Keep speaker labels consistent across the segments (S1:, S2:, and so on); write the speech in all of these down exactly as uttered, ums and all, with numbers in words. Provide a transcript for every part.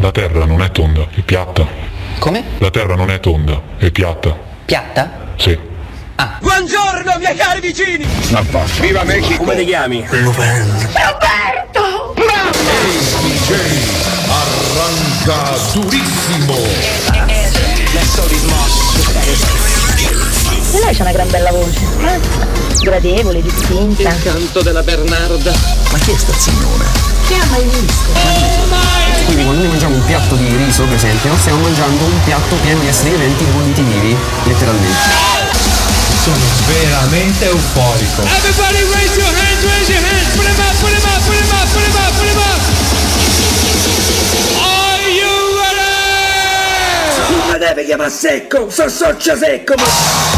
S1: La terra non è tonda, è piatta.
S2: Come?
S1: La terra non è tonda, è piatta.
S2: Piatta?
S1: Sì.
S2: Ah.
S3: Buongiorno miei cari vicini!
S1: Ma va.
S4: Viva Mexico!
S3: Come ti chiami?
S5: Roberto! Bravo!
S6: D J arranca durissimo.
S7: E lei c'ha una gran bella voce, eh? Gradevole, distinta.
S3: Il canto della Bernarda.
S4: Ma chi è sta signora?
S7: Chi ha mai visto?
S8: Quindi quando noi mangiamo un piatto di riso, per esempio, stiamo mangiando un piatto pieno di esseri viventi bolliti vivi, letteralmente.
S9: Sono veramente euforico.
S3: Everybody raise your hands, raise your hands. Put 'em up, put 'em up, put 'em up, put 'em up, put 'em up. Are you ready?
S10: Non mi deve chiamare secco, so socio secco, ma...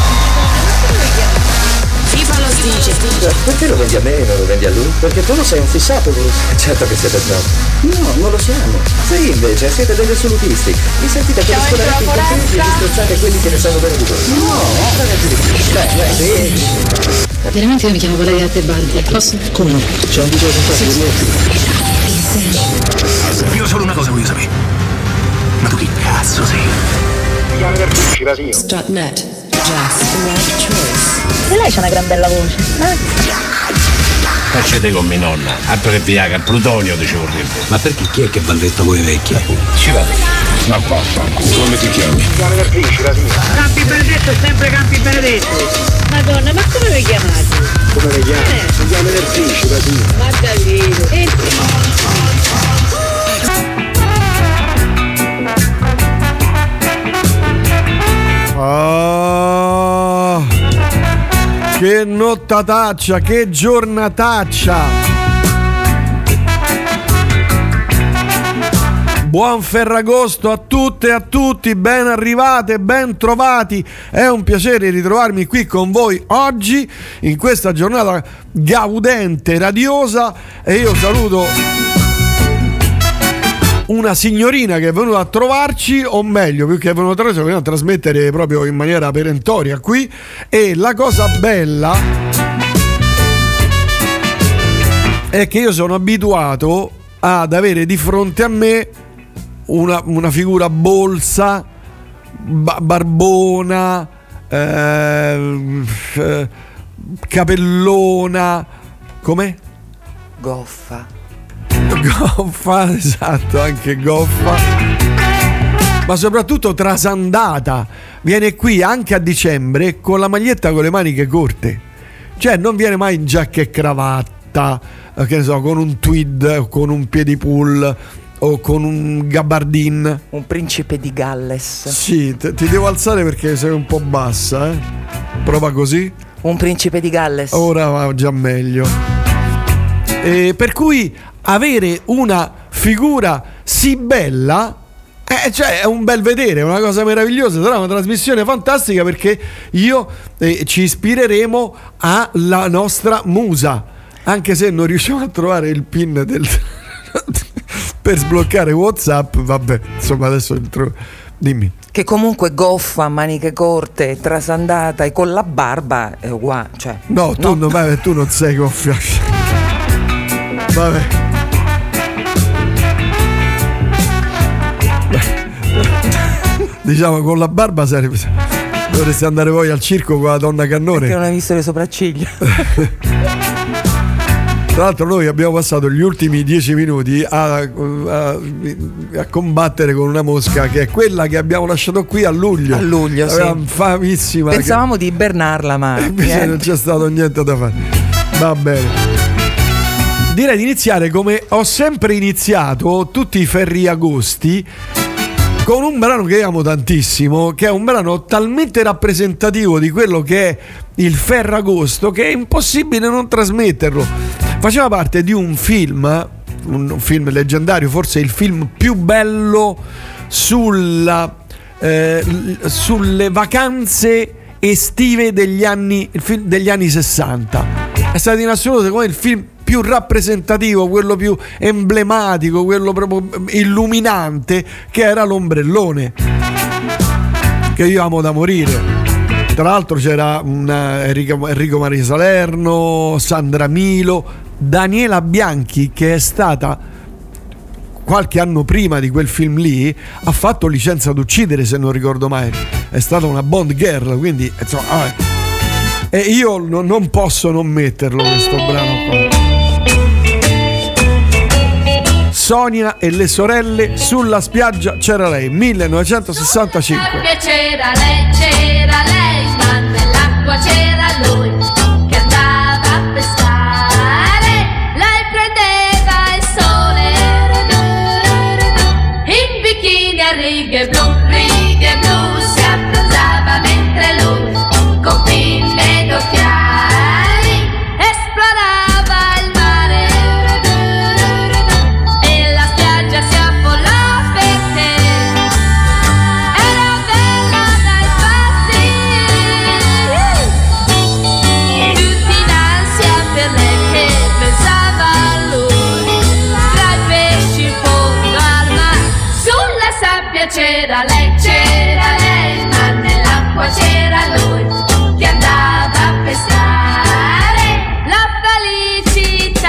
S5: Viva lo dice.
S10: Perché lo vendi a me e non lo vendi a lui? Perché tu non sei un fissato, lui. Certo che siete snob. No, non lo siamo. Sì, invece, siete degli assolutisti. Vi sentite come scolarati in contenti e disprezzate quelli che ne sanno bene di voi. No, ragazzi di più. Beh, beh, sì.
S7: Veramente io mi chiamo Valeria Tebaldi, posso?
S10: Come no? C'è un video sentato di me.
S4: Io solo una cosa voglio sapere. Ma tu chi cazzo sei?
S5: Strutnet. Just the right choice.
S7: E lei c'ha una gran bella voce, eh?
S9: Facete con mia nonna, altro che Viagra, Plutonio dicevo prima.
S4: Ma perché chi è che balletta voi vecchi?
S9: Ci vado. Ma vaffanculo.
S4: Come ti chiami?
S3: Campi Benedetto è sempre Campi Benedetto.
S7: Madonna, ma come vi chiamate?
S10: Come le chiami? Si chiama nel principe, sì.
S7: Ma Davide, e...
S11: Oh, che nottataccia, che giornataccia. Buon Ferragosto a tutte e a tutti, ben arrivate, ben trovati. È un piacere ritrovarmi qui con voi oggi in questa giornata gaudente, radiosa, e io saluto una signorina che è venuta a trovarci, o meglio, più che è venuta a trovarci, è venuta a trasmettere proprio in maniera perentoria qui. E la cosa bella è che io sono abituato ad avere di fronte a me una, una figura bolsa, ba- barbona, eh, eh, capellona, com'è?
S2: Goffa.
S11: Goffa, esatto, anche goffa, ma soprattutto trasandata. Viene qui anche a dicembre con la maglietta con le maniche corte, cioè non viene mai in giacca e cravatta, che ne so, con un tweed, con un piedipull o con un gabardine.
S2: Un principe di Galles.
S11: Sì, te, ti devo alzare perché sei un po' bassa, eh? Prova così.
S2: Un principe di Galles.
S11: Ora va già meglio. E per cui avere una figura sì bella, eh, cioè è un bel vedere, è una cosa meravigliosa. Sarà una trasmissione fantastica perché io eh, ci ispireremo alla nostra musa, anche se non riusciamo a trovare il pin del per sbloccare WhatsApp. Vabbè, insomma, adesso intro... dimmi.
S2: Che comunque goffa, maniche corte, trasandata e con la barba è uguale, cioè,
S11: no, tu,
S2: no.
S11: Non, vabbè, tu non sei goffia. Vabbè. Diciamo con la barba sarebbe... dovresti andare poi al circo con la donna Cannone.
S2: Perché non hai visto le sopracciglia.
S11: Tra l'altro noi abbiamo passato gli ultimi dieci minuti a, a, a combattere con una mosca che è quella che abbiamo lasciato qui a luglio.
S2: A luglio, sì.
S11: Era famissima.
S2: Pensavamo
S11: che...
S2: di ibernarla, ma
S11: invece non c'è stato niente da fare. Va bene. Direi di iniziare come ho sempre iniziato tutti i Ferriagosti, con un brano che amo tantissimo, che è un brano talmente rappresentativo di quello che è il Ferragosto che è impossibile non trasmetterlo. Faceva parte di un film, un film leggendario, forse il film più bello sulla, eh, sulle vacanze estive degli anni, degli anni sessanta. È stato in assoluto secondo me il film più rappresentativo, quello più emblematico, quello proprio illuminante, che era L'Ombrellone, che io amo da morire. Tra l'altro c'era una Enrico, Enrico Maria Salerno, Sandra Milo, Daniela Bianchi, che è stata qualche anno prima di quel film lì ha fatto Licenza ad uccidere, se non ricordo mai, è stata una Bond girl, quindi insomma, vabbè. E io no, non posso non metterlo questo brano qua. Sonia e le sorelle, sulla spiaggia c'era lei, millenovecentosessantacinque.
S12: Sulla sabbia c'era lei, c'era lei, ma nell'acqua c'era lui che andava a pescare. Lei prendeva il sole in bikini a righe blu, righe blu, si abbronzava mentre lui con pinne ed occhiali esplorava il mare. C'era lei, c'era lei, ma nell'acqua c'era lui che andava a pescare la felicità.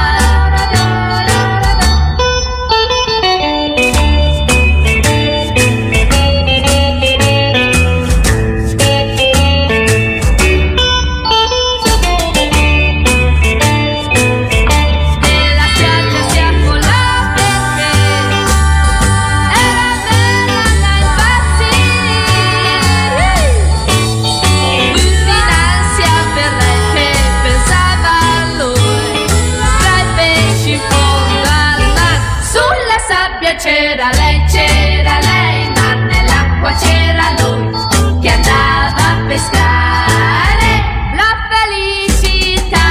S12: Nella spiaggia si affollò perché c'era lei, c'era lei, ma nell'acqua c'era lui che andava a pescare la felicità.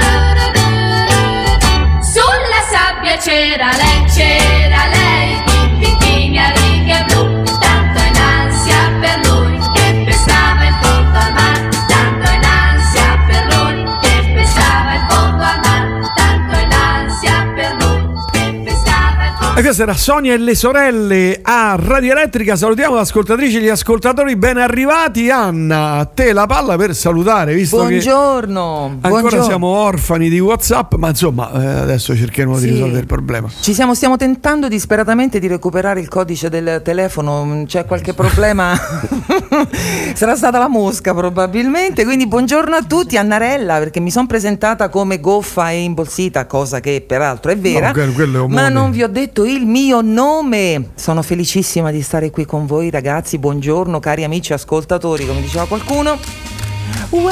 S12: Sulla sabbia c'era lei, c'era lei, in bikini a righe blu, tanto in ansia per lui che pescava in fondo al mare, tanto in ansia per lui che pescava in fondo al mare, tanto in ansia per lui che pescava in fondo.
S11: E questa era Sonia e le sorelle a Radio Elettrica. Salutiamo le ascoltatrici e gli ascoltatori ben arrivati. Anna, a te la palla per salutare, visto
S2: buongiorno,
S11: che ancora
S2: buongiorno.
S11: siamo orfani di WhatsApp, ma insomma eh, adesso cercheremo
S2: Sì.
S11: di risolvere il problema.
S2: Ci siamo, stiamo tentando disperatamente di recuperare il codice del telefono, c'è qualche problema? Sarà stata la mosca probabilmente, quindi buongiorno a tutti. Annarella, perché mi sono presentata come goffa e imbolsita, cosa che peraltro è vera,
S11: No, quello- quello è un
S2: ma
S11: nome.
S2: non vi ho detto il mio nome. Sono felicissima di stare qui con voi ragazzi, buongiorno cari amici ascoltatori, come diceva qualcuno. Uè,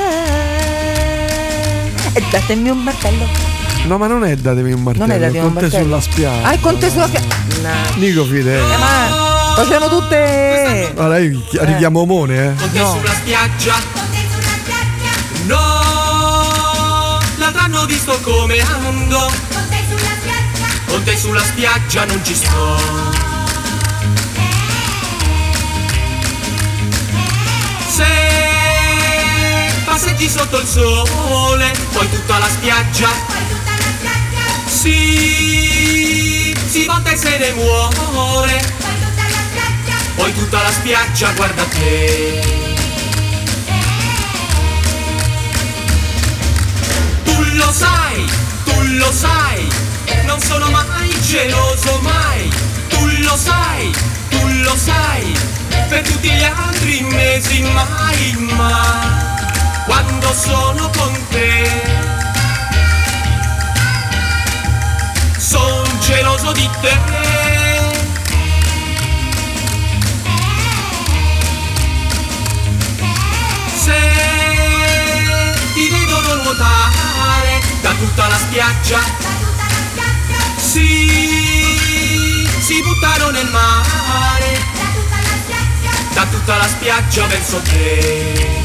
S2: e datemi un martello.
S11: No, ma non è datemi un martello,
S2: Non è datemi un
S11: con te
S2: martello.
S11: sulla spiaggia.
S2: Ah, è con te sulla spiaggia. No.
S11: Nico Fide.
S2: Eh, ma facevano tutte.
S11: Allora io chi- richiamo Mone, eh.
S13: Con te
S2: No.
S13: sulla spiaggia. No, l'avranno visto come ando. Con te sulla spiaggia. Con te sulla spiaggia non ci sto. Se passeggi sotto il sole, poi tutta la spiaggia. Si, si volta e se ne muore. Poi tutta la spiaggia guarda te. Tu lo sai, tu lo sai, non sono mai geloso mai. Tu lo sai, tu lo sai, per tutti gli altri mesi mai, ma quando sono con te son geloso di te. Se ti vedono nuotare da tutta la spiaggia, si, si buttano nel mare, da tutta la spiaggia verso te.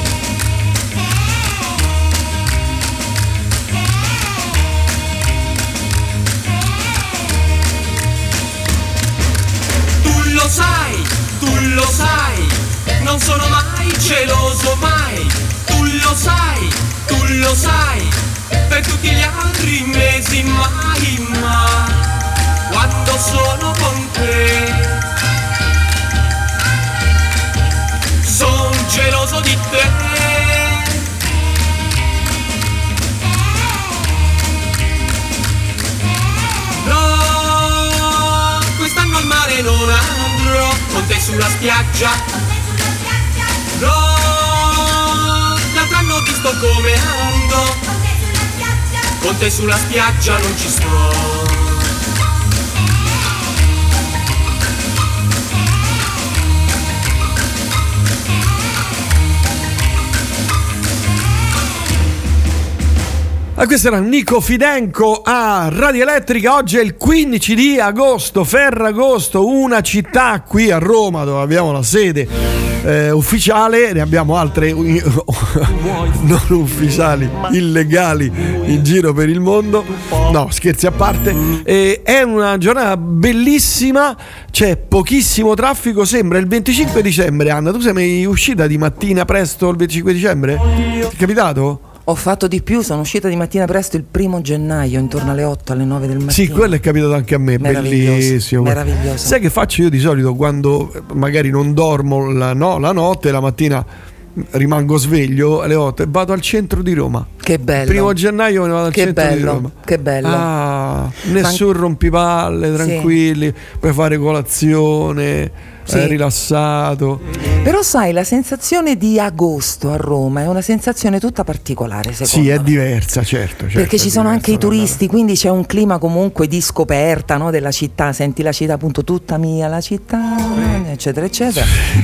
S13: Tu lo sai, tu lo sai, non sono mai geloso mai. Tu lo sai, tu lo sai, per tutti gli altri mesi mai, ma quando sono con te son geloso di te. No, non andrò con te sulla spiaggia. No, l'altro anno ti sto come ando, con te sulla spiaggia non ci sto.
S11: Ah, questo era Nico Fidenco a Radio Elettrica. Oggi è il quindici di agosto, Ferragosto, una città qui a Roma dove abbiamo la sede eh, ufficiale, ne abbiamo altre non ufficiali, illegali in giro per il mondo. No, scherzi a parte. Eh, è una giornata bellissima, c'è pochissimo traffico, sembra il venticinque dicembre. Anna, tu sei mai uscita di mattina presto il venticinque dicembre? Ti è capitato?
S2: Ho fatto di più, sono uscita di mattina presto il primo gennaio, intorno alle otto, alle nove del mattino.
S11: Sì, quello è capitato anche a me, bellissimo.
S2: Meraviglioso.
S11: Sai che faccio io di solito quando magari non dormo la, no, la notte, la mattina rimango sveglio alle otto e vado al centro di Roma.
S2: Che bello.
S11: Il primo gennaio me ne vado al
S2: che
S11: centro
S2: bello,
S11: di Roma.
S2: Che bello.
S11: Ah, nessun Man... rompipalle, tranquilli, sì. Puoi fare colazione, sì. È rilassato.
S2: Però sai, la sensazione di agosto a Roma è una sensazione tutta particolare, secondo
S11: Sì,
S2: me.
S11: è diversa, certo, certo.
S2: Perché ci sono anche i turisti,
S11: andare.
S2: Quindi c'è un clima comunque di scoperta, no, della città. Senti la città appunto tutta mia, la città, eccetera, eccetera.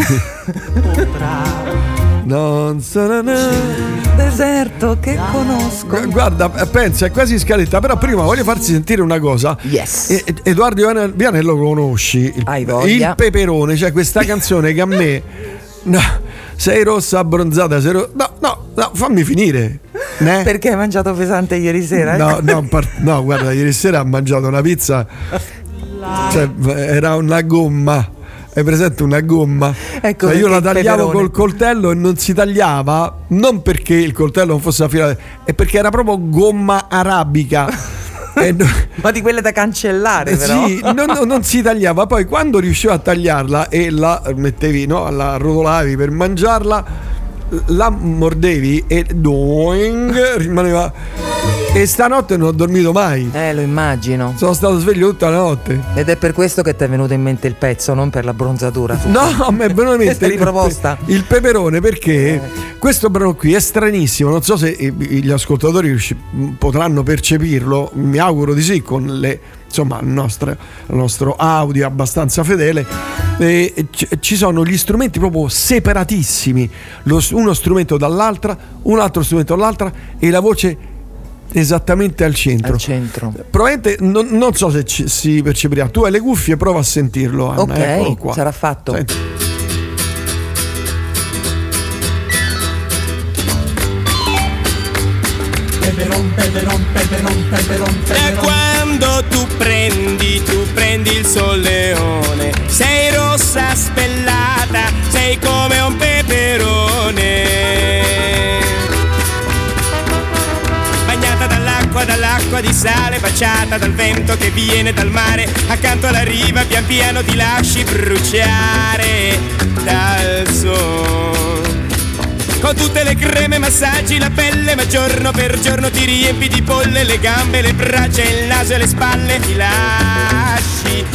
S11: Non sarà
S2: deserto che conosco.
S11: Guarda, pensa, è quasi scaletta. Però prima voglio farsi sentire una cosa.
S2: Yes.
S11: E, Edoardo Vianello lo conosci? Il,
S2: Hai voglia.
S11: il peperone, cioè questa canzone che a me no, sei rossa abbronzata, sei ro... no, no, no, fammi finire. Né?
S2: Perché hai mangiato pesante ieri sera?
S11: No, no, par... no, guarda, ieri sera ho mangiato una pizza, cioè era una gomma. Hai presente una gomma?
S2: Ecco,
S11: cioè io la tagliavo
S2: peperone.
S11: col coltello e non si tagliava, non perché il coltello non fosse affilato, è perché era proprio gomma arabica. no...
S2: Ma di quelle da cancellare, però.
S11: Sì, non, non, non si tagliava. Poi quando riuscivo a tagliarla e la mettevi, no, la arrotolavi per mangiarla, la mordevi e doing, rimaneva. E stanotte non ho dormito mai.
S2: Eh, lo immagino.
S11: Sono stato sveglio tutta la notte.
S2: Ed è per questo che ti è venuto in mente il pezzo, non per la bronzatura.
S11: No, a me è venuto in mente
S2: riproposta.
S11: Il, il peperone, perché eh. questo brano qui è stranissimo. Non so se gli ascoltatori potranno percepirlo. Mi auguro di sì, con le, insomma, il nostro, il nostro audio abbastanza fedele. E ci sono gli strumenti proprio separatissimi, lo, uno strumento dall'altra, un altro strumento dall'altra e la voce esattamente al centro.
S2: Al centro.
S11: Probabilmente non, non so se ci, si percepirà. Tu hai le cuffie, prova a sentirlo, Anna.
S2: Ok,
S11: eccolo qua.
S2: Sarà fatto.
S11: Senti.
S13: Da quando tu prendi, tu prendi il solleone, sei rossa spellata, sei come un peperone. Bagnata dall'acqua, dall'acqua di sale, baciata dal vento che viene dal mare, accanto alla riva pian piano ti lasci bruciare dal sole. Con tutte le creme massaggi la pelle, ma giorno per giorno ti riempi di polle le gambe, le braccia, il naso e le spalle, ti lasci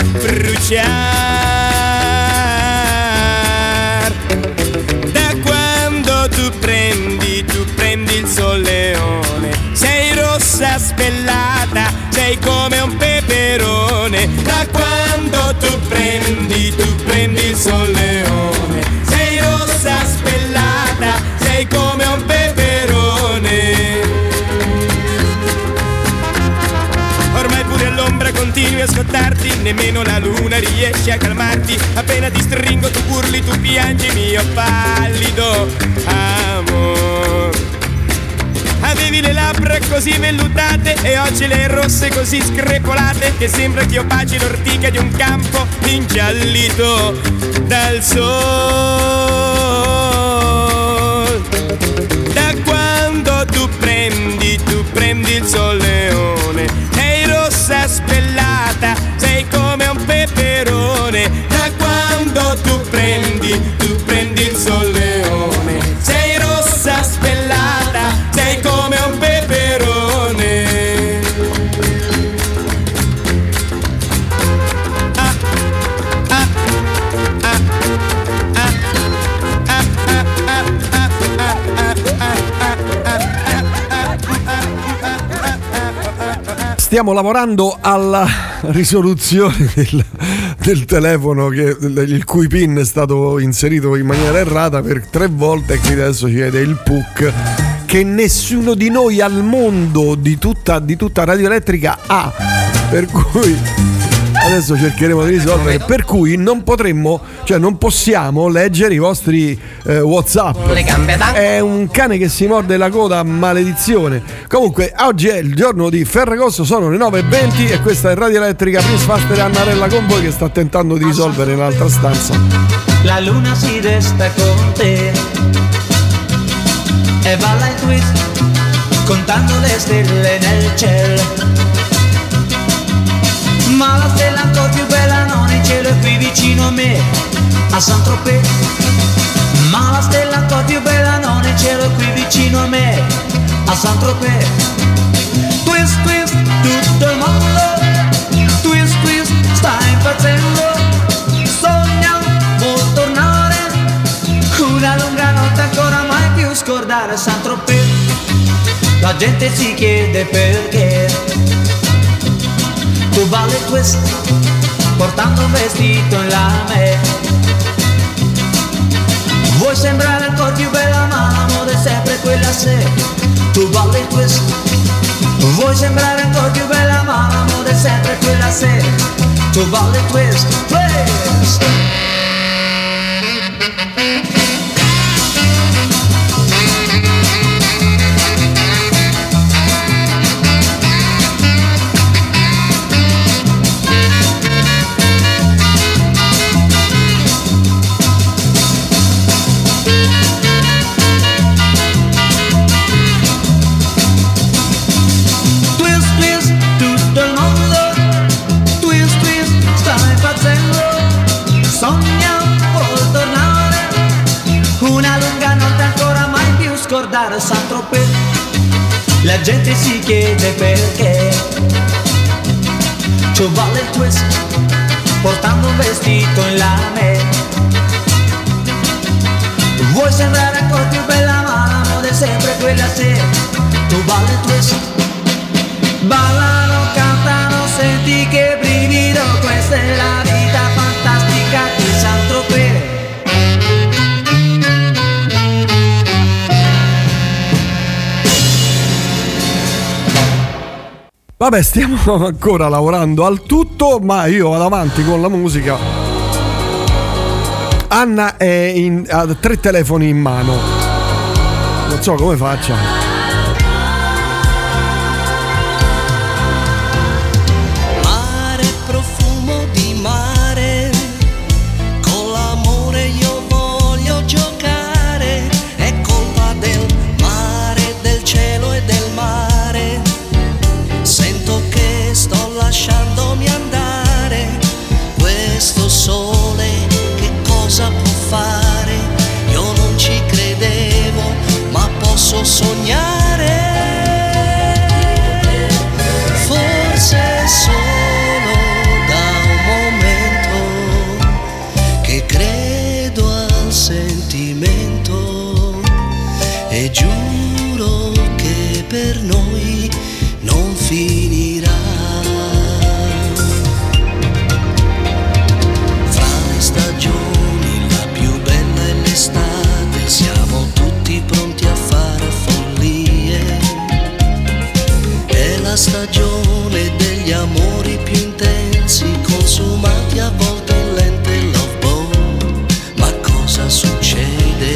S13: bruciare. Da quando tu prendi, tu prendi il solleone, sei rossa spellata, sei come un peperone. Da quando tu prendi, tu prendi il solleone, sei rossa spellata, sei come un peperone. Ormai pure all'ombra continui a scottarti, nemmeno la luna riesce a calmarti. Appena ti stringo tu urli, tu piangi, mio pallido amor. Avevi le labbra così vellutate e oggi le rosse così screpolate che sembra che io baci l'ortica di un campo ingiallito dal sol. Da quando tu prendi, tu prendi il solleone, sei rossa spellata, sei come un peperone. Da quando tu prendi, tu prendi il solleone, sei rossa spellata, sei come un peperone. Ah, ah,
S11: stiamo lavorando alla risoluzione del, del telefono che, il cui pin è stato inserito in maniera errata per tre volte, e quindi adesso ci chiede il P U C che nessuno di noi al mondo di tutta, di tutta Radio Elettrica ha, per cui adesso cercheremo di risolvere, per cui non potremmo, cioè non possiamo leggere i vostri eh, WhatsApp. È un cane che si morde la coda, maledizione. Comunque oggi è il giorno di Ferragosto, sono le nove e venti e questa è Radio Elettrica, Prince Faster e Annarella con voi, che sta tentando di risolvere nell'altra stanza.
S14: La luna si desta con te e balla il twist contando le stelle nel cielo. Ma la stella ancora più bella non in cielo, è qui vicino a me, a Saint-Tropez. Ma la stella ancora più bella non in cielo, è qui vicino a me, a Saint-Tropez. Twist, twist, tutto il mondo, twist, twist, sta impazzendo. Sogna vuol tornare, una lunga notte ancora mai più scordare. Saint-Tropez, la gente si chiede perché tu balli twist, portando un vestito in lame. Vuoi sembrare ancora più bella ma la moda è sempre quella se tu balli twist. Vuoi sembrare ancora più bella ma la moda è sempre quella se tu balli twist, twist. Saint-Tropez, la gente si chiede perché tu balli il twist, portando un vestito in lame. Vuoi sembrare ancora più bella ma la moda è sempre quella se tu balli il twist. Ballano, cantano, senti che brivido, questa è la vita fantastica di Saint-Tropez.
S11: Vabbè, stiamo ancora lavorando al tutto, ma io vado avanti con la musica. Anna è in, ha tre telefoni in mano, non so come faccia.
S15: Lasciandomi andare, questo sole che cosa può fare? Io non ci credevo, ma posso sognare. Forse solo da un momento che credo al sentimento e giuro che per noi non finirà. Siamo tutti pronti a fare follie. È la stagione degli amori più intensi, consumati a volte in lente love boat. Ma cosa succede?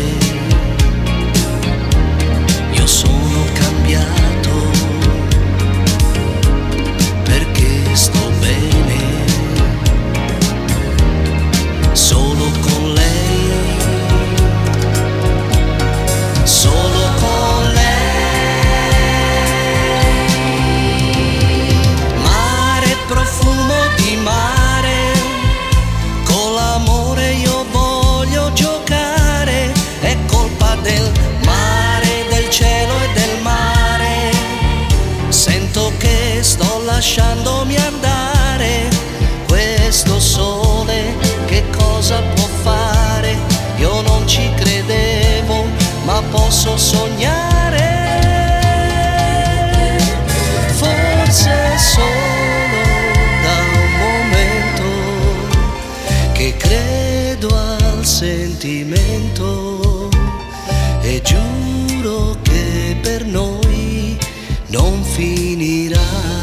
S15: che credo al sentimento e giuro che per noi non finirà.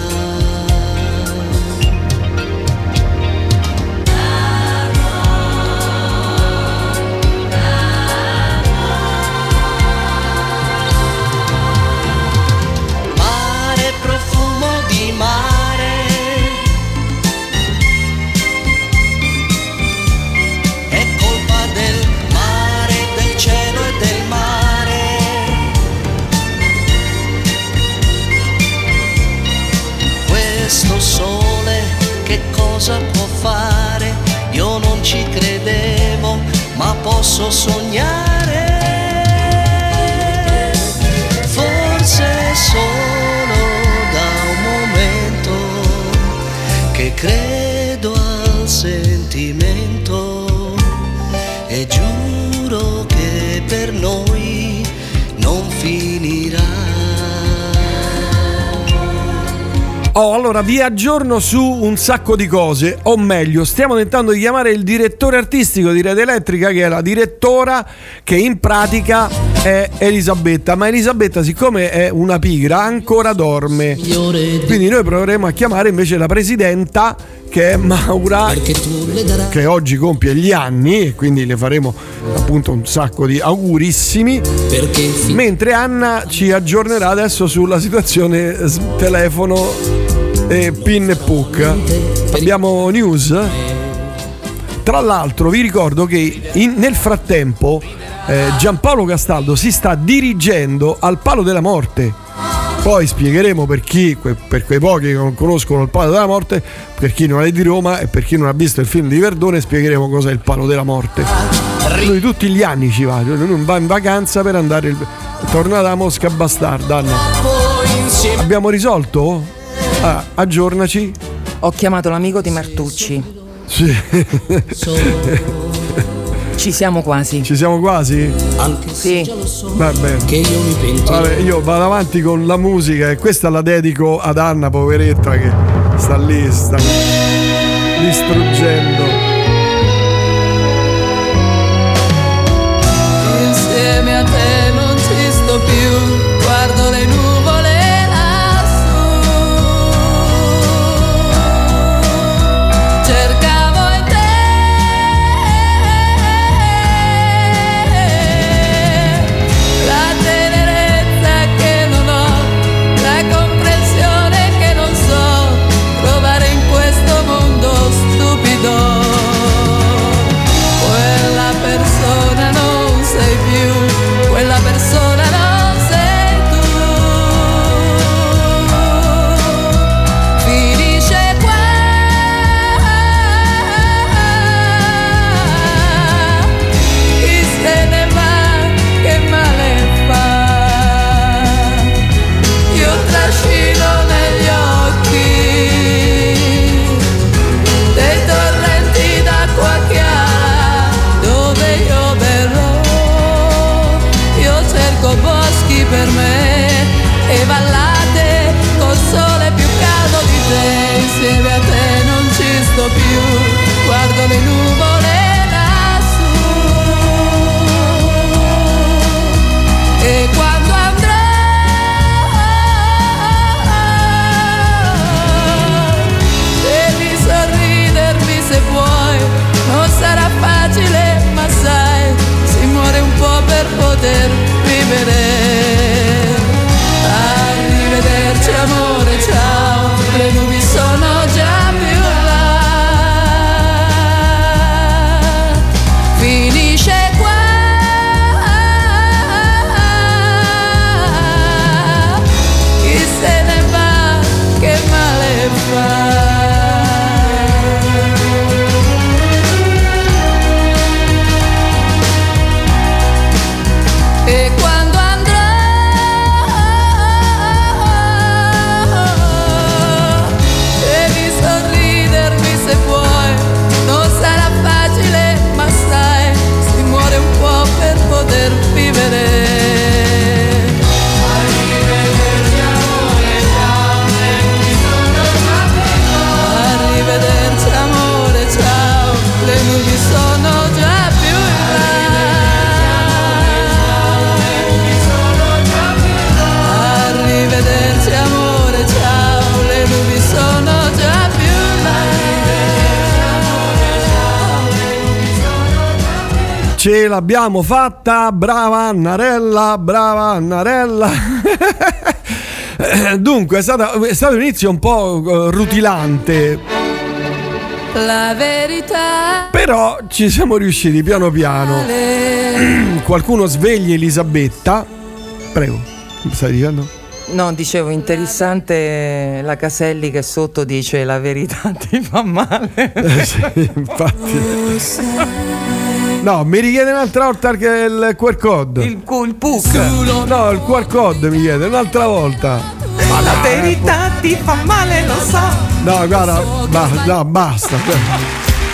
S15: Cosa può fare? Io non ci credevo, ma posso sognare. Forse solo da un momento che credo al sentimento e giuro che per noi non finirà.
S11: Oh, allora vi aggiorno su un sacco di cose, o meglio, stiamo tentando di chiamare il direttore artistico di Rete Elettrica, che è la direttora, che in pratica è Elisabetta, ma Elisabetta, siccome è una pigra, ancora dorme, quindi noi proveremo a chiamare invece la presidenta, che è Maura, che oggi compie gli anni, e quindi le faremo appunto un sacco di augurissimi, mentre Anna ci aggiornerà adesso sulla situazione telefono e PIN e P U C. Abbiamo news? Tra l'altro vi ricordo che in, nel frattempo eh, Giampaolo Castaldo si sta dirigendo al Palo della Morte. Poi spiegheremo per chi, per quei pochi che non conoscono il Palo della Morte, per chi non è di Roma e per chi non ha visto il film di Verdone, spiegheremo cos'è il Palo della Morte. Lui tutti gli anni ci va, lui va in vacanza per andare, torna da Mosca bastarda. Anna. Abbiamo risolto? Ah, aggiornaci.
S2: Ho chiamato l'amico di Martucci.
S11: Sì.
S2: Ci siamo quasi.
S11: Ci siamo quasi?
S2: Sì.
S11: Va bene. Vabbè, io vado avanti con la musica e questa la dedico ad Anna, poveretta, che sta lì, sta distruggendo.
S16: Insieme a te non ci sto più, guardo le nuvole lassù, cercavo in te la tenerezza che non ho, la comprensione che non so trovare in questo mondo stupido. Quella persona non sei più, quella persona non sei tu. Finisce qua, chi se ne va, che male fa. Io trascino negli occhi dei torrenti d'acqua chiara dove io verrò. Io cerco boschi per me e vallate col sole più caldo di te. Insieme a te non ci sto più, guardo le nuvole lassù e quando andrò devi sorridermi se vuoi, non sarà facile ma sai, si muore un po' per poter vivere. Arrivederci amore, ciao, le nubi sono già più là.
S11: Ce l'abbiamo fatta, brava Annarella, brava Annarella. Dunque è, stata, è stato un inizio un po' rutilante,
S16: la verità,
S11: però ci siamo riusciti piano piano. Qualcuno svegli Elisabetta. Prego, stai dicendo?
S2: No, dicevo, interessante la Caselli che sotto dice la verità ti fa male.
S11: Eh sì, infatti. No, mi richiede un'altra volta che il Q R code.
S2: Il, il P U C.
S11: No, il Q R code mi chiede un'altra volta.
S2: Ma la verità ti fa male, lo so.
S11: No, guarda, ba- no, basta.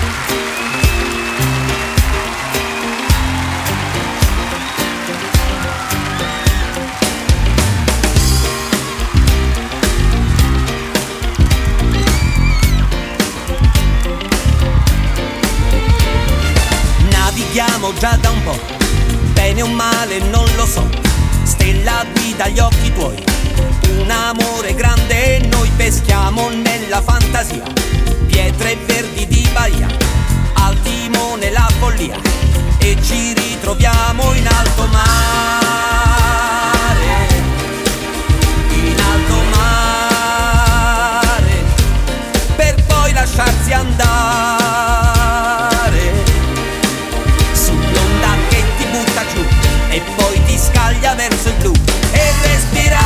S13: Navighiamo già da un po', bene o male non lo so. Stella guida gli occhi tuoi, un amore grande e noi peschiamo nella fantasia. Pietre verdi di Bahia, al timone la follia e ci ritroviamo in alto mare. In alto mare, per poi lasciarsi andare sull'onda che ti butta giù e poi ti scaglia verso il blu e respirare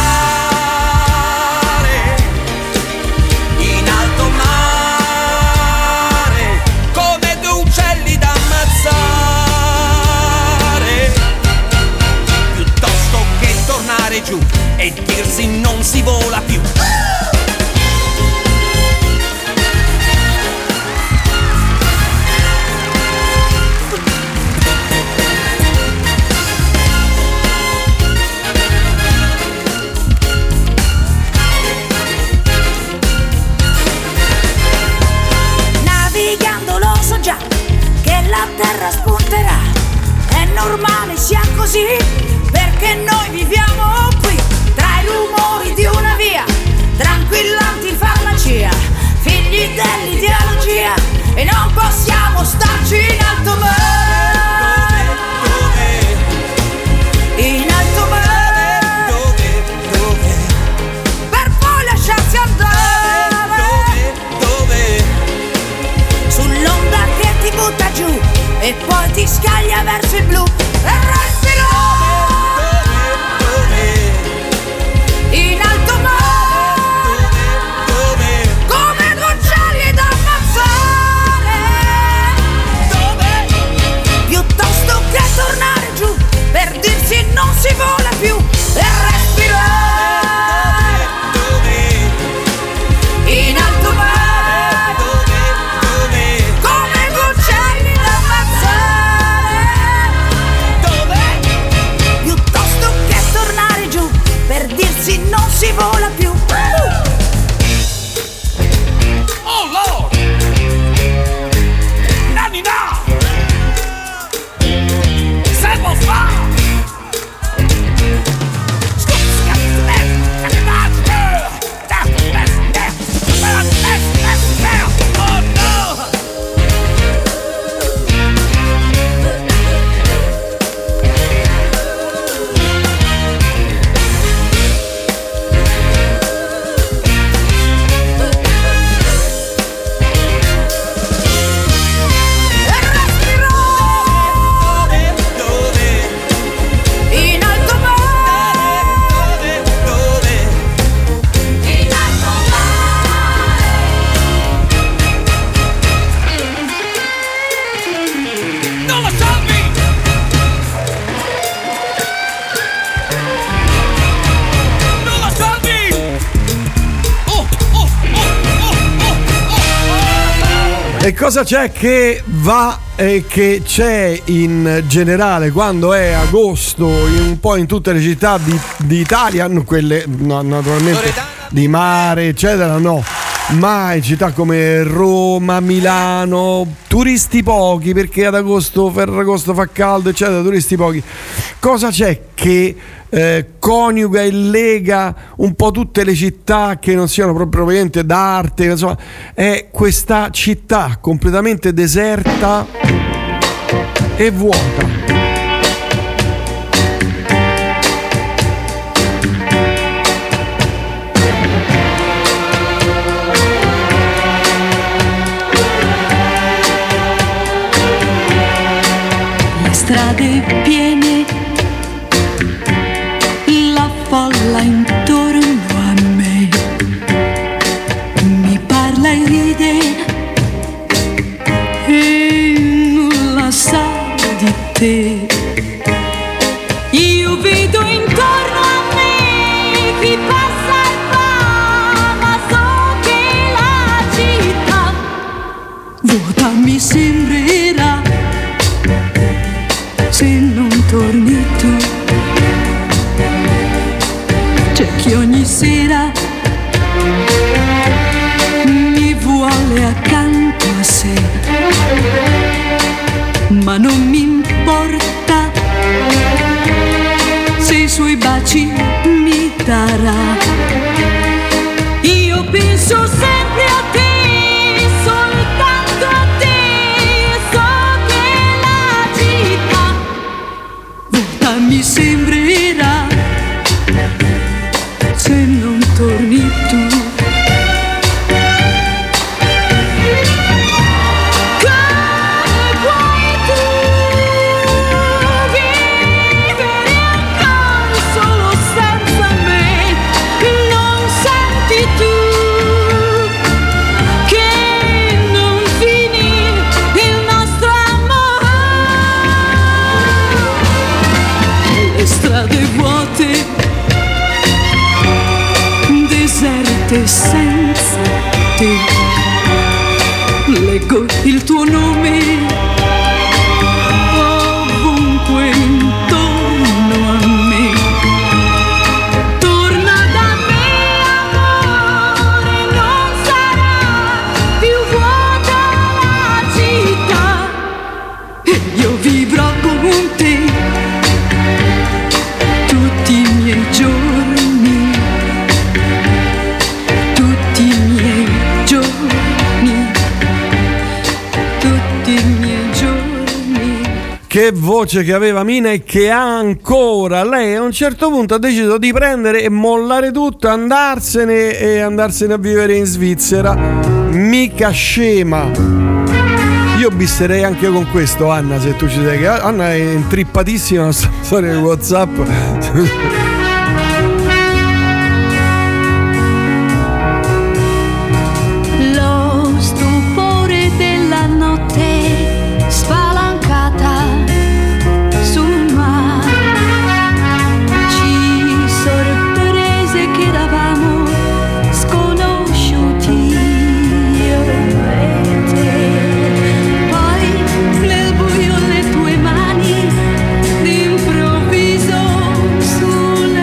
S13: in alto mare come due uccelli da ammazzare, piuttosto che tornare giù e dirsi non si vola più.
S17: La terra spunterà, è normale sia così, perché noi viviamo qui, tra i rumori di una via, tranquillanti farmacia, figli dell'ideologia, e non possiamo starci in alto mare, in alto mare, dove, dove, per poi lasciarsi andare, dove, dove, sull'onda che ti butta giù e poi ti scaglia verso il blu e respiro in alto mare come due uccelli da ammazzare, piuttosto che tornare giù per dirsi non si vola più e respirare in alto mare. Non si vola più.
S13: Oh Lord! Nanni now! Sample five! Oh no!
S11: E cosa c'è che va e che c'è in generale quando è agosto in un po' in tutte le città di, d'Italia, quelle no, naturalmente di mare eccetera, no, ma in città come Roma, Milano, turisti pochi perché ad agosto, Ferragosto fa caldo eccetera, turisti pochi. Cosa c'è che eh, coniuga e lega un po' tutte le città che non siano proprio provenienti d'arte, insomma, è questa città completamente deserta e vuota.
S16: Le strade piene, la folla intorno a me, mi parla e ride e nulla sa di te. Io vedo intorno a me chi passa e va, ma so che la città vuota mi sembrerà se non torni tu. C'è chi ogni sera mi vuole accanto a sé, ma non mi importa se i suoi baci mi darà. Io penso sempre a te, soltanto a te, so che la città vuota mi sembrerà se non torni tu. Senza te leggo il tuo nome ovunque intorno a me. Torna da me amore, non sarà più vuota la città e io vivrò con te tutti i miei giorni.
S11: Che voce che aveva Mina e che ha ancora. Lei a un certo punto ha deciso di prendere e mollare tutto, andarsene e andarsene a vivere in Svizzera. Mica scema. Io bisserei anche con questo, Anna, se tu ci sei. Che Anna è intrippatissima nella storia di WhatsApp.
S16: Lo stupore della notte spalancata sul mare ci sorprese che eravamo sconosciuti io e te. Poi nel buio le tue mani d'improvviso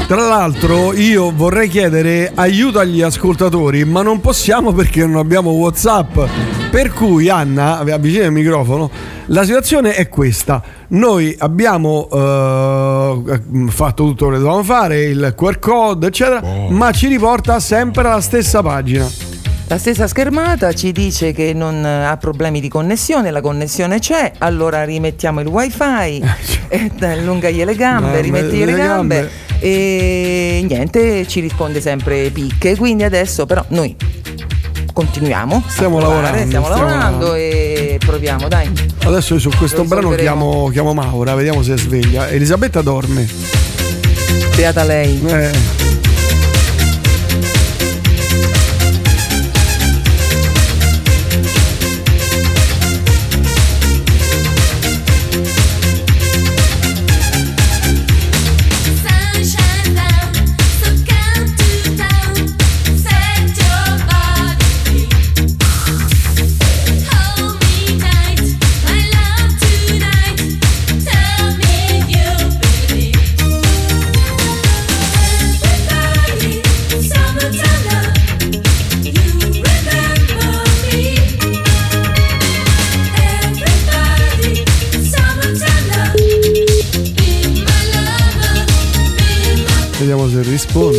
S11: Tra l'altro io vorrei chiedere aiuto agli ascoltatori, ma non possiamo perché non abbiamo WhatsApp. Per cui Anna, avvicina il microfono, la situazione è questa. Noi abbiamo uh, fatto tutto quello che dovevamo fare, il Q R code eccetera, oh. ma ci riporta sempre alla stessa pagina.
S2: La stessa schermata ci dice che non ha problemi di connessione, la connessione c'è, allora rimettiamo il wifi, eh, allungagli le gambe, rimettigli le gambe, gambe e niente, ci risponde sempre picche, quindi adesso però noi continuiamo,
S11: stiamo
S2: provare,
S11: lavorando,
S2: stiamo,
S11: stiamo
S2: lavorando
S11: lavorando
S2: e proviamo, dai.
S11: Adesso io su questo brano chiamo, chiamo Maura, vediamo se è sveglia. Elisabetta dorme.
S2: Beata lei.
S11: Eh. Vediamo se risponde.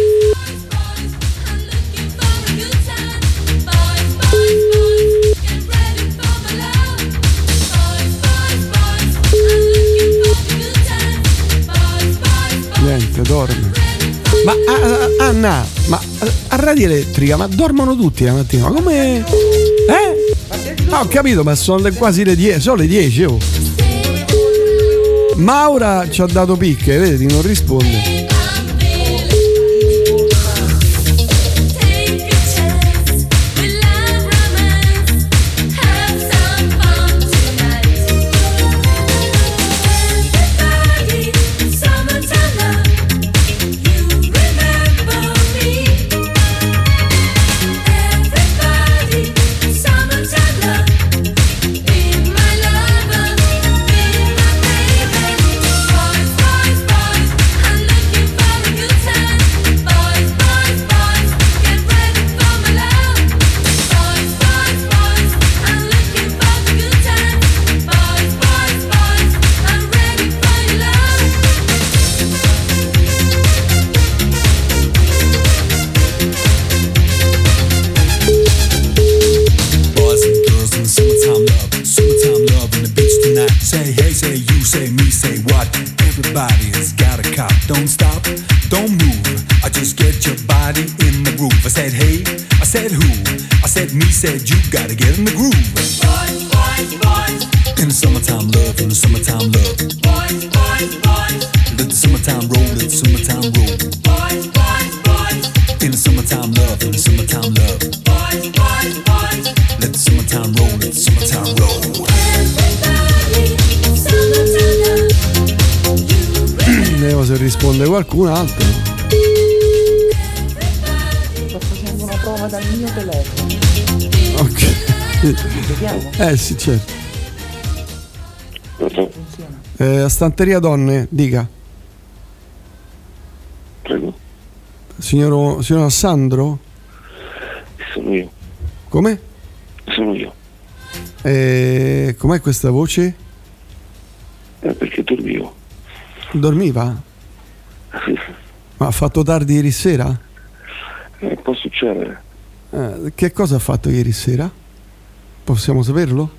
S11: Niente, dorme. Ma uh, Anna, ma a radio elettrica, ma dormono tutti la mattina? Ma come? Eh? Ah, ho capito, ma sono le, quasi le dieci, sono le dieci, oh. Maura ci ha dato picche, vedi, non risponde.
S18: Said you gotta get in the groove. Boys, boys, boys. In the summertime love, in the summertime love. Boys, boys, boys. Let the summertime roll, let the summertime roll. Boys, boys, boys. In the summertime love, in the summertime love. Boys, boys, boys. Let the summertime roll, let the summertime roll. Everybody, summertime love.
S11: Vediamo se risponde qualcun altro.
S2: Sto facendo una prova dal mio telefono.
S11: Ok. Eh sì, certo. Eh, a Stanteria Donne, dica.
S19: Prego.
S11: Signor, signor Sandro?
S19: Sono io.
S11: Come?
S19: Sono io.
S11: Eh, com'è questa voce?
S19: Eh, perché dormivo.
S11: Dormiva?
S19: Sì.
S11: Ma ha fatto tardi ieri sera?
S19: Eh, può succedere.
S11: Eh, che cosa ha fatto ieri sera? Possiamo saperlo?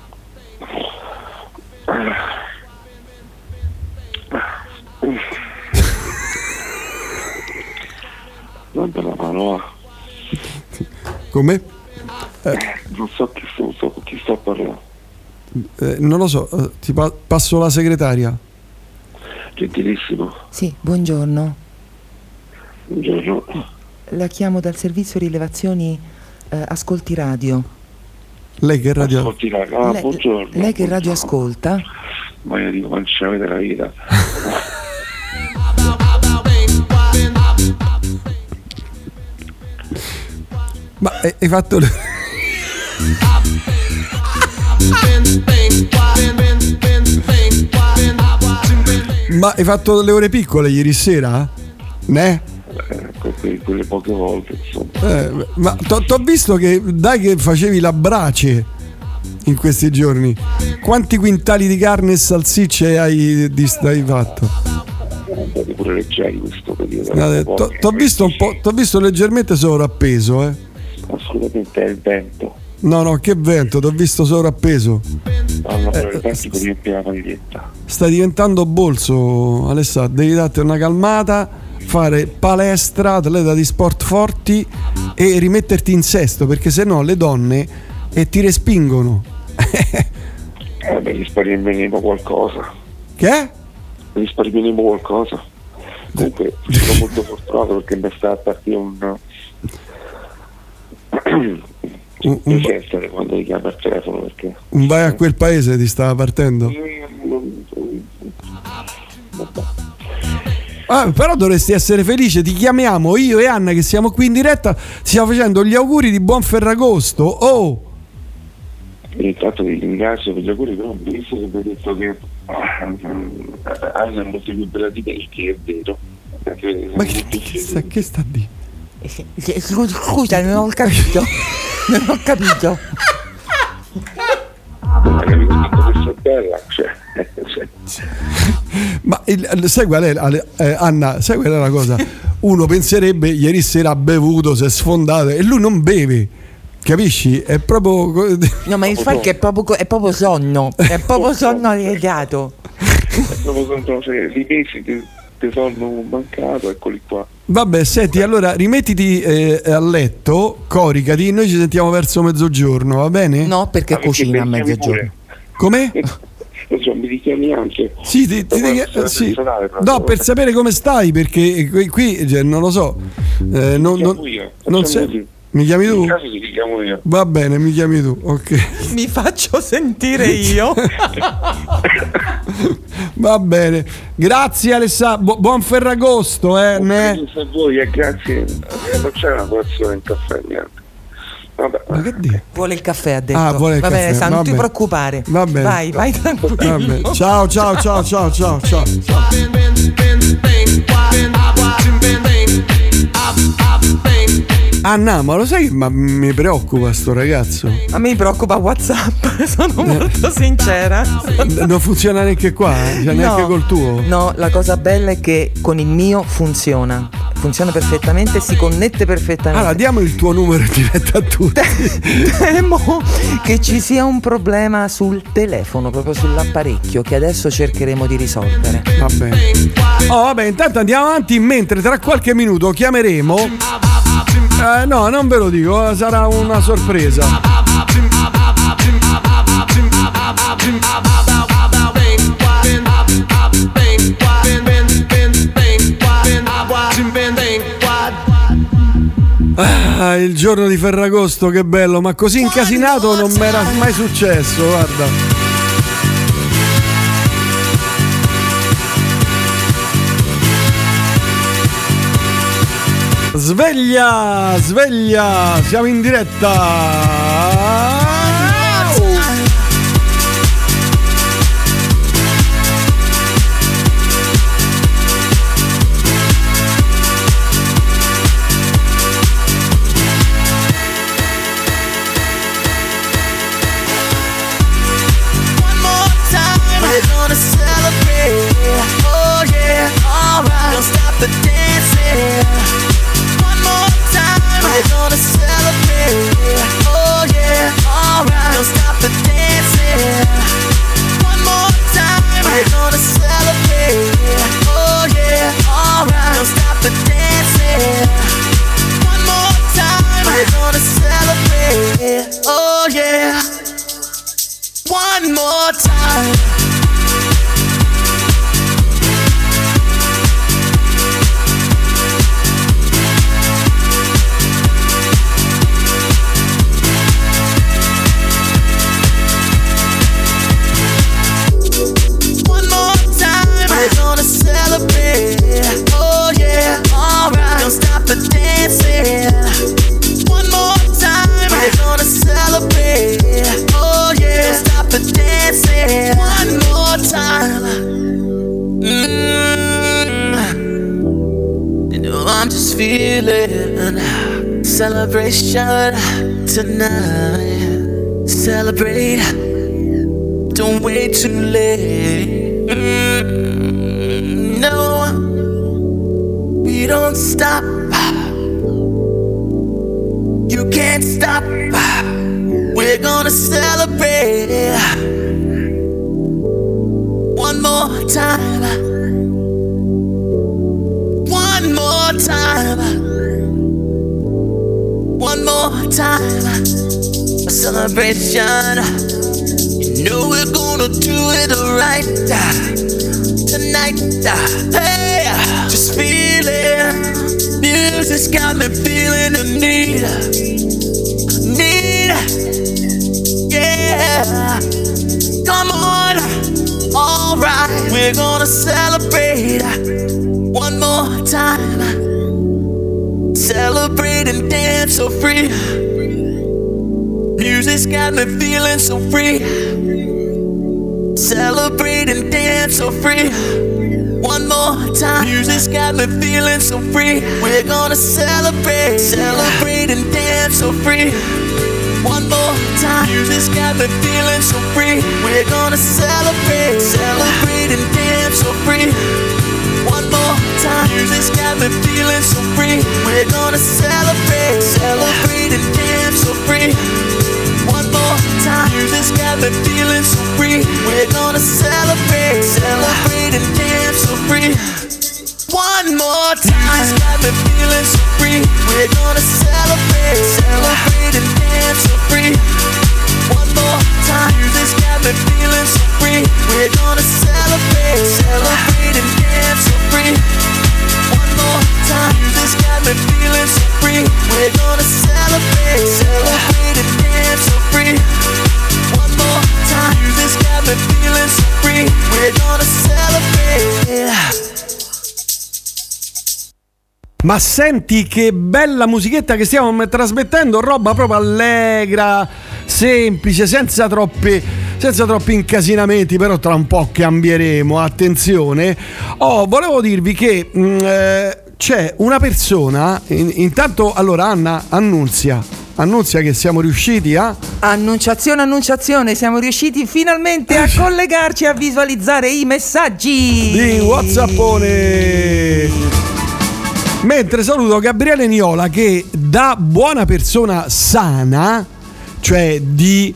S19: Non per la mano.
S11: Come?
S19: Eh. Non so chi sto, so con chi sto parlando.
S11: Eh, non lo so, eh, ti pa- passo la segretaria.
S19: Gentilissimo.
S2: Sì, buongiorno.
S19: Buongiorno.
S2: La chiamo dal servizio rilevazioni eh, Ascolti Radio.
S11: Lei che radio?
S19: Ascolti Radio. Ah,
S2: lei,
S19: buongiorno.
S2: Lei che radio ascolta?
S19: Ma io dico, ma non ce l'avete la vita.
S11: Ma hai, hai fatto le... Ma hai fatto le ore piccole ieri sera? Ne?
S19: Eh, quelle poche volte, insomma.
S11: Eh, ma t'ho visto che dai che facevi la brace in questi giorni. Quanti quintali di carne e salsicce hai, hai fatto?
S19: Andate pure leggeri questo periodo.
S11: T'ho visto un po', t'ho visto leggermente sovrappeso, eh?
S19: Assolutamente è il vento.
S11: No, no, che vento, t'ho visto sovrappeso.
S19: Allora, per il vento ti riempie la maglietta.
S11: Stai diventando bolso, Alessà, devi darti una calmata, fare palestra, atleta di sport forti e rimetterti in sesto, perché sennò le donne eh, ti respingono.
S19: Eh beh, risparmieremo qualcosa.
S11: Che?
S19: Risparmieremo qualcosa. Comunque sono molto fortunato perché mi sta a partire un
S11: un, un
S19: ba- quando ti chiama al telefono, perché
S11: un vai a quel paese ti stava partendo. Ah, però dovresti essere felice, ti chiamiamo io e Anna che siamo qui in diretta, stiamo facendo gli auguri di buon Ferragosto. Oh!
S19: Intanto ti ringrazio per gli auguri, però visto che mi hai detto che Anna è molto più bella di me, che è vero.
S11: Ma che, che, sta, che sta di?
S2: Scusa, non ho capito. Non ho capito.
S19: Bella, cioè,
S11: cioè. Ma il, sai qual è, eh, Anna, sai qual è la cosa? Uno penserebbe ieri sera ha bevuto, si è sfondato e lui non beve, capisci? È proprio
S2: no, ma infatti è proprio, è proprio sonno, è proprio sonno allegato.
S19: È proprio sonno, cioè, i mesi ti, ti sono mancato, eccoli qua.
S11: Vabbè, senti, allora rimettiti eh, a letto, coricati, noi ci sentiamo verso mezzogiorno, va bene?
S2: No, perché ah, cucina a mezzogiorno.
S11: Come?
S19: Insomma, mi richiami anche.
S11: Sì, ti, ti, ti, sì. No, per sapere come stai, perché qui, qui cioè, non lo so. Eh, non, non, non sei. Mi chiami tu?
S19: In caso ti chiamo io.
S11: Va bene, mi chiami tu, ok.
S2: Mi faccio sentire io.
S11: Va bene. Grazie Alessà, Bu- buon Ferragosto, eh. Ne?
S19: A voi, eh, grazie. Non c'è una colazione in caffè, niente. Vabbè.
S11: Ma che dici?
S2: Vuole il caffè, ha detto.
S11: Ah, vuole il
S2: va
S11: caffè.
S2: bene, Sa, non
S11: Va
S2: ti
S11: bene.
S2: preoccupare.
S11: Va bene.
S2: Vai, vai tranquillo.
S11: Va bene. Ciao, ciao, ciao, ciao, ciao, ciao. Anna, ma lo sai che ma mi preoccupa sto ragazzo?
S2: A me mi preoccupa WhatsApp, sono molto sincera.
S11: Non funziona neanche qua, cioè neanche
S2: no,
S11: col tuo.
S2: No, la cosa bella è che con il mio funziona. Funziona perfettamente, si connette perfettamente.
S11: Allora, diamo il tuo numero diretto a tutti.
S2: Temo che ci sia un problema sul telefono, proprio sull'apparecchio, che adesso cercheremo di risolvere.
S11: Va bene. Oh, vabbè, intanto andiamo avanti, mentre tra qualche minuto chiameremo. Eh, no, non ve lo dico, sarà una sorpresa. Ah, il giorno di Ferragosto, che bello, ma così incasinato non mi era mai successo, guarda. Sveglia, sveglia, siamo in diretta.
S14: We're gonna celebrate, oh yeah, alright. Don't stop the dancing. One more time. We're gonna celebrate, oh yeah, alright. Don't stop the dancing. One more time. We're gonna celebrate, oh yeah. One more time. Celebrate, oh yeah, alright. Don't stop the dancing. One more time. We're gonna celebrate, oh yeah. Don't stop the dancing. One more
S15: feeling. Celebration tonight. Celebrate. Don't wait too late. Mm, no, we don't stop. You can't stop. We're gonna celebrate. One more time. One more time. One more time. A celebration. You know we're gonna do it right tonight. Hey, just feel it. Music's got me feeling the need. Need. Yeah. Come on. Alright, we're gonna celebrate one more time. Celebrate and dance so free. Music's got me feeling so free. Celebrate and dance so free. One more time. Music's got me feeling so free. We're gonna celebrate. Celebrate and dance so free. One more time. Music's got me feeling so free. We're gonna celebrate. Celebrate and dance so free. One more time. Music's got me feeling so free. We're gonna celebrate. Celebrate and dance so free. One more time. Music's got me feeling so free. We're gonna celebrate. Celebrate and dance so free. One more time. Music's got me feeling so free. We're gonna celebrate. Celebrate and dance so free. One more time. Music's got me feeling so free. We're gonna celebrate. Celebrate and dance so free. One more time. Music's got me feeling so free. We're gonna celebrate. Celebrate and dance so free. One more time. Music's got me feeling so free. We're gonna celebrate.
S11: Ma senti che bella musichetta che stiamo trasmettendo, roba proprio allegra, semplice, senza troppe, senza troppi incasinamenti, però tra un po' cambieremo, attenzione. Oh, volevo dirvi che mh, eh, c'è una persona, in, intanto, allora Anna annunzia, annunzia che siamo riusciti a...
S2: Annunciazione, annunciazione, siamo riusciti finalmente a collegarci, a visualizzare i messaggi
S11: di WhatsAppone. Mentre saluto Gabriele Niola che da buona persona sana, cioè di,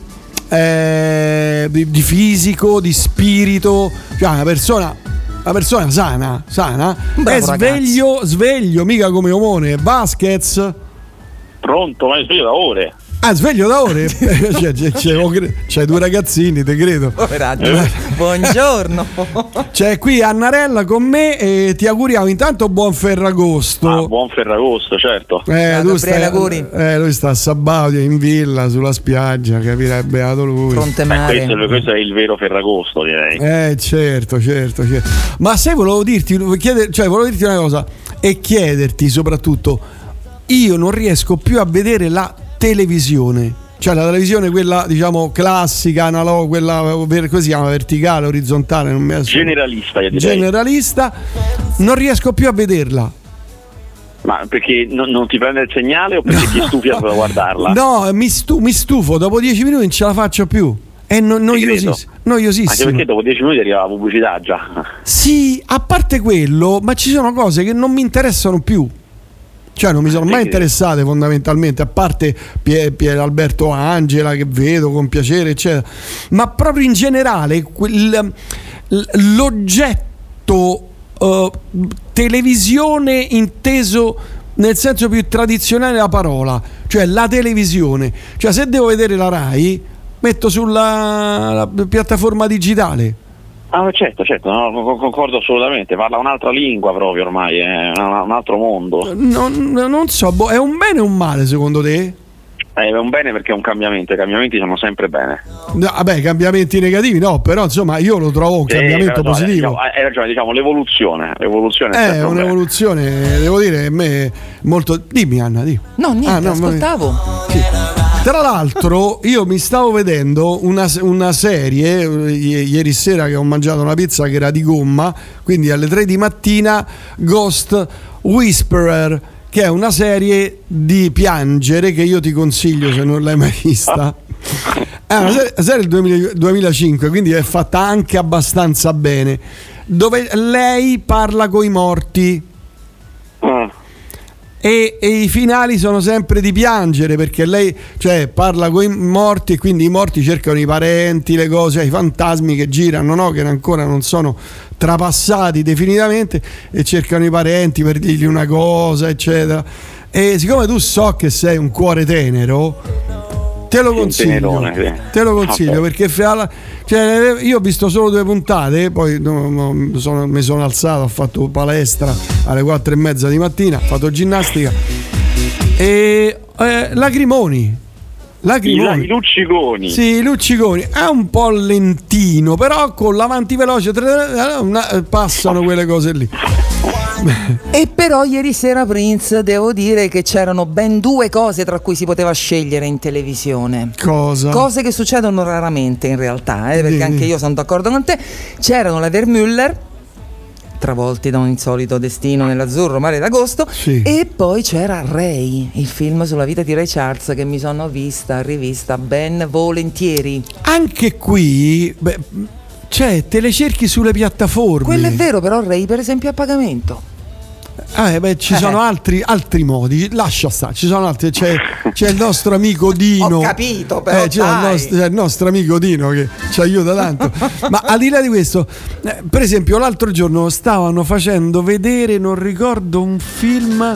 S11: eh, di, di fisico, di spirito, cioè una persona, una persona sana, sana, è sveglio, sveglio, mica come Omone. Vasquez.
S20: Pronto, ma è sveglio da ore.
S11: Ah, sveglio da ore? c'è, c'è, c'è, c'è due ragazzini, te credo.
S2: Eh. Buongiorno.
S11: C'è qui Annarella con me e ti auguriamo intanto buon Ferragosto.
S20: Ah, buon Ferragosto, certo.
S11: Eh, lui, sta, eh, lui sta a Sabaudia in villa sulla spiaggia, capirà, beato lui.
S2: Fronte
S20: mare. Eh, questo, questo è il vero Ferragosto, direi.
S11: Eh, certo, certo, certo. Ma se volevo dirti, chieder, cioè volevo dirti una cosa e chiederti soprattutto, io non riesco più a vedere la televisione, cioè la televisione quella diciamo classica, analoga, quella così si chiama, verticale, orizzontale, non mi
S20: generalista, io direi.
S11: Generalista, non riesco più a vederla.
S20: Ma perché non, non ti prende il segnale o perché no. ti stufi a guardarla?
S11: No, mi, stu, mi stufo, dopo dieci minuti non ce la faccio più. È no, noiosissimo, noiosissimo.
S20: Anche perché dopo dieci minuti arriva la pubblicità già.
S11: Sì, a parte quello, ma ci sono cose che non mi interessano più. Cioè non mi sono mai interessate fondamentalmente, a parte Pier, Pier Alberto Angela che vedo con piacere eccetera, ma proprio in generale quel, l'oggetto uh, televisione inteso nel senso più tradizionale della parola, cioè la televisione, cioè se devo vedere la Rai metto sulla la piattaforma digitale.
S20: Ah, certo, certo, no, concordo assolutamente, parla un'altra lingua proprio ormai, è un altro mondo.
S11: Non, non so, è un bene o un male secondo te?
S20: È un bene perché è un cambiamento, i cambiamenti sono sempre bene.
S11: No, vabbè, cambiamenti negativi no, però insomma io lo trovo un sì, cambiamento ragione, positivo.
S20: Diciamo, hai ragione, diciamo l'evoluzione, l'evoluzione
S11: è eh, un'evoluzione, bene. Devo dire, me molto... Dimmi Anna, dimmi.
S2: No, niente, ah, no, ascoltavo.
S11: Ma... Sì. Tra l'altro io mi stavo vedendo una, una serie i- ieri sera che ho mangiato una pizza che era di gomma, quindi alle tre di mattina, Ghost Whisperer, che è una serie di piangere che io ti consiglio se non l'hai mai vista. È una serie, una serie del duemilacinque, quindi è fatta anche abbastanza bene, dove lei parla coi morti.
S20: Ah.
S11: E, e i finali sono sempre di piangere, perché lei, cioè, parla con i morti e quindi i morti cercano i parenti, le cose, i fantasmi che girano, no? Che ancora non sono trapassati definitivamente, e cercano i parenti per dirgli una cosa, eccetera. E siccome tu so che sei un cuore tenero, te lo consiglio, te lo consiglio, perché cioè, io ho visto solo due puntate, poi no, no, sono, mi sono alzato, ho fatto palestra alle quattro e mezza di mattina, ho fatto ginnastica e eh, lacrimoni, lacrimoni.
S20: I, I lucciconi.
S11: Sì, i lucciconi. È un po' lentino, però con l'avanti veloce passano quelle cose lì.
S2: E però ieri sera, Prince, devo dire che c'erano ben due cose tra cui si poteva scegliere in televisione.
S11: Cosa?
S2: Cose che succedono raramente in realtà, eh, perché sì, anche io sono d'accordo con te. C'erano la Vermüller, travolti da un insolito destino nell'azzurro mare d'agosto, sì. E poi c'era Ray, il film sulla vita di Ray Charles, che mi sono vista, rivista ben volentieri.
S11: Anche qui, beh, cioè, te le cerchi sulle piattaforme.
S2: Quello è vero, però Ray per esempio è a pagamento.
S11: Ah, beh, ci eh. sono altri, altri modi, lascia stare, ci sono altri, c'è, c'è il nostro amico Dino.
S2: Ho capito, però
S11: eh, c'è, il nostro, c'è il nostro amico Dino che ci aiuta tanto. Ma al di là di questo, eh, per esempio l'altro giorno stavano facendo vedere, non ricordo, un film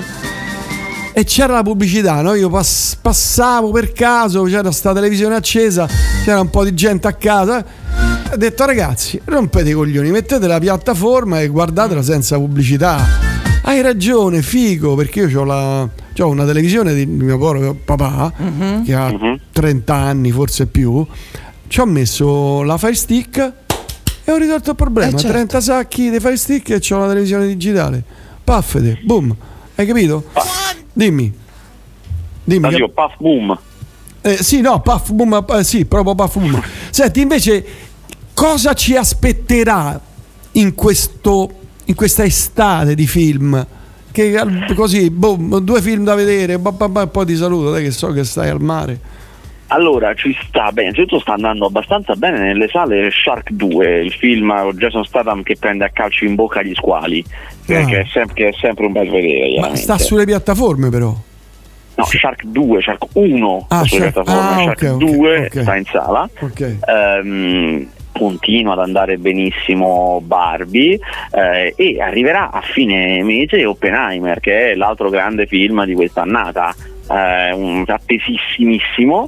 S11: e c'era la pubblicità, no? Io pass- passavo per caso, c'era sta televisione accesa, c'era un po' di gente a casa. Ho detto, ragazzi, rompete i coglioni, mettete la piattaforma e guardatela senza pubblicità. Hai ragione, figo, perché io ho la c'ho una televisione di mio povero papà, uh-huh. che ha uh-huh. trenta anni, forse più. Ci ho messo la Fire Stick e ho risolto il problema. Eh certo. trenta sacchi di Fire Stick e c'ho una televisione digitale. Paffete, boom. Hai capito? Dimmi. Dimmi.
S20: Addio, puff boom.
S11: Eh, sì, no, puff boom, eh, sì, proprio puff boom. Senti, invece, cosa ci aspetterà in questo in questa estate di film? Che così, boom, due film da vedere, bah, bah, bah, e poi ti saluto, dai che so che stai al mare.
S20: Allora, ci sta bene, innanzitutto sta andando abbastanza bene nelle sale Shark due, il film con Jason Statham che prende a calcio in bocca gli squali, ah. che, è sem- che è sempre un bel vedere.
S11: Ma sta sulle piattaforme però?
S20: No, Shark due, Shark uno
S11: ah,
S20: sulle
S11: Shark...
S20: piattaforme,
S11: ah,
S20: Shark
S11: okay,
S20: due
S11: okay.
S20: sta in sala.
S11: Ok.
S20: Um, continua ad andare benissimo Barbie eh, e arriverà a fine mese Oppenheimer, che è l'altro grande film di quest'annata, eh, un attesissimissimo.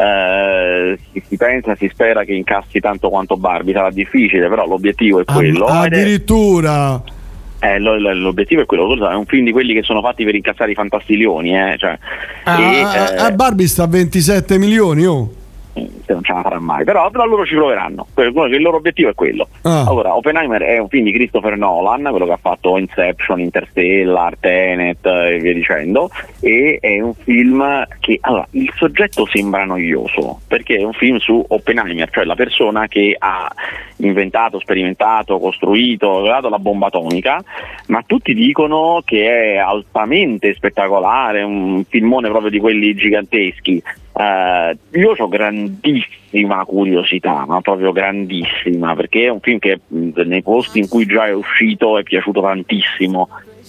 S20: Eh, si, si pensa, si spera che incassi tanto quanto Barbie, sarà difficile, però l'obiettivo è quello.
S11: Ah, addirittura
S20: eh, lo, l'obiettivo è quello, è un film di quelli che sono fatti per incassare i fantastilioni, eh, cioè,
S11: ah,
S20: e,
S11: eh, a Barbie sta a ventisette milioni, oh.
S20: non ce la farà mai, però, però loro ci proveranno, il loro obiettivo è quello. Ah. Allora, Oppenheimer è un film di Christopher Nolan, quello che ha fatto Inception, Interstellar, Tenet e via dicendo, e è un film che, allora, il soggetto sembra noioso perché è un film su Oppenheimer, cioè la persona che ha inventato, sperimentato, costruito, creato la bomba atomica, ma tutti dicono che è altamente spettacolare, un filmone proprio di quelli giganteschi. Uh, io ho grandissima curiosità, ma proprio grandissima, perché è un film che nei posti in cui già è uscito è piaciuto tantissimo,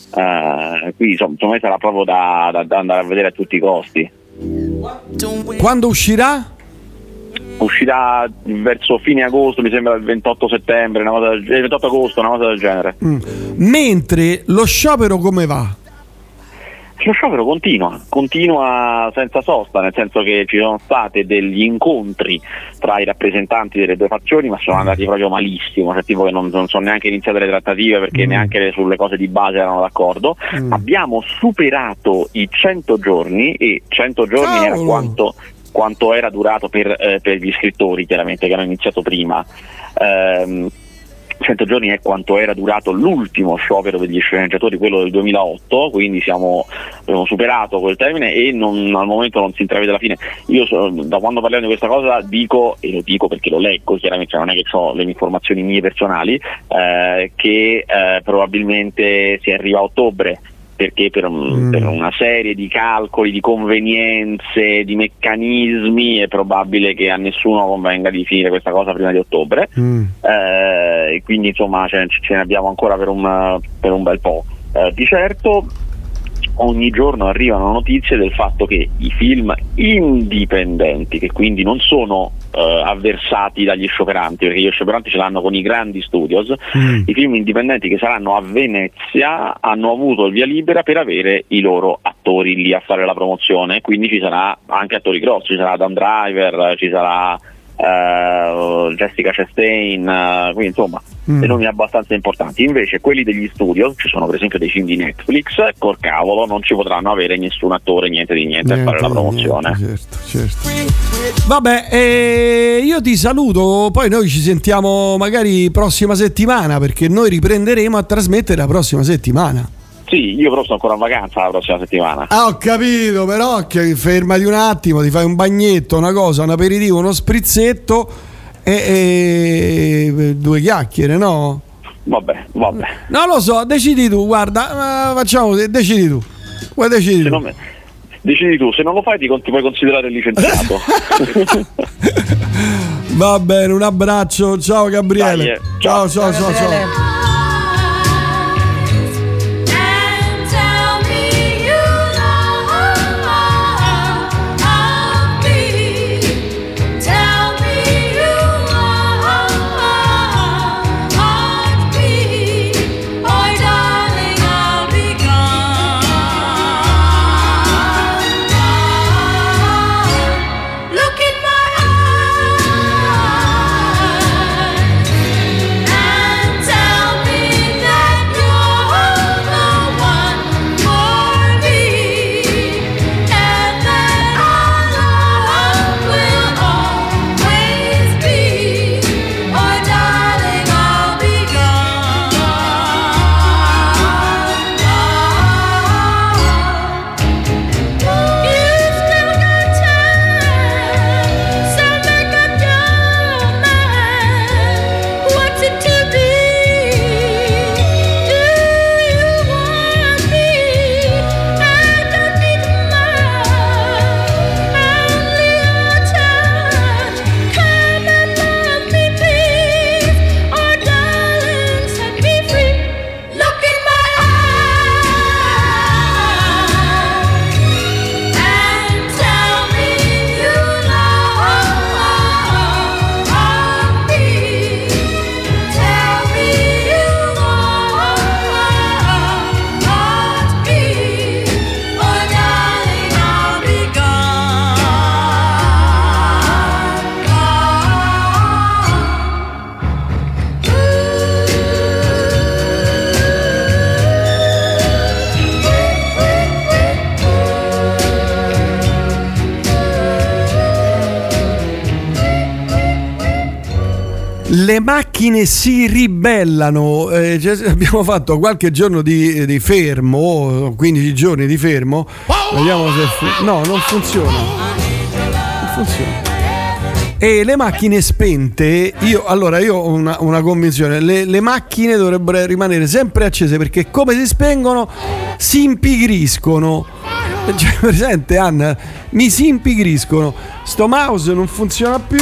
S20: uh, quindi insomma, secondo me sarà proprio da, da, da andare a vedere a tutti i costi.
S11: Quando uscirà?
S20: Uscirà verso fine agosto, mi sembra il ventotto settembre, una cosa del, il ventotto agosto, una cosa del genere.
S11: Mm. Mentre lo sciopero come va?
S20: Lo sciopero continua, continua senza sosta, nel senso che ci sono state degli incontri tra i rappresentanti delle due fazioni, ma sono andati proprio malissimo, cioè tipo che non, non sono neanche iniziate le trattative perché mm. neanche sulle cose di base erano d'accordo. Mm. Abbiamo superato i cento giorni e cento giorni oh. era quanto, quanto era durato per, eh, per gli scrittori, chiaramente, che hanno iniziato prima. Ehm, cento giorni è quanto era durato l'ultimo sciopero degli sceneggiatori, quello del duemilaotto, quindi siamo, abbiamo superato quel termine e non, al momento non si intravede la fine. Io so, da quando parliamo di questa cosa dico, e lo dico perché lo leggo chiaramente, cioè non è che so le informazioni mie personali, eh, che eh, probabilmente si arriva a ottobre. perché per, un, mm. per una serie di calcoli, di convenienze, di meccanismi è probabile che a nessuno convenga di finire questa cosa prima di ottobre, mm. eh, e quindi insomma ce, ce ne abbiamo ancora per un, per un bel po'. Eh, di certo ogni giorno arrivano notizie del fatto che i film indipendenti, che quindi non sono eh, avversati dagli scioperanti, perché gli scioperanti ce l'hanno con i grandi studios, mm. i film indipendenti che saranno a Venezia hanno avuto il via libera per avere i loro attori lì a fare la promozione, quindi ci sarà anche attori grossi, ci sarà Adam Driver, ci sarà Uh, Jessica Chastain, uh, quindi insomma mm. dei nomi abbastanza importanti. Invece quelli degli studio, ci sono per esempio dei film di Netflix, col cavolo non ci potranno avere nessun attore, niente di niente, niente a fare la promozione.
S11: Niente, certo, certo. Vabbè, eh, io ti saluto, poi noi ci sentiamo magari prossima settimana, perché noi riprenderemo a trasmettere la prossima settimana.
S20: Sì, io però sono ancora in vacanza la prossima settimana.
S11: Ah, ho capito, però che fermati un attimo, ti fai un bagnetto, una cosa, un aperitivo, uno sprizzetto e, e due chiacchiere, no?
S20: Vabbè, vabbè.
S11: Non lo so, decidi tu, guarda, facciamo, decidi tu. Vuoi decidi
S20: se
S11: tu.
S20: Non, decidi tu, se non lo fai ti, ti puoi considerare licenziato.
S11: Va bene, un abbraccio, ciao Gabriele.
S20: Dai, eh.
S11: Ciao, ciao, ciao, ciao. ciao. Le macchine si ribellano, eh, cioè, abbiamo fatto qualche giorno di, di fermo, quindici giorni di fermo, vediamo se fu- no, non funziona, non funziona. E le macchine spente, io allora io ho una, una convinzione, le, le macchine dovrebbero rimanere sempre accese, perché come si spengono si impigriscono. Cioè, presente Anna? Mi si impigriscono. Sto mouse non funziona più.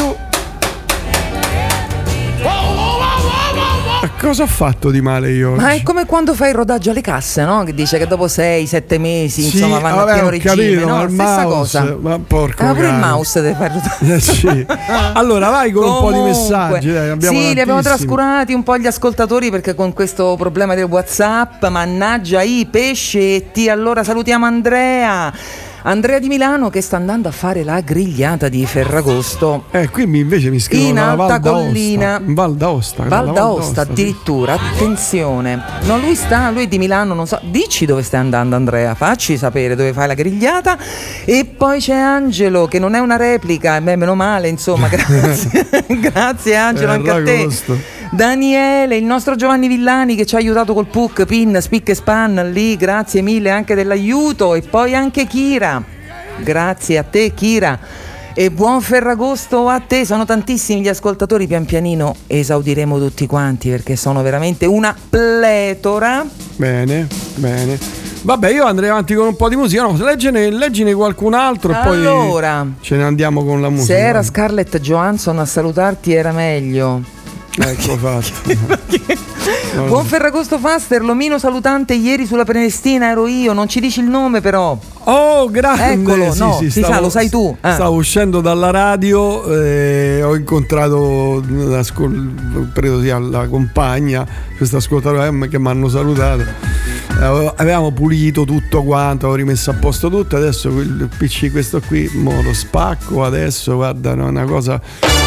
S11: Cosa ho fatto di male io oggi?
S2: Ma è come quando fai il rodaggio alle casse, no? Che dice che dopo sei sette mesi,
S11: sì,
S2: insomma, vanno
S11: vabbè,
S2: a pieno
S11: ho
S2: regime,
S11: capito,
S2: no?
S11: il
S2: Stessa
S11: mouse,
S2: cosa.
S11: Ma porco
S2: ah, pure
S11: cane.
S2: il mouse deve fare rodaggio.
S11: Eh, sì. Allora vai con
S2: Comunque,
S11: un po' di messaggi, dai, abbiamo
S2: sì, li abbiamo
S11: tantissimi.
S2: trascurati un po' gli ascoltatori, perché con questo problema del WhatsApp, mannaggia i pescetti. Allora salutiamo Andrea. Andrea di Milano che sta andando a fare la grigliata di Ferragosto.
S11: Eh, qui invece mi scrivono
S2: in alta
S11: Val d'Aosta.
S2: collina.
S11: Val d'Aosta.
S2: Val
S11: Val
S2: d'Aosta addirittura,
S11: sì.
S2: Attenzione. No, lui sta, lui è di Milano, non so. Dici dove stai andando Andrea, facci sapere dove fai la grigliata. E poi c'è Angelo che non è una replica, beh, meno male, insomma, grazie. Grazie Angelo,
S11: eh,
S2: anche a te. Daniele, il nostro Giovanni Villani che ci ha aiutato col P U C, PIN, Spick e Span lì, grazie mille anche dell'aiuto. E poi anche Kira, grazie a te Kira, e buon Ferragosto a te. Sono tantissimi gli ascoltatori, pian pianino esaudiremo tutti quanti perché sono veramente una pletora.
S11: Bene, bene. Vabbè, io andrei avanti con un po' di musica. No, leggine, leggine qualcun altro e
S2: allora,
S11: poi ce ne andiamo con la musica.
S2: Se era Scarlett Johansson a salutarti era meglio.
S11: Ecco fatto.
S2: No. Buon Ferragosto Faster, l'omino salutante ieri sulla Prenestina ero io, non ci dici il nome però.
S11: Oh, grande!
S2: Eccolo,
S11: sì,
S2: no,
S11: sì,
S2: si
S11: stavo,
S2: sa, lo sai tu.
S11: Eh. Stavo uscendo dalla radio, eh, ho incontrato credo sia la compagna, questa ascoltatore che mi hanno salutato. Eh, avevamo pulito tutto quanto, avevo rimesso a posto tutto, adesso il P C questo qui mo lo spacco, adesso guarda, no, una cosa.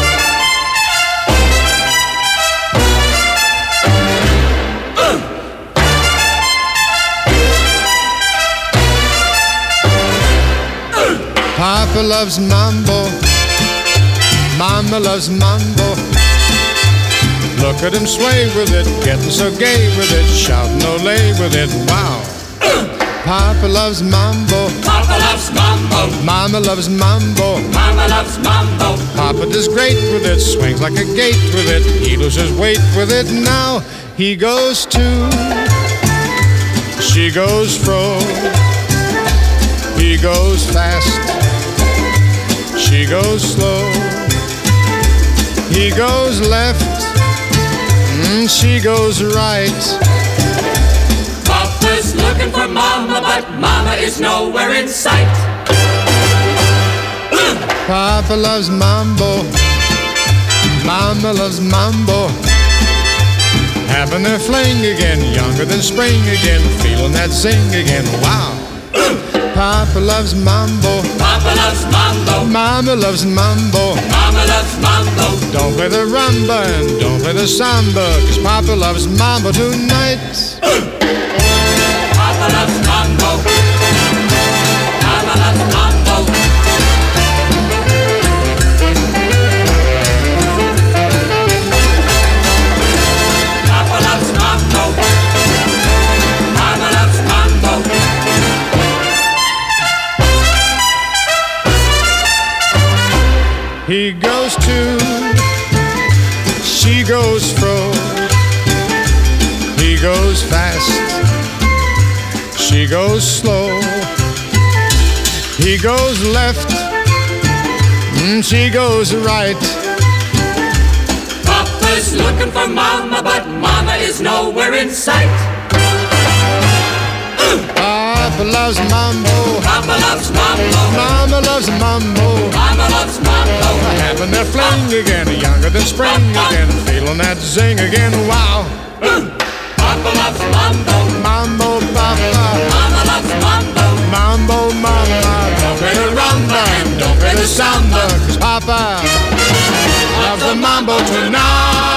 S21: Papa loves mambo, Mama loves mambo. Look at him sway with it, getting so gay with it, shouting Olay with it, wow. Papa loves mambo,
S13: Papa loves mambo.
S21: Mama loves mambo,
S13: Mama loves mambo.
S21: Papa does great with it, swings like a gate with it, he loses weight with it. Now he goes to, she goes fro, he goes fast, she goes slow, he goes left, mm, she goes right.
S13: Papa's looking for Mama, but Mama is nowhere in sight.
S21: Papa loves mambo, Mama loves mambo. Having their fling again, younger than spring again, feeling that zing again, wow. Papa loves mambo,
S13: Papa loves mambo.
S21: Mama loves mambo,
S13: Mama loves mambo.
S21: Don't play the rumba and don't play the samba, cause Papa loves mambo tonight.
S13: Papa loves mambo, Mama loves mambo. Papa loves mambo, Mama loves mambo.
S21: He goes to, she goes fro, he goes fast, she goes slow, he goes left, mm, she goes right.
S13: Papa's looking for Mama, but Mama is nowhere in sight.
S21: Papa loves mambo,
S13: Papa loves mambo.
S21: Mama loves mambo,
S13: Mama loves mambo.
S21: Having their fling again, younger than spring again, feeling that zing again, wow.
S13: Papa loves mambo,
S21: mambo papa.
S13: Mama loves mambo,
S21: mambo mama.
S13: Don't play the rumba and don't play the samba,
S21: cause Papa loves the mambo tonight.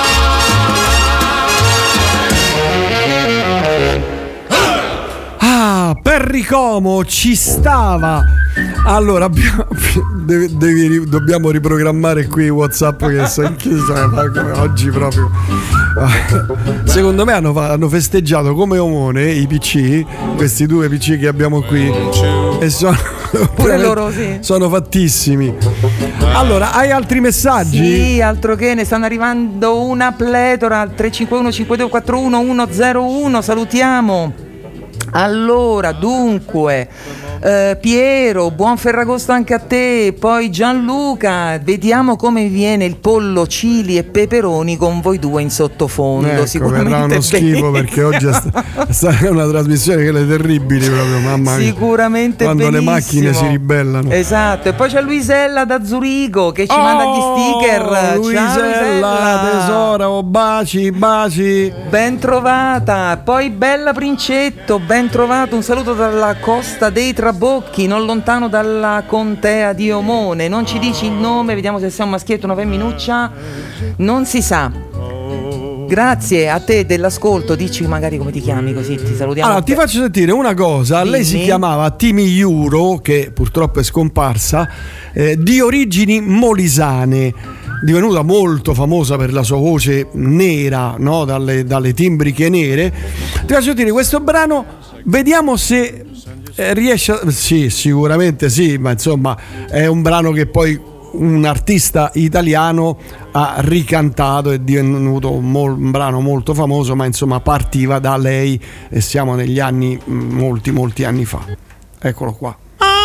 S11: Ah, Perry Como ci stava. Allora abbiamo, devi, devi, dobbiamo riprogrammare qui WhatsApp che so in chiesa, come oggi proprio. Secondo me hanno, hanno festeggiato come omone i P C, questi due P C che abbiamo qui, e sono
S2: pure loro sì.
S11: Sono fattissimi. Allora, hai altri messaggi?
S2: Sì, altro che ne stanno arrivando una pletora al tre cinque uno cinque due quattro uno uno zero uno. Salutiamo. Allora, dunque, eh, Piero, buon Ferragosto anche a te. Poi Gianluca, vediamo come viene il pollo, chili e peperoni con voi due in sottofondo.
S11: Ecco,
S2: sicuramente
S11: verrà uno schifo perché oggi è, sta, è una trasmissione che le terribili proprio, mamma mia.
S2: Sicuramente
S11: quando
S2: benissimo.
S11: le macchine si ribellano.
S2: Esatto, e poi c'è Luisella da Zurigo che ci oh, manda gli sticker.
S11: Luisella,
S2: ciao Luisella,
S11: tesoro, oh, baci, baci.
S2: Ben trovata. Poi Bella Princetto, ben trovato, un saluto dalla costa dei Trabocchi, non lontano dalla contea di Omone. Non ci dici il nome, vediamo se sei un maschietto o una femminuccia, non si sa. Grazie a te dell'ascolto, dici magari come ti chiami così ti salutiamo.
S11: Allora ti faccio sentire una cosa. Dimmi. Lei si chiamava Timi Iuro, che purtroppo è scomparsa, eh, di origini molisane, divenuta molto famosa per la sua voce nera, no? dalle, dalle timbriche nere. Ti faccio sentire questo brano, vediamo se eh, riesce a... Sì, sicuramente sì, ma insomma è un brano che poi un artista italiano ha ricantato, è divenuto mol, un brano molto famoso, ma insomma partiva da lei e siamo negli anni, molti molti anni fa. Eccolo qua.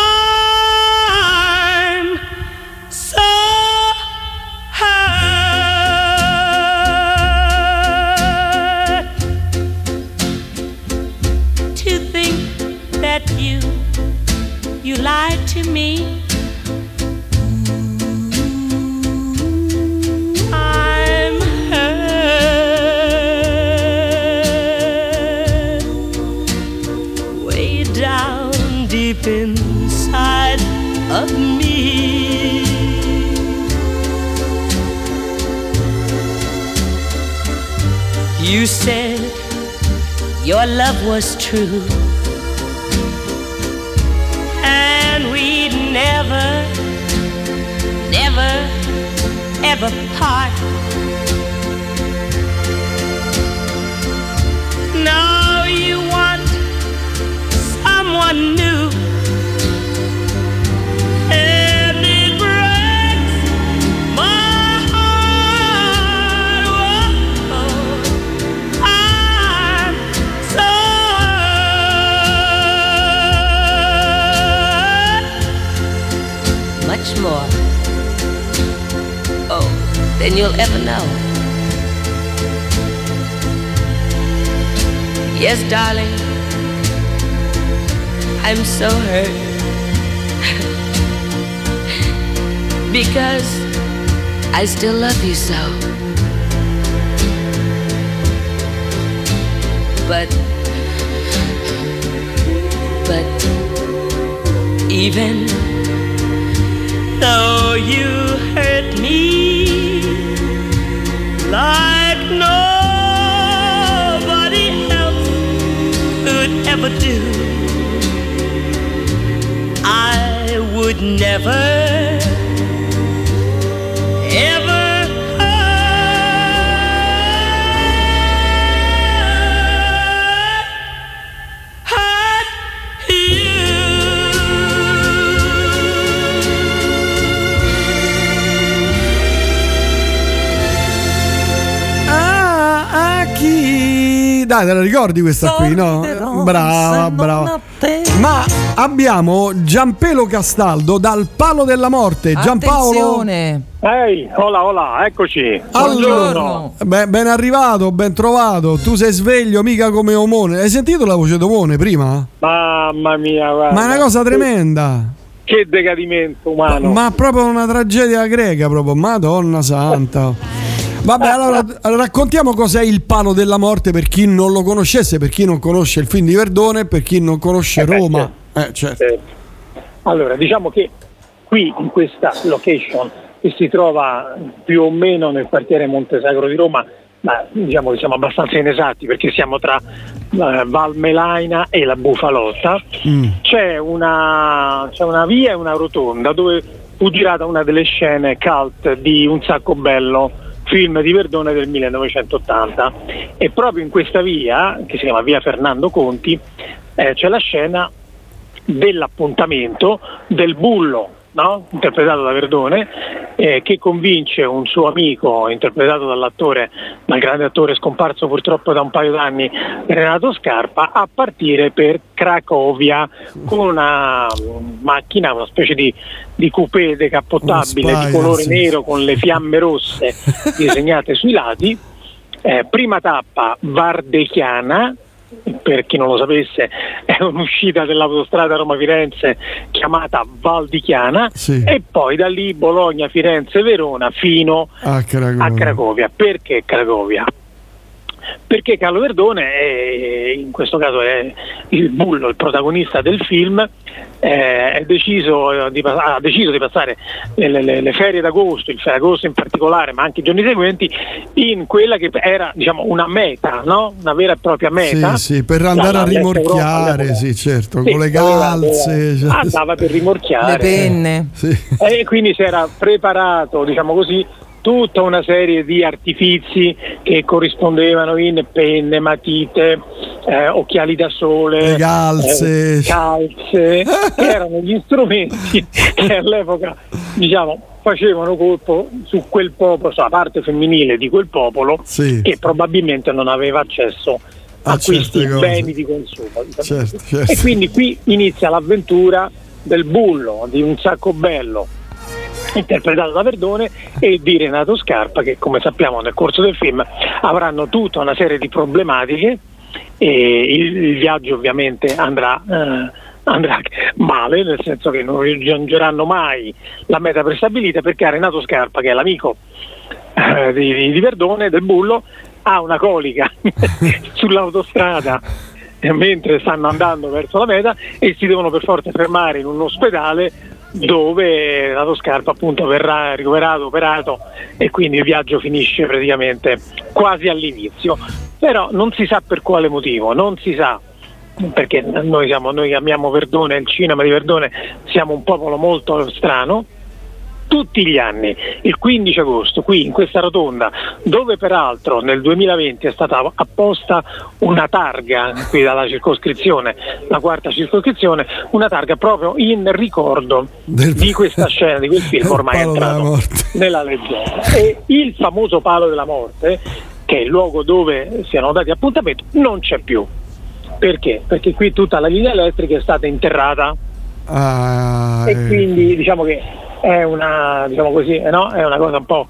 S13: I'm so hurt to think that you you lied to me. I'm hurt way down deep inside of me. You said your love was true, and we'd never, never, ever part. Now you want someone new, and it breaks my heart. Oh, I'm so hurt. Much more, oh, than you'll ever know. Yes, darling, I'm so hurt because I still love you so. But, but even though you hurt me like nobody else could ever do, I would never, ever hurt, hurt you.
S11: Ah, a chi? Dai, te la ricordi questa qui, no? Brava, brava. Ma abbiamo Giampelo Castaldo dal Palo della Morte. Giampaolo.
S2: Attenzione.
S1: Ehi, hola, hola, eccoci.
S11: Allora, beh, ben arrivato, ben trovato. Tu sei sveglio, mica come Omone. Hai sentito la voce d'Omone prima?
S1: Mamma mia, guarda.
S11: Ma è una cosa tremenda.
S1: Che decadimento umano.
S11: Ma proprio una tragedia greca, proprio. Madonna santa. Vabbè, allora raccontiamo cos'è il Palo della Morte per chi non lo conoscesse, per chi non conosce il film di Verdone, per chi non conosce
S1: Eh beh,
S11: Roma.
S1: certo.
S11: Eh, certo.
S1: Eh, allora, diciamo che qui in questa location che si trova più o meno nel quartiere Montesagro di Roma, ma diciamo che siamo abbastanza inesatti perché siamo tra eh, Val Melaina e la Bufalotta,
S11: Mm.
S1: c'è una, c'è una via e una rotonda dove fu girata una delle scene cult di Un sacco bello, film di Verdone del millenovecentottanta, e proprio in questa via, che si chiama via Fernando Conti, eh, c'è la scena dell'appuntamento del bullo, no? Interpretato da Verdone, eh, che convince un suo amico interpretato dall'attore, dal grande attore scomparso purtroppo da un paio d'anni, Renato Scarpa, a partire per Cracovia con una macchina, una specie di, di coupé decappottabile
S11: Uno
S1: di
S11: Spider,
S1: colore
S11: sì.
S1: nero con le fiamme rosse disegnate sui lati. Eh, prima tappa Vardechiana, per chi non lo sapesse è un'uscita dell'autostrada Roma-Firenze chiamata Val di Chiana,
S11: Sì.
S1: e poi da lì Bologna, Firenze, Verona fino
S11: A Cracovia.
S1: a Cracovia. Perché Cracovia? Perché Carlo Verdone è, in questo caso è il bullo, il protagonista del film, eh, è deciso di, ha deciso di passare le, le, le ferie d'agosto, il Ferragosto in particolare, ma anche i giorni seguenti, in quella che era, diciamo, una meta, no? Una vera e propria meta.
S11: Sì, sì, per andare
S1: La-
S11: a
S1: la-
S11: rimorchiare,
S1: l'Europa,
S11: sì, certo,
S1: Sì,
S11: con le
S1: aveva-
S11: calze. cioè-
S1: andava per rimorchiare.
S2: Le penne.
S11: Sì.
S1: E quindi si era preparato, diciamo così, tutta una serie di artifizi che corrispondevano in penne, matite, eh, occhiali da sole,
S11: Le calze.
S1: eh, calze, che erano gli strumenti che all'epoca, diciamo, facevano colpo su quel popolo, sulla parte femminile di quel popolo,
S11: sì,
S1: che probabilmente non aveva accesso a, a questi beni di consumo.
S11: Certo, certo.
S1: E quindi qui inizia l'avventura del bullo, di Un sacco bello, interpretato da Verdone, e di Renato Scarpa, che come sappiamo nel corso del film avranno tutta una serie di problematiche, e il, il viaggio ovviamente andrà eh, andrà male, nel senso che non raggiungeranno mai la meta prestabilita, perché Renato Scarpa, che è l'amico eh, di, di Verdone, del bullo, ha una colica sull'autostrada eh, mentre stanno andando verso la meta, e si devono per forza fermare in un ospedale dove Renato Scarpa appunto verrà ricoverato, operato, e quindi il viaggio finisce praticamente quasi all'inizio, però non si sa per quale motivo, non si sa, perché noi siamo, noi amiamo Verdone, il cinema di Verdone, siamo un popolo molto strano. Tutti gli anni, il quindici agosto, qui in questa rotonda, dove peraltro nel duemilaventi è stata apposta una targa qui dalla circoscrizione, la quarta circoscrizione, una targa proprio in ricordo Del... di questa scena, di quel film ormai entrato nella leggenda. E il famoso Palo della Morte, che è il luogo dove siano dati appuntamento, non c'è più. Perché? Perché qui tutta la linea elettrica è stata interrata,
S11: ah,
S1: e
S11: eh.
S1: quindi diciamo che è una, diciamo così, no? È una cosa un po'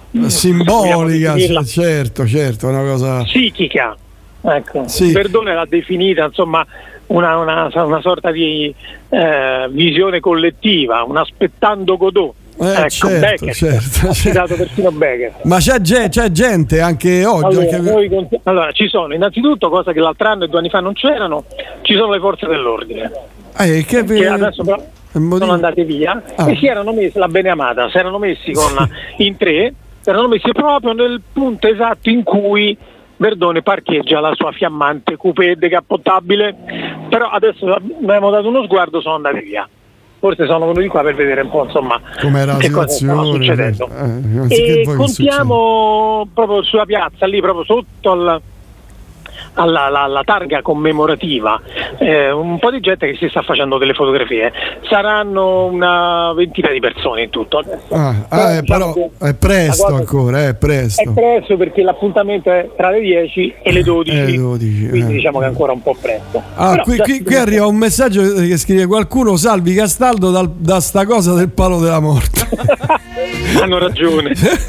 S11: simbolica, certo, certo, una cosa
S1: psichica. Ecco,
S11: sì.
S1: Verdone l'ha definita, insomma, una, una, una sorta di eh, visione collettiva, un aspettando Godot.
S11: Eh,
S1: ecco,
S11: certo,
S1: Beckett,
S11: certo,
S1: ha citato persino Beckett.
S11: Ma c'è, c'è gente anche oggi.
S1: Allora,
S11: anche...
S1: noi, allora, ci sono innanzitutto cose che l'altro anno e due anni fa non c'erano, ci sono le forze dell'ordine.
S11: Eh, che,
S1: che adesso però sono andate via ah. e si erano messi, la Beneamata, si erano messi con, in tre, si erano messi proprio nel punto esatto in cui Verdone parcheggia la sua fiammante coupé decappottabile, però adesso abbiamo dato uno sguardo, sono andati via. Forse sono venuti qua per vedere un po' insomma
S11: com'era
S1: che cosa stava succedendo. Eh, e contiamo proprio sulla piazza, lì proprio sotto al, alla, alla, alla targa commemorativa, eh, un po' di gente che si sta facendo delle fotografie. Saranno una ventina di persone in tutto.
S11: Ah, ah, eh, però è presto ancora, è presto.
S1: È presto perché l'appuntamento è tra le dieci e le dodici,
S11: eh, dodici
S1: quindi
S11: eh.
S1: diciamo che è ancora un po' presto.
S11: Ah, però, qui, qui, qui arriva un messaggio che scrive qualcuno: salvi Castaldo dal, da sta cosa del Palo della Morte.
S1: Hanno ragione.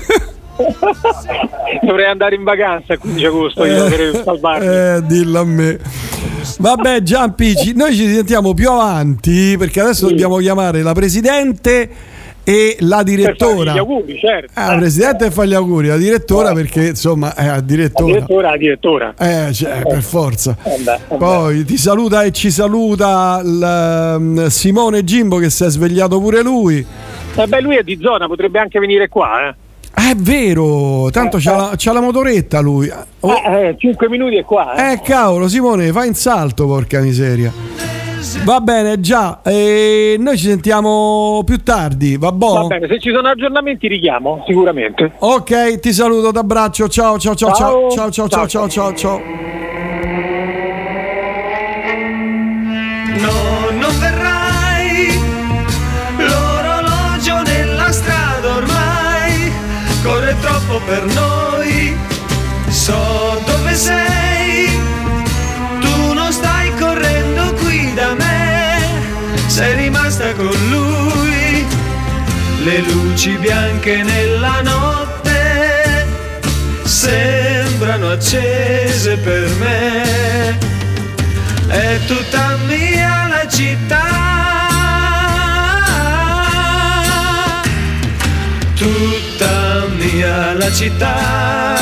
S1: Dovrei andare in vacanza il quindici agosto io per salvarmi.
S11: Eh, dillo a me. Vabbè, Giampi, noi ci sentiamo più avanti, perché adesso sì. dobbiamo chiamare la presidente e la direttora.
S1: Gli auguri, certo.
S11: Ah, la presidente e fa gli auguri, la direttora, perché insomma è la direttora.
S1: La direttora, la direttora.
S11: Eh, cioè, eh. per forza.
S1: Eh beh, eh
S11: Poi ti saluta e ci saluta il, Simone Gimbo, che si è svegliato pure lui.
S1: Eh beh, lui è di zona, potrebbe anche venire qua, eh.
S11: È vero, tanto eh, c'ha, la, c'ha la motoretta lui.
S1: Oh. Eh, eh, cinque minuti è qua. Eh.
S11: eh cavolo, Simone, fa in salto, porca miseria. Va bene, già, e noi ci sentiamo più tardi, va buono?
S1: Va bene, se ci sono aggiornamenti richiamo, sicuramente.
S11: Ok, ti saluto, t'abbraccio, ciao ciao ciao ciao ciao ciao ciao ciao ciao ciao.
S14: No, non verrai, l'orologio nella strada ormai corre troppo per noi, so dove sei, tu non stai correndo qui da me, sei rimasta con lui, le luci bianche nella notte sembrano accese per me, è tutta mia la città, tutta mia la città,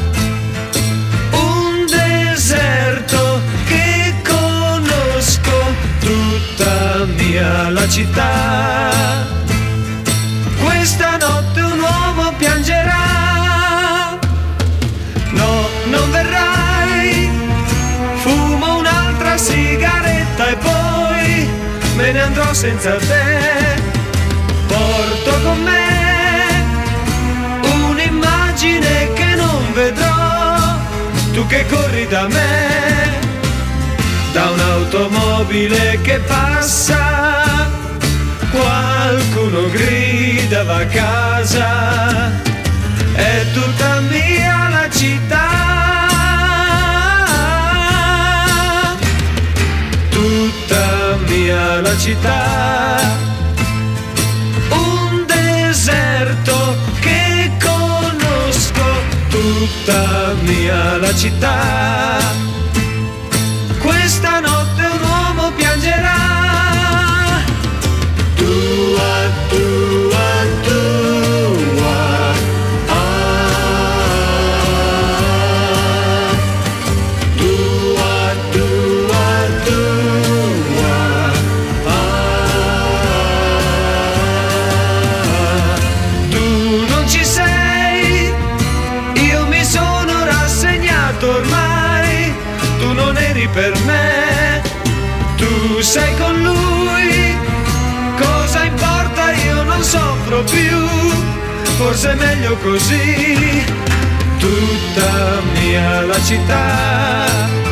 S14: un deserto che conosco, tutta mia la città, questa notte un uomo piangerà, no, non verrai, fumo un'altra sigaretta e poi me ne andrò senza te, porto con me un'immagine che non vedrò, tu che corri da me, da un'automobile che passa,
S3: Qualcuno gridava a casa, è tutta mia la città, tutta mia la città, un deserto che conosco, tutta mia la città, questa notte un uomo piangerà. Tua, tua, tua, ah. Tua, tua, tua, ah. Tu non ci sei, io mi sono rassegnato ormai, tu non eri per me, tu sei con lui. Cosa importa, io non soffro più, forse è meglio così, tutta mia la città,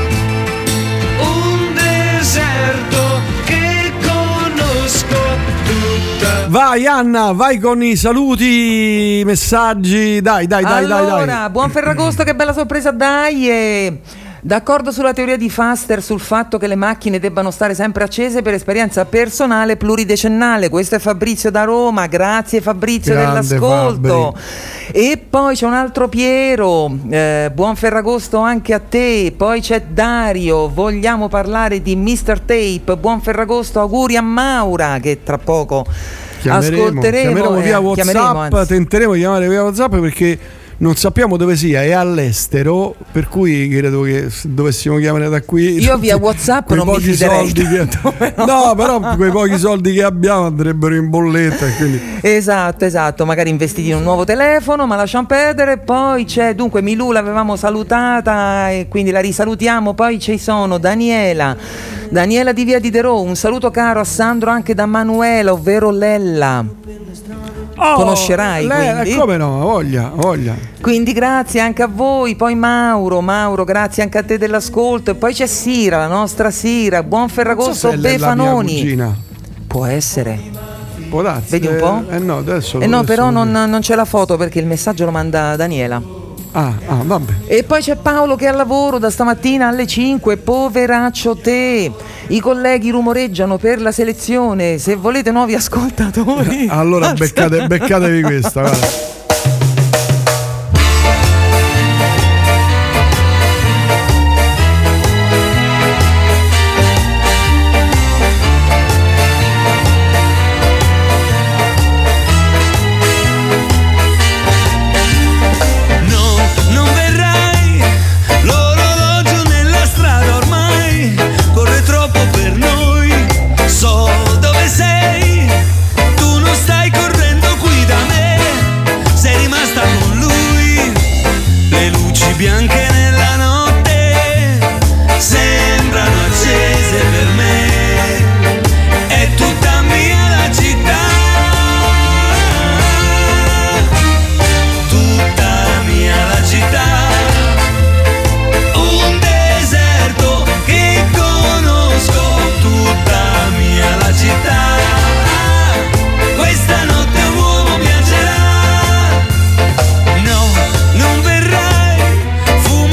S3: un deserto che conosco, tutta.
S11: Vai Anna, vai con i saluti, messaggi, dai dai dai
S2: allora,
S11: dai dai.
S2: Buon Ferragosto, che bella sorpresa, dai! E... d'accordo sulla teoria di Faster sul fatto che le macchine debbano stare sempre accese per esperienza personale pluridecennale. Questo è Fabrizio da Roma, grazie Fabrizio
S11: Grande
S2: dell'ascolto.
S11: Fabri.
S2: E poi c'è un altro Piero, eh, buon Ferragosto anche a te. Poi c'è Dario, vogliamo parlare di mister Tape, buon Ferragosto, auguri a Maura che tra poco
S11: chiameremo,
S2: ascolteremo.
S11: chiameremo via
S2: eh,
S11: WhatsApp,
S2: chiameremo,
S11: tenteremo di chiamare via WhatsApp perché non sappiamo dove sia, è all'estero, per cui credo che se dovessimo chiamare da qui
S2: io via WhatsApp non mi fiderei
S11: che...
S2: no.
S11: no, però quei pochi soldi che abbiamo andrebbero in bolletta, quindi...
S2: esatto, esatto, magari investiti in un nuovo telefono, ma lasciamo perdere. Poi c'è, dunque, Milù l'avevamo salutata e quindi la risalutiamo. Poi ci sono Daniela Daniela di Via di Derò, un saluto caro a Sandro anche da Manuela, ovvero Lella.
S11: Oh,
S2: conoscerai,
S11: lei,
S2: quindi?
S11: Come no, voglia, voglia.
S2: Quindi grazie anche a voi. Poi Mauro, Mauro, grazie anche a te dell'ascolto. E poi c'è Sira, la nostra Sira. Buon Ferragosto,
S11: so
S2: Befanoni. Può essere.
S11: Può darsi.
S2: Vedi un po'?
S11: Eh, eh no, adesso
S2: eh no,
S11: adesso
S2: però
S11: non,
S2: non, non c'è la foto perché il messaggio lo manda Daniela.
S11: Ah, ah, vabbè.
S2: E poi c'è Paolo che è al lavoro da stamattina alle cinque. Poveraccio te. I colleghi rumoreggiano per la selezione. Se volete nuovi ascoltatori,
S11: allora beccate, beccatevi questa, guarda.
S13: Bianche nella notte sembrano accese per me, è tutta mia la città, tutta mia la città, un deserto che conosco, tutta mia la città, questa notte un uomo piangerà, no, non verrai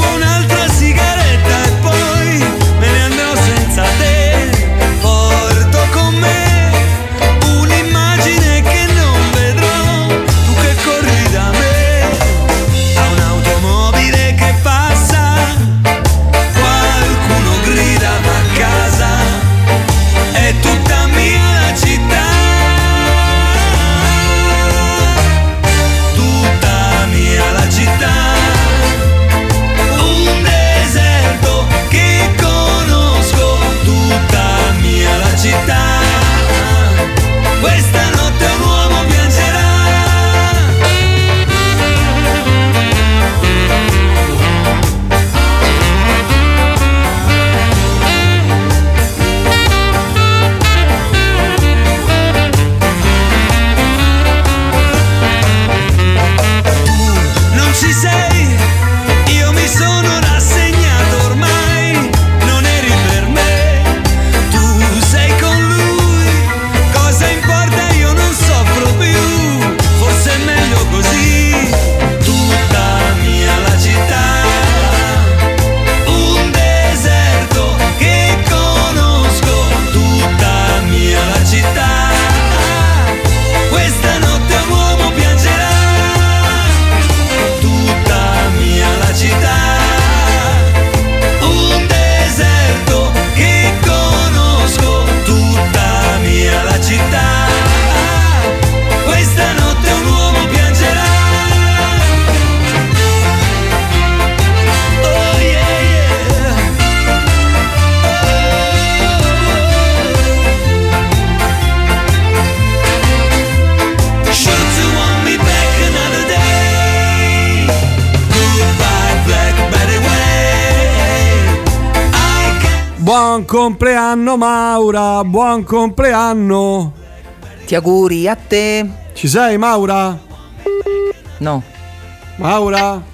S11: Buon compleanno Maura, buon compleanno.
S2: Ti auguri a te.
S11: Ci sei Maura?
S2: No.
S11: Maura?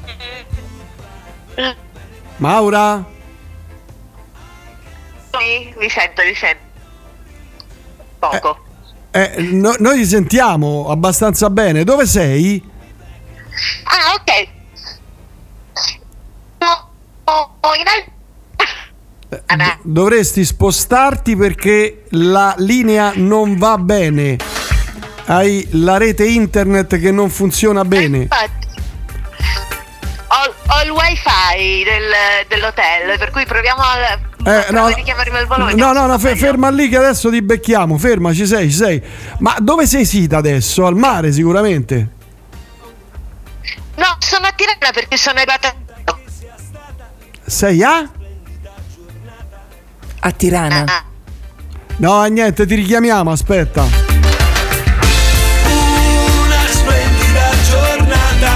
S11: Maura?
S6: Sì, vi sento, vi sento. Poco.
S11: Eh, eh, no, noi ti sentiamo abbastanza bene. Dove sei?
S6: Ah, ok. No, no, in al-
S11: D- dovresti spostarti perché la linea non va bene. Hai la rete internet che non funziona bene.
S6: Ho, ho il wifi del, dell'hotel, per cui proviamo a
S11: Eh, no,
S6: richiamarmi al volo.
S11: no, no, no, fe- ferma lì che adesso ti becchiamo. Ferma, ci sei, ci sei. Ma dove sei sita adesso? Al mare sicuramente.
S6: No, sono a Tirana perché sono arrivata.
S11: Sei a?
S2: A Tirana.
S6: Ah.
S11: No, niente, ti richiamiamo, aspetta.
S13: Una splendida giornata,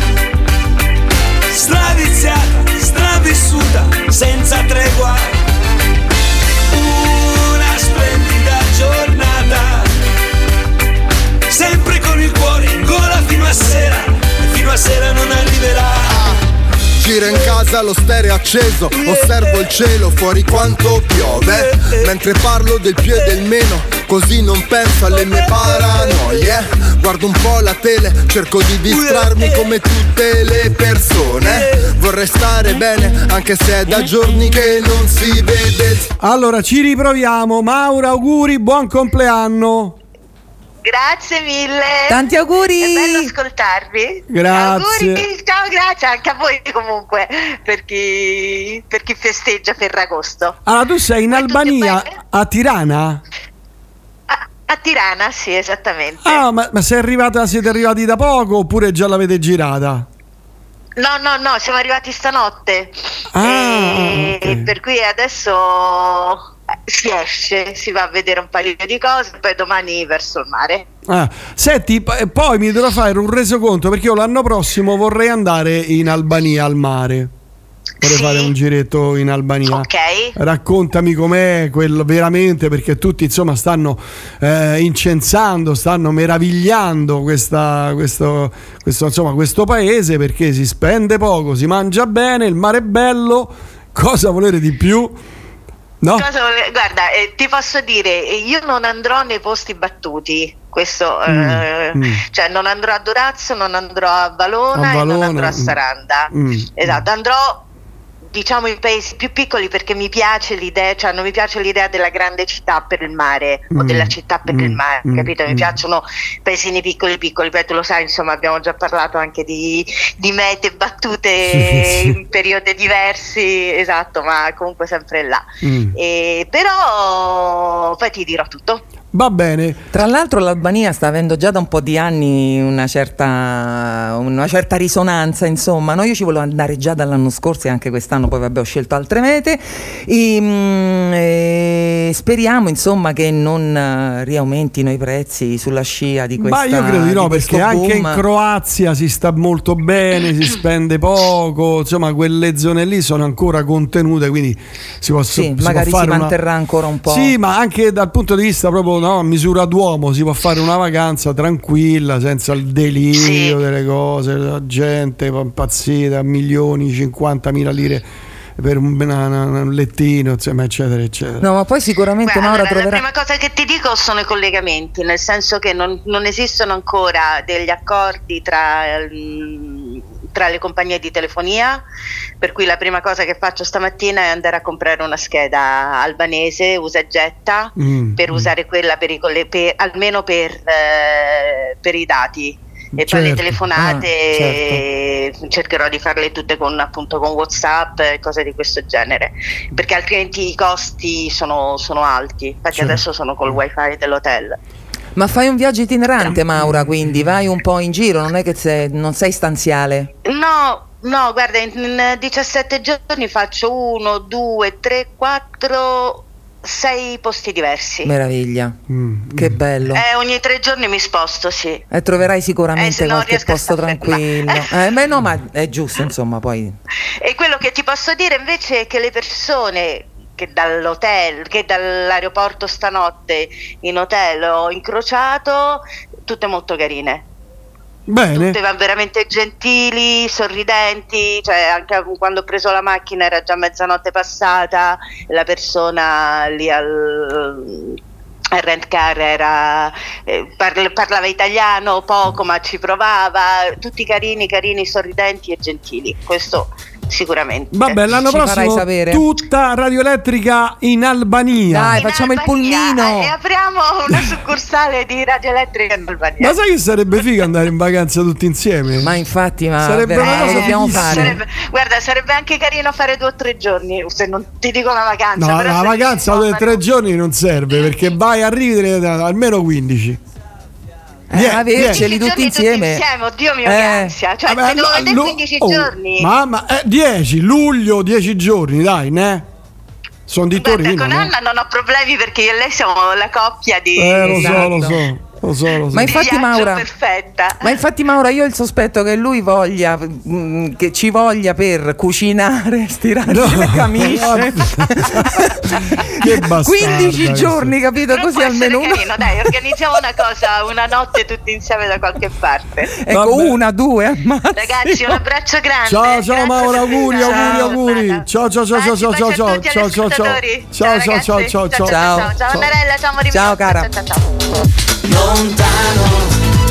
S13: straviziata, stravissuta, senza tregua. Una splendida giornata, sempre con il cuore in gola fino a sera, e fino a sera non arriverà.
S22: Giro in casa, lo stereo acceso, osservo il cielo, fuori quanto piove, mentre parlo del più e del meno, così non penso alle mie paranoie. Guardo un po' la tele, cerco di distrarmi come tutte le persone. Vorrei stare bene, anche se è da giorni che non si vede.
S11: Allora, ci riproviamo. Maura, auguri, buon compleanno.
S6: Grazie mille.
S2: Tanti auguri.
S6: È bello ascoltarvi.
S11: Grazie.
S6: Auguri. Ciao, grazie anche a voi comunque per chi, per chi festeggia Ferragosto.
S11: Allora, tu sei in Albania, a Tirana?
S6: A, a Tirana, sì, esattamente.
S11: Ah, ma, ma sei arrivata, siete arrivati da poco oppure già l'avete girata?
S6: No, no, no, siamo arrivati stanotte.
S11: Ah,
S6: e
S11: ok.
S6: per cui adesso si esce, si va a vedere un paio di cose, poi domani verso il mare.
S11: Ah, senti, p- poi mi dovrò fare un resoconto perché io l'anno prossimo vorrei andare in Albania al mare. Vorrei
S6: Sì.
S11: fare un giretto in Albania.
S6: Ok.
S11: Raccontami com'è quello veramente, perché tutti insomma stanno eh, incensando, stanno meravigliando questa, questo, questo, insomma, questo paese, perché si spende poco, si mangia bene, il mare è bello. Cosa volere di più? No?
S6: Cosa vole- Guarda, eh, ti posso dire, io non andrò nei posti battuti. Questo,
S11: Mm,
S6: eh,
S11: mm.
S6: cioè non andrò a Durazzo, non andrò a Valona,
S11: A
S6: e non
S11: Valona,
S6: andrò a
S11: mm.
S6: Saranda.
S11: Mm.
S6: Esatto, andrò diciamo in paesi più piccoli perché mi piace l'idea, cioè non mi piace l'idea della grande città per il mare o
S11: Mm.
S6: della città per
S11: Mm.
S6: il mare,
S11: Mm.
S6: capito? Mi
S11: Mm.
S6: piacciono paesini piccoli piccoli, poi tu lo sai, insomma, abbiamo già parlato anche di, di mete battute
S11: Sì, sì.
S6: in periodi diversi, esatto, ma comunque sempre là.
S11: Mm.
S6: E però poi ti dirò tutto.
S11: Va bene.
S2: Tra l'altro l'Albania sta avendo già da un po' di anni una certa, una certa risonanza, insomma, no? Io ci volevo andare già dall'anno scorso e anche quest'anno, poi vabbè ho scelto altre mete e, mm, e speriamo insomma che non eh, riaumentino i prezzi sulla scia di questa.
S11: Ma io credo di no,
S2: questo
S11: perché anche in
S2: boom.
S11: Croazia si sta molto bene, si spende poco, insomma quelle zone lì sono ancora contenute, quindi si può,
S2: Sì,
S11: si può
S2: magari
S11: fare
S2: si
S11: una...
S2: manterrà ancora un po'.
S11: Sì, ma anche dal punto di vista proprio no, a misura d'uomo si può fare una vacanza tranquilla, senza il delirio
S6: Sì.
S11: delle cose, la gente impazzita, milioni, cinquantamila lire per un, una- una- un lettino, insomma, eccetera, eccetera.
S2: No, ma poi sicuramente
S6: Guarda,
S2: Maura
S6: allora,
S2: troverà.
S6: la prima cosa che ti dico sono i collegamenti, nel senso che non, non esistono ancora degli accordi tra, mm, tra le compagnie di telefonia, per cui la prima cosa che faccio stamattina è andare a comprare una scheda albanese, usa e getta,
S11: Mm,
S6: per
S11: mm.
S6: usare quella per i colle- per- almeno per, eh, per i dati. E poi le
S11: Certo.
S6: telefonate
S2: Ah,
S6: eh, cercherò di farle tutte con appunto con WhatsApp e cose di questo genere, perché altrimenti i costi sono, sono alti. Infatti
S11: Certo.
S6: adesso sono col wifi dell'hotel.
S2: Ma fai un viaggio itinerante, Maura, quindi vai un po' in giro, non è che sei, non sei stanziale.
S6: No, no, guarda, in, in diciassette giorni faccio uno, due, tre, quattro, sei posti diversi.
S2: Meraviglia.
S11: Mm,
S2: Che bello.
S6: Eh, ogni tre giorni mi sposto, sì.
S2: E troverai
S6: Eh,
S2: sicuramente
S6: se no
S2: qualche
S6: riesco a
S2: posto
S6: star ferma.
S2: tranquillo. Eh, beh, no, ma è giusto, insomma, poi.
S6: E quello che ti posso dire invece è che le persone che dall'hotel, che dall'aeroporto stanotte in hotel ho incrociato, tutte molto carine.
S11: Bene.
S6: Tutte veramente gentili, sorridenti, cioè anche quando ho preso la macchina era già mezzanotte passata, la persona lì al, al rent car era, eh, parla, parlava italiano poco ma ci provava, tutti carini, carini, sorridenti e gentili, questo sicuramente.
S11: Vabbè, l'anno
S2: Ci farai
S11: prossimo
S2: sapere.
S11: tutta Radio Elettrica in Albania.
S2: Dai,
S6: In
S2: facciamo il
S6: Albania,
S2: pulmino.
S6: e apriamo una succursale di Radio Elettrica in Albania.
S11: Ma sai che sarebbe figo andare in vacanza tutti insieme?
S2: Ma infatti, ma
S11: Sarebbe una
S2: veramente
S11: cosa
S2: lo dobbiamo
S11: fighissima.
S2: fare.
S6: Sarebbe- guarda, sarebbe anche carino fare due o tre giorni, se non ti dico la vacanza.
S11: No,
S6: però
S11: la
S6: se-
S11: vacanza
S6: no,
S11: due
S6: ma
S11: tre
S6: no.
S11: giorni non serve perché vai a ridere almeno quindici.
S2: Eh,
S11: Die-
S2: averceli
S6: quindici
S2: tutti
S6: giorni
S2: insieme.
S6: tutti insieme, oddio mio,
S2: Eh.
S6: che ansia. Cioè,
S11: Vabbè,
S6: se devo
S11: no,
S6: vedere
S11: lu-
S6: quindici
S11: oh,
S6: giorni.
S11: Mamma, eh, dieci luglio, dieci giorni, dai, ne? Sono di
S6: Guarda,
S11: Torino.
S6: con
S11: no?
S6: Anna non ho problemi perché io e lei siamo la coppia di
S11: Eh, lo so,
S2: Esatto.
S11: lo so, lo so, lo so.
S2: Ma
S6: di
S2: infatti,
S6: viaggio
S2: Maura,
S6: perfetta.
S2: ma infatti Maura, io ho il sospetto che lui voglia, mm, che ci voglia per cucinare, stirare le camicie.
S11: Che bastarda
S2: quindici
S11: questa.
S2: giorni, capito?
S6: Però
S2: Così
S6: può essere
S2: almeno uno.
S6: carino, dai, organizziamo una cosa, una notte tutti insieme da qualche parte.
S2: Ecco,
S11: Vabbè.
S2: una, due al massimo.
S6: Ragazzi, un abbraccio grande.
S11: Ciao, ciao
S6: grazie
S11: Maura,
S6: per
S11: auguri,
S6: tutto.
S11: auguri,
S6: Ciao,
S11: auguri.
S6: Anna.
S11: Ciao, ciao, ciao, ciao,
S6: Baci,
S11: ciao,
S6: baci
S11: ciao,
S6: a
S11: ciao,
S6: tutti, agli
S11: ciao, ciao, ciao.
S6: ascoltatori.
S11: Ciao, ciao, ciao,
S6: ragazzi.
S11: ciao, ciao.
S6: ciao, ciao, ciao,
S11: Ciao.
S6: Annarella, ciao Maurizio.
S2: Ciao, cara.
S6: Ciao, ciao, ciao.
S15: Lontano.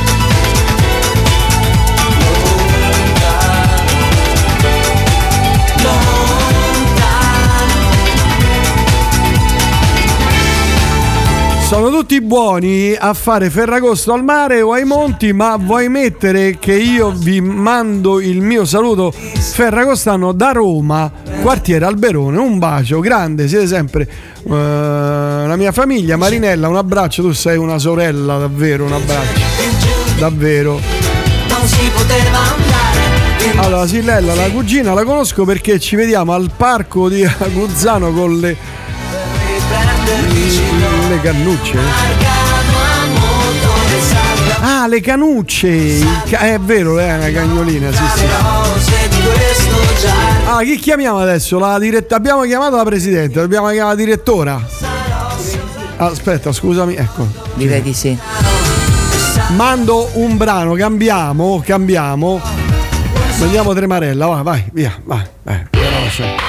S11: Sono tutti buoni a fare Ferragosto al mare o ai monti, ma vuoi mettere che io vi mando il mio saluto ferragostano da Roma, quartiere Alberone. Un bacio grande, siete sempre uh, la mia famiglia. Marinella, un abbraccio, tu sei una sorella, davvero un abbraccio, davvero.
S15: Non si poteva andare.
S11: Allora, Sillella, la cugina la conosco perché ci vediamo al parco di Aguzzano con le le cannucce. Ah, le canucce. Il ca- è vero, è una cagnolina, sì, sì. Ah, chi chiamiamo adesso? La diretta- abbiamo chiamato la presidente, dobbiamo chiamare la direttora. Aspetta, scusami, ecco.
S2: Direi di sì.
S11: Mando un brano, cambiamo, cambiamo. Andiamo Tremarella, vai, vai, via, vai, vai. Veloce.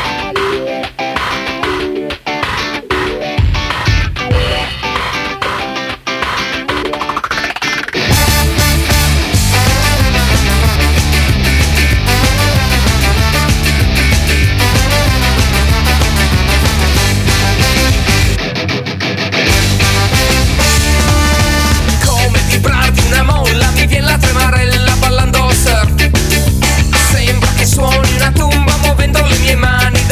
S13: Come vibrardi una molla, mi viene la tremarella ballando surf. Sembra che suoni una tumba muovendo le mie mani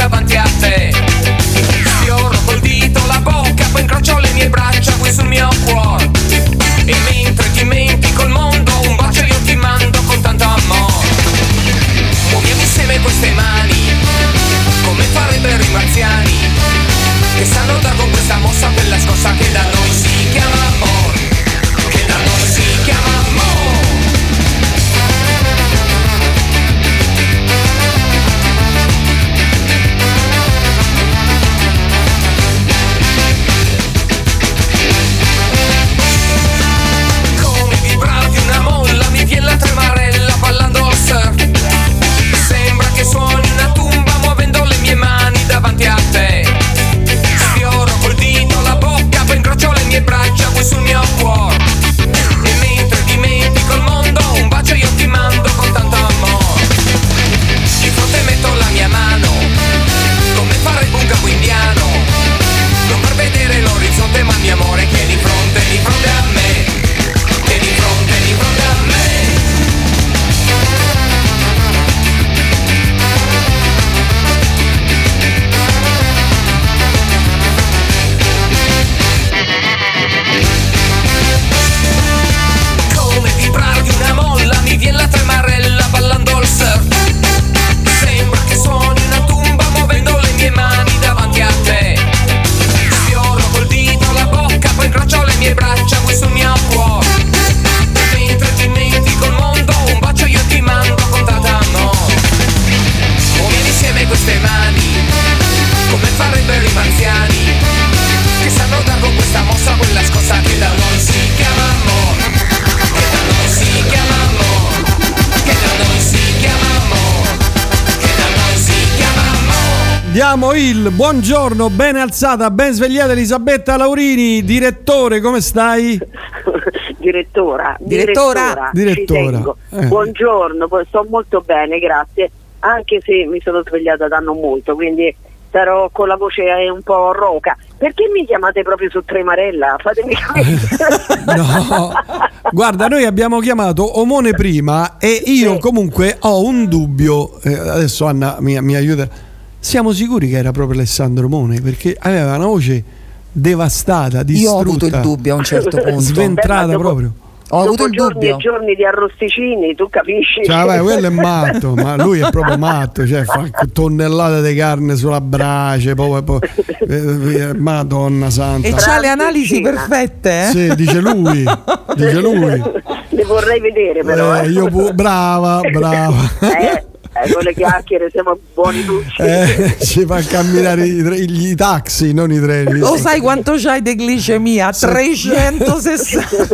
S11: Diamo il buongiorno, ben alzata, ben svegliata Elisabetta Laurini, direttore, come stai?
S5: Direttora,
S11: direttora, direttora.
S5: Eh. Buongiorno, sto molto bene, grazie, anche se mi sono svegliata da non molto, quindi sarò con la voce un po' roca. Perché mi chiamate proprio su Tremarella? Fatemi capire.
S11: No, guarda, noi abbiamo chiamato Omone prima e io sì. Comunque ho un dubbio, eh, adesso Anna mi, mi aiuta, siamo sicuri che era proprio Alessandro Omone? Perché aveva una voce devastata, distrutta.
S2: Io ho avuto il dubbio a un certo punto.
S11: Sventrata. Beh, dopo, proprio.
S2: Ho avuto il
S5: giorni
S2: dubbio.
S5: e giorni di arrosticini, tu capisci?
S11: Cioè, vabbè, quello è matto, ma lui è proprio matto, cioè fa tonnellate di carne sulla brace, poi, poi eh, Madonna santa.
S2: E c'ha le analisi perfette, eh?
S11: Sì, dice lui, dice lui.
S5: Le vorrei vedere però.
S11: Eh,
S5: eh.
S11: Io pu- brava, brava.
S5: Eh. Eh, con le chiacchiere siamo buoni tutti.
S11: Eh, ci fa camminare i, i taxi, non i treni.
S2: Lo sai quanto c'hai di glicemia? trecentosessanta.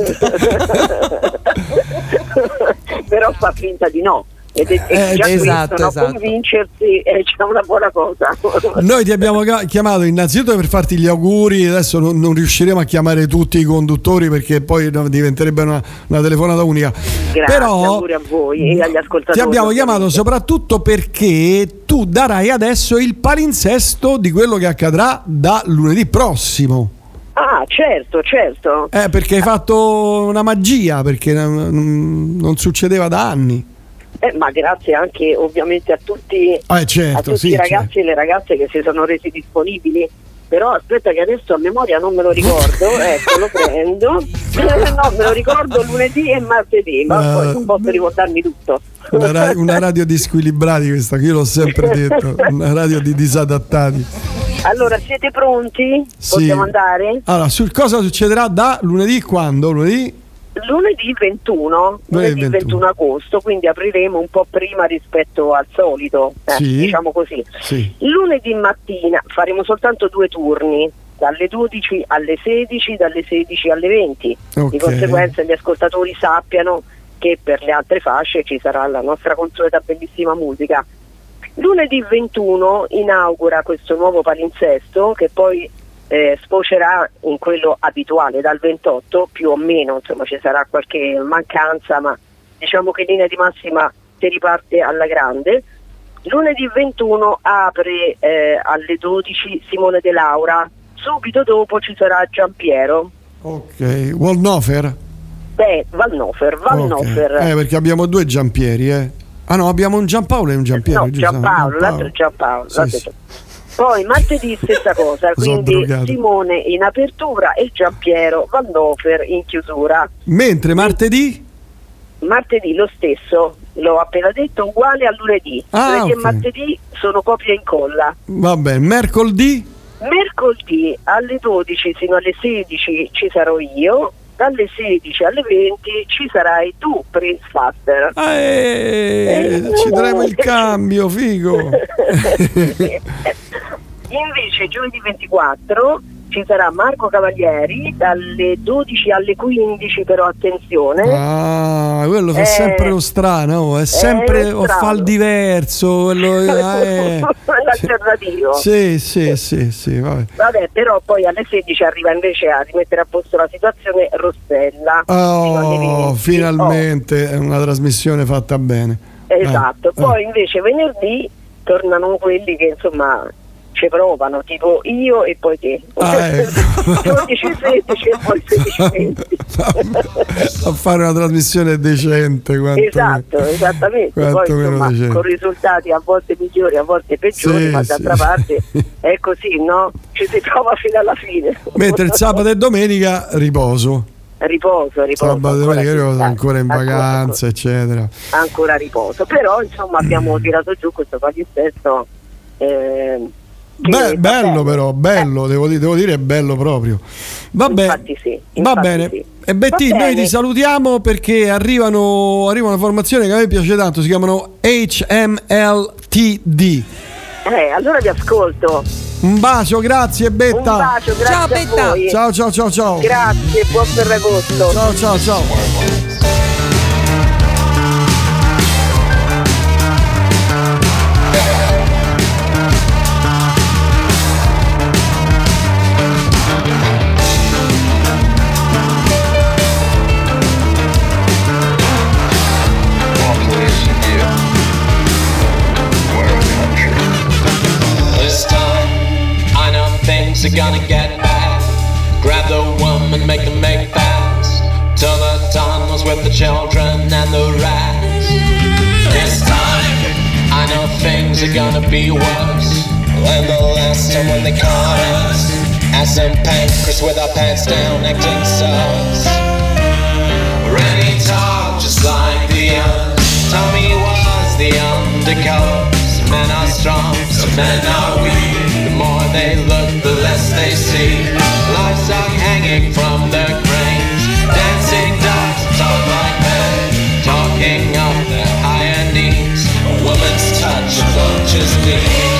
S5: Però fa finta di no. Ed è,
S11: eh,
S5: già
S2: esatto,
S5: questo,
S2: esatto.
S5: No? Convincersi è già una buona cosa.
S11: Noi ti abbiamo chiamato innanzitutto per farti gli auguri. Adesso non, non riusciremo a chiamare tutti i conduttori perché poi diventerebbe una, una telefonata unica.
S5: Grazie,
S11: però
S5: auguri a voi e agli ascoltatori.
S11: Ti abbiamo chiamato soprattutto perché tu darai adesso il palinsesto di quello che accadrà da lunedì prossimo.
S5: Ah, certo, certo.
S11: Eh, perché hai fatto una magia, perché non, non succedeva da anni.
S5: Eh, ma grazie anche ovviamente a tutti,
S11: eh, certo,
S5: a tutti
S11: sì,
S5: i ragazzi
S11: certo.
S5: e le ragazze che si sono resi disponibili. Però aspetta che adesso a memoria non me lo ricordo, ecco, lo prendo. No, me lo ricordo lunedì e martedì, ma uh, poi non posso ricordarmi tutto.
S11: Una, ra- una radio di squilibrati questa, che io l'ho sempre detto, una radio di disadattati.
S5: Allora, siete pronti?
S11: Sì.
S5: Possiamo andare?
S11: Allora, su cosa succederà da lunedì quando? Lunedì?
S5: Lunedì ventuno, lunedì ventuno agosto, quindi apriremo un po' prima rispetto al solito, eh,
S11: sì.
S5: diciamo così.
S11: Sì.
S5: Lunedì mattina faremo soltanto due turni, dalle dodici alle sedici, dalle sedici alle venti.
S11: Okay.
S5: Di conseguenza gli ascoltatori sappiano che per le altre fasce ci sarà la nostra consueta bellissima musica. Lunedì ventuno inaugura questo nuovo palinsesto che poi Eh, sfocerà in quello abituale dal ventotto, più o meno, insomma ci sarà qualche mancanza, ma diciamo che in linea di massima si riparte alla grande. Lunedì ventuno apre eh, alle dodici Simone De Laura, subito dopo ci sarà Giampiero.
S11: Ok, Wallnofer?
S5: Beh, Valnofer, Valnofer.
S11: Okay. Eh, perché abbiamo due Giampieri, eh. Ah no, abbiamo un Giampaolo e un Giampiero.
S5: No, Giampaolo, l'altro è Giampaolo.
S11: Sì, sì.
S5: Poi martedì stessa cosa, quindi Simone in apertura e Giampiero Valnofer in chiusura.
S11: Mentre martedì?
S5: Martedì lo stesso, l'ho appena detto, uguale a lunedì.
S11: Ah,
S5: lunedì
S11: okay.
S5: e martedì sono copia e incolla.
S11: Va bene, mercoledì?
S5: Mercoledì alle dodici fino alle sedici ci sarò io, dalle sedici alle venti ci sarai tu, Prince Faster.
S11: Eh, eh, ci daremo il cambio, figo.
S5: Invece giovedì ventiquattro ci sarà Marco Cavalieri dalle dodici alle quindi, però attenzione.
S11: Ah, quello fa eh, sempre lo strano, oh, è sempre
S5: è
S11: o fa il diverso, quello, eh.
S5: l'alternativo.
S11: Sì, sì, sì, sì, vabbè.
S5: Vabbè, però poi alle sedici arriva invece a rimettere a posto la situazione Rossella.
S11: Oh, finalmente è oh. una trasmissione fatta bene.
S5: Esatto,
S11: eh,
S5: poi
S11: eh.
S5: invece venerdì tornano quelli che insomma ci provano, tipo io e poi te.
S11: Ah, ecco.
S5: dodici sedici e poi sedici venti.
S11: A fare una trasmissione decente.
S5: Esatto,
S11: meno,
S5: esattamente. Poi insomma decente. Con risultati a volte migliori, a volte peggiori, sì, ma d'altra sì. parte è così, no? Ci si prova fino alla fine.
S11: Mentre il sabato e domenica riposo.
S5: Riposo, riposo.
S11: Sabato e domenica riposo, ancora in
S5: ancora,
S11: vacanza,
S5: ancora,
S11: eccetera.
S5: Ancora riposo. Però insomma abbiamo tirato giù questo palinsesto. Eh,
S11: Beh, bello però, bello, eh. devo, dire, devo dire bello proprio. Vabbè,
S5: infatti sì, infatti
S11: va bene.
S5: Sì.
S11: E Betty,
S5: va
S11: noi
S5: bene.
S11: ti salutiamo perché arrivano, arriva una formazione che a me piace tanto, si chiamano H M L T D.
S5: Eh, allora vi ascolto.
S11: Un bacio, grazie Betta.
S5: Un bacio, grazie
S2: ciao,
S5: a
S2: Betta.
S5: voi.
S11: Ciao, ciao, ciao, ciao.
S5: Grazie, buon Ferragosto.
S11: Ciao, ciao, ciao.
S8: times are gonna get bad. Grab the woman, make them make fast to the tunnels with the children and the rats. This time, I know things are gonna be worse than the last time when they caught us as some pancreas with our pants down acting sus. Rennie talked just like the others. Tommy was the undercover. Some men are strong, some men are weak. The more they look, the less they see. Livestock hanging from their cranes. Dancing dogs talk like men, talking of their higher needs. A woman's touch launches me.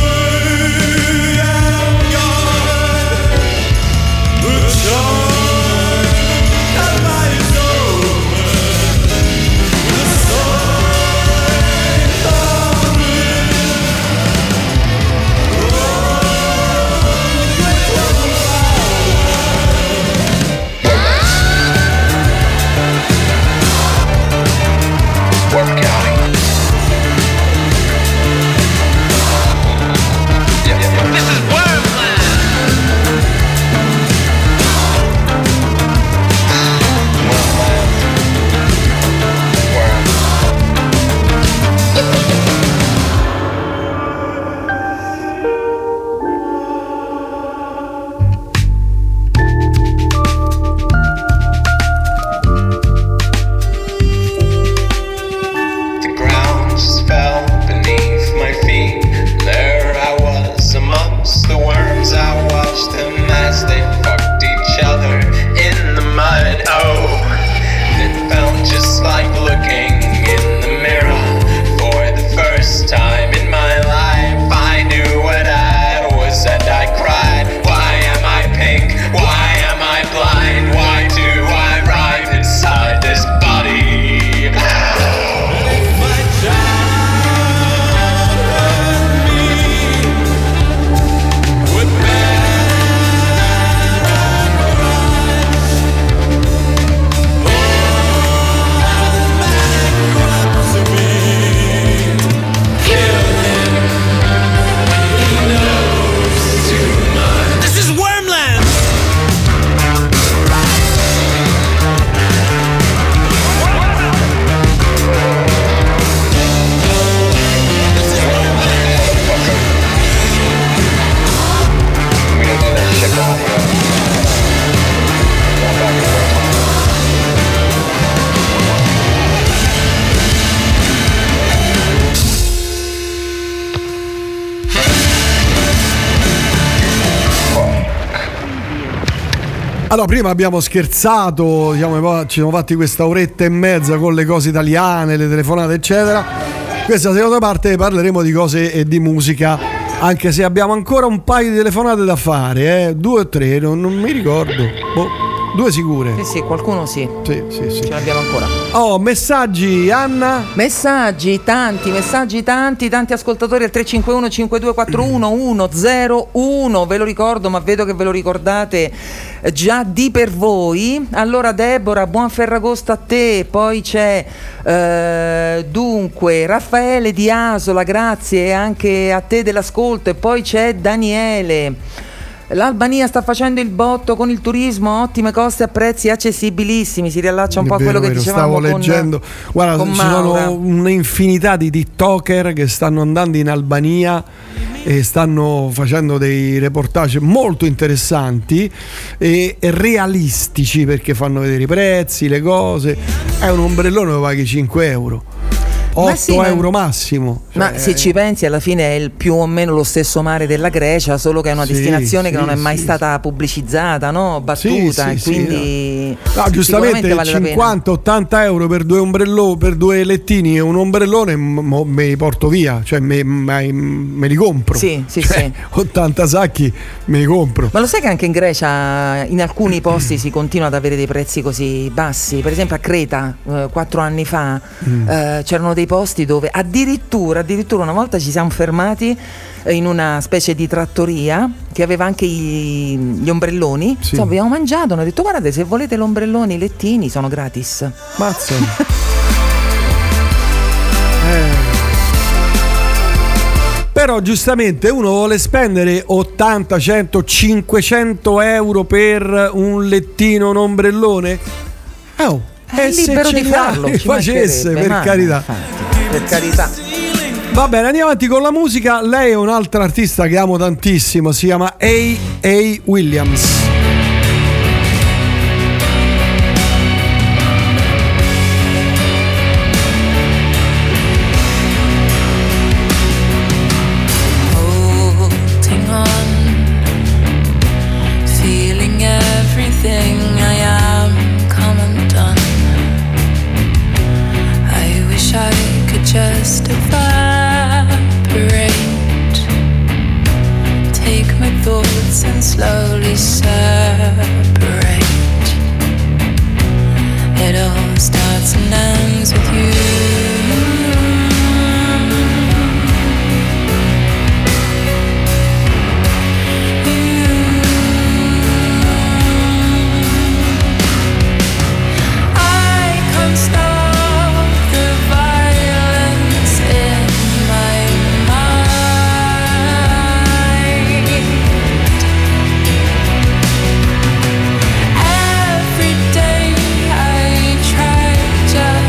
S11: Allora, prima abbiamo scherzato, diciamo, ci siamo fatti questa oretta e mezza con le cose italiane, le telefonate, eccetera. Questa seconda parte parleremo di cose e di musica, anche se abbiamo ancora un paio di telefonate da fare, eh? Due o tre, non, non mi ricordo. Boh. Due sicure?
S2: Sì, sì, qualcuno sì.
S11: Sì, sì, sì.
S2: Ce l'abbiamo ancora.
S11: Oh, messaggi, Anna?
S2: Messaggi, tanti, messaggi tanti, tanti ascoltatori al tre cinque uno cinque due quattro uno uno zero uno. Ve lo ricordo, ma vedo che ve lo ricordate già di per voi. Allora, Deborah, buon Ferragosto a te. Poi c'è eh, dunque Raffaele di Asola, grazie anche a te dell'ascolto. E poi c'è Daniele. L'Albania sta facendo il botto con il turismo, ottime coste a prezzi accessibilissimi. Si riallaccia un po' a quello che dicevamo.
S11: Stavo leggendo,
S2: con,
S11: guarda,
S2: con
S11: ci sono un'infinità di TikToker che stanno andando in Albania e stanno facendo dei reportage molto interessanti e, e realistici, perché fanno vedere i prezzi, le cose. È un ombrellone che paghi cinque euro. otto sì, euro ma, massimo, cioè,
S2: ma se ci pensi alla fine è il più o meno lo stesso mare della Grecia, solo che è una sì, destinazione sì, che non è mai sì, stata pubblicizzata, no? Battuta, sì, sì, e quindi
S11: sì, no. No, giustamente vale cinquanta ottanta euro per due ombrelloni, per due lettini e un ombrellone mo, me li porto via, cioè me, me, me li compro.
S2: Sì, sì,
S11: cioè,
S2: sì.
S11: ottanta sacchi me li compro.
S2: Ma lo sai che anche in Grecia in alcuni posti si continua ad avere dei prezzi così bassi? Per esempio a Creta eh, quattro anni fa mm. eh, c'erano dei posti dove addirittura addirittura una volta ci siamo fermati in una specie di trattoria che aveva anche i, gli ombrelloni, sì. Insomma, abbiamo mangiato, hanno detto guardate, se volete l'ombrellone, i lettini sono gratis.
S11: Mazza. eh. Però giustamente uno vuole spendere ottanta, cento, cinquecento euro per un lettino, un ombrellone. Oh,
S2: è
S11: e
S2: libero
S11: se
S2: di
S11: ce
S2: farlo,
S11: l'hai,
S2: ci
S11: facesse, per
S2: mancherebbe, ma
S11: carità.
S2: infatti, per carità.
S11: Va bene, andiamo avanti con la musica. Lei è un'altra artista che amo tantissimo, si chiama A A Williams.
S16: Holding on, feeling everything I am come undone. I wish I could just evaporate, take my thoughts and slowly separate. It all starts and ends with you. Just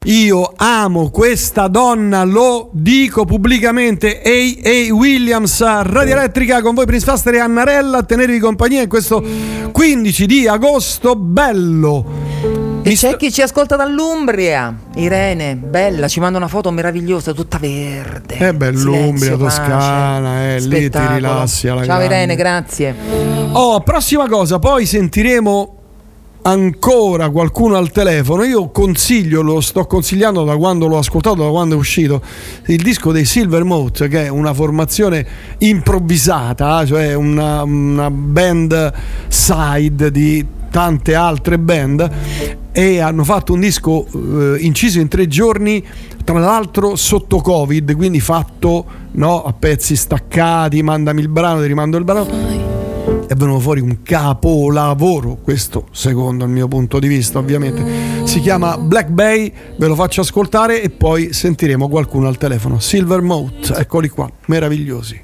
S11: io amo questa donna, lo dico pubblicamente. A A Williams a Radio Elettrica, con voi Prince Faster e Annarella a tenervi compagnia in questo quindici di agosto bello.
S2: E c'è st- chi ci ascolta dall'Umbria, Irene, bella, ci manda una foto meravigliosa, tutta verde.
S11: Eh beh, l'Umbria,
S2: Silenzio,
S11: Toscana, eh, lì ti rilassi alla
S2: Ciao
S11: grande.
S2: Irene, grazie.
S11: Oh, prossima cosa, poi sentiremo ancora qualcuno al telefono. Io consiglio, lo sto consigliando da quando l'ho ascoltato, da quando è uscito, il disco dei Silver Moat, che è una formazione improvvisata, cioè una, una band side di tante altre band, e hanno fatto un disco eh, inciso in tre giorni, tra l'altro sotto Covid, quindi fatto, no, a pezzi staccati, mandami il brano, ti rimando il brano. È venuto fuori un capolavoro, questo secondo il mio punto di vista, ovviamente. Si chiama Black Bay, ve lo faccio ascoltare e poi sentiremo qualcuno al telefono. Silver Moat, eccoli qua, meravigliosi.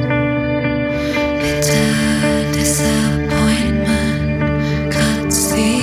S12: Disappointment cuts the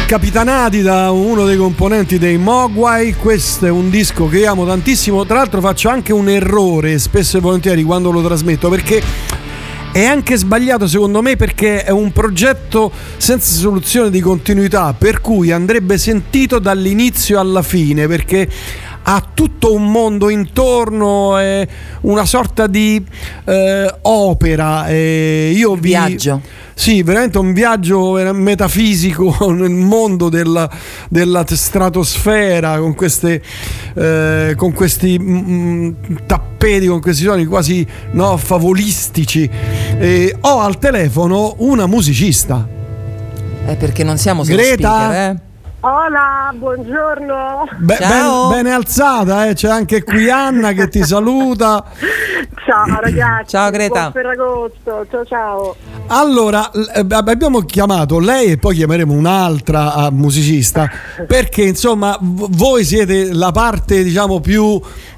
S11: capitanati da uno dei componenti dei Mogwai. Questo è un disco che amo tantissimo. Tra l'altro faccio anche un errore spesso e volentieri quando lo trasmetto, perché è anche sbagliato secondo me, perché è un progetto senza soluzione di continuità, per cui andrebbe sentito dall'inizio alla fine, perché ha tutto un mondo intorno, è una sorta di eh, opera. Eh, io vi... viaggio. Sì, veramente un viaggio metafisico nel mondo della, della stratosfera, con queste eh, con questi mm, tappeti, con questi suoni quasi no, favolistici. Eh, ho al telefono una musicista.
S2: È perché non siamo solo
S11: Greta.
S2: Speaker, eh?
S4: Hola, buongiorno.
S11: Be- ben, bene alzata, eh? C'è anche qui Anna che ti saluta.
S4: Ciao ragazzi.
S2: Ciao Greta.
S4: Buon Ferragosto. Ciao ciao.
S11: Allora, abbiamo chiamato lei e poi chiameremo un'altra musicista, perché insomma voi siete la parte diciamo più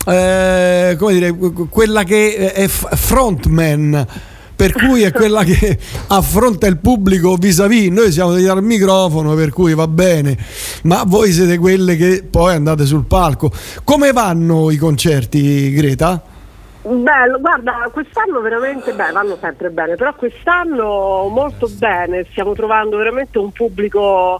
S11: eh, come dire, quella che è frontman, per cui è quella che affronta il pubblico vis-à-vis. Noi siamo degli al microfono, per cui va bene, ma voi siete quelle che poi andate sul palco. Come vanno i concerti, Greta?
S4: Bello, guarda, quest'anno veramente beh, vanno sempre bene, però quest'anno molto bene, stiamo trovando veramente un pubblico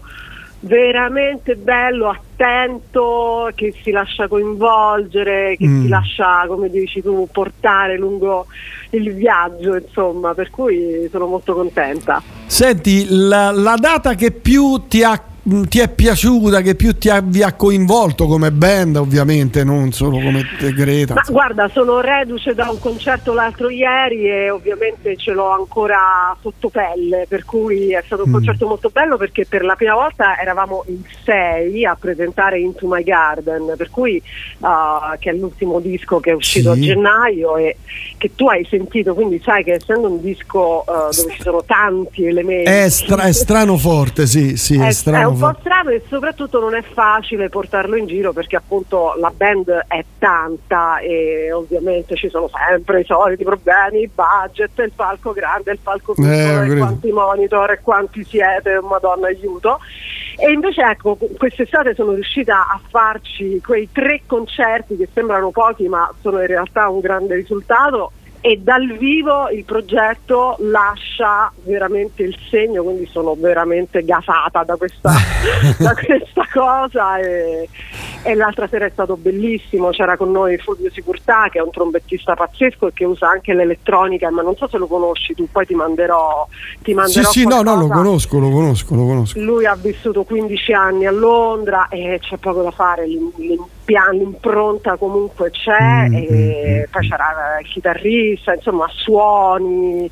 S4: veramente bello, attento, che si lascia coinvolgere, che mm. si lascia, come dici tu, portare lungo il viaggio, insomma, per cui sono molto contenta.
S11: Senti, la, la data che più ti ha ti è piaciuta, che più ti ha, vi ha coinvolto come band, ovviamente non solo come Greta?
S4: Ma guarda, sono reduce da un concerto l'altro ieri e ovviamente ce l'ho ancora sotto pelle, per cui è stato un mm. concerto molto bello, perché per la prima volta eravamo in sei a presentare Into My Garden, per cui uh, che è l'ultimo disco che è uscito sì. a gennaio e che tu hai sentito, quindi sai che essendo un disco uh, dove ci sono tanti elementi
S11: è, stra- è strano forte, sì, sì, è, è strano.
S4: È un po' strano e soprattutto non è facile portarlo in giro, perché appunto la band è tanta e ovviamente ci sono sempre i soliti problemi, il budget, il palco grande, il palco piccolo, eh, e quanti monitor e quanti siete, madonna aiuto. E invece ecco, quest'estate sono riuscita a farci quei tre concerti che sembrano pochi ma sono in realtà un grande risultato, e dal vivo il progetto lascia veramente il segno, quindi sono veramente gasata da questa, da questa cosa e, e l'altra sera è stato bellissimo, c'era con noi Fulvio Sicurtà, che è un trombettista pazzesco e che usa anche l'elettronica, ma non so se lo conosci tu, poi ti manderò ti manderò
S11: sì sì no no lo conosco lo conosco lo conosco
S4: lui ha vissuto quindici anni a Londra e c'è poco da fare, l'impian- l'impronta comunque c'è, mm, e mm, poi c'era il chitarrista, insomma suoni,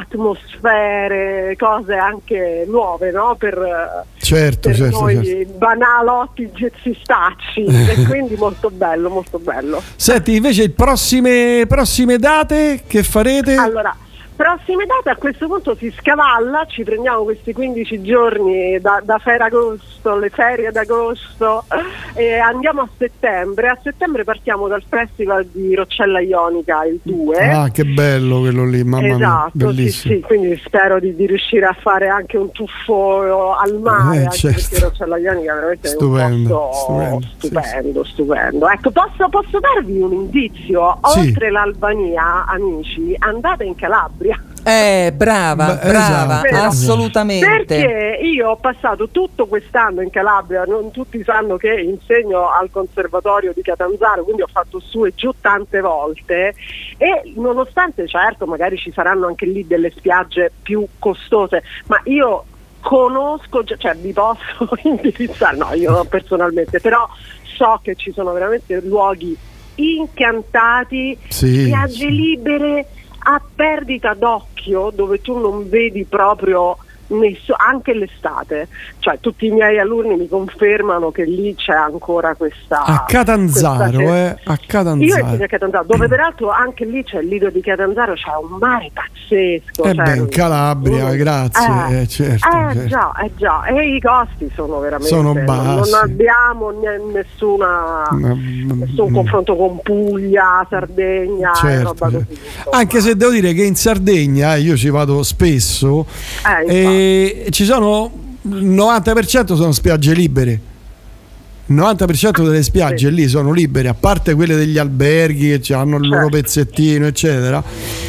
S4: atmosfere, cose anche nuove, no? Per,
S11: certo,
S4: per
S11: certo,
S4: noi
S11: certo.
S4: banalotti jazzistacci e quindi molto bello, molto bello.
S11: Senti, invece prossime, prossime date che farete?
S4: Allora, prossime date a questo punto si scavalla, ci prendiamo questi quindici giorni da, da Ferragosto, le ferie d'agosto, e andiamo a settembre. A settembre partiamo dal festival di Roccella Ionica, il due.
S11: Ah, che bello quello lì, mamma
S4: esatto,
S11: mia, bellissimo.
S4: Sì, sì, quindi spero di, di riuscire a fare anche un tuffo al mare,
S11: eh,
S4: anche
S11: certo.
S4: perché Roccella Ionica veramente
S11: stupendo,
S4: è un posto
S11: stupendo,
S4: stupendo,
S11: sì,
S4: stupendo. Ecco, posso, posso darvi un indizio?
S11: Sì.
S4: Oltre l'Albania, amici, andate in Calabria.
S2: Eh, brava,
S11: Beh,
S2: brava,
S11: esatto.
S2: assolutamente.
S4: Perché io ho passato tutto quest'anno in Calabria, non tutti sanno che insegno al conservatorio di Catanzaro, quindi ho fatto su e giù tante volte, e nonostante certo magari ci saranno anche lì delle spiagge più costose, ma io conosco, cioè vi posso indirizzare, no io non personalmente, però so che ci sono veramente luoghi incantati,
S11: sì,
S4: spiagge
S11: sì.
S4: libere a perdita d'occhio, dove tu non vedi proprio nesso, anche l'estate, cioè tutti i miei alunni mi confermano che lì c'è ancora questa
S11: a Catanzaro,
S4: questa,
S11: eh, a Catanzaro.
S4: Io insegno a Catanzaro, dove peraltro anche lì c'è il lido di Catanzaro, c'è un mare pazzesco.
S11: Eh
S4: cioè,
S11: beh, in Calabria,
S4: uno,
S11: grazie,
S4: eh,
S11: eh, certo,
S4: eh
S11: certo.
S4: già, eh già, e i costi sono veramente
S11: sono
S4: non
S11: bassi.
S4: abbiamo n- nessuna
S11: Mm,
S4: nessun
S11: mm.
S4: confronto con Puglia, Sardegna, e
S11: certo,
S4: roba
S11: certo.
S4: così, insomma.
S11: Anche se devo dire che in Sardegna io ci vado spesso
S4: Eh,
S11: e ci sono il novanta per cento sono spiagge libere. Il novanta per cento delle spiagge lì sono libere, a parte quelle degli alberghi che hanno il loro pezzettino, eccetera.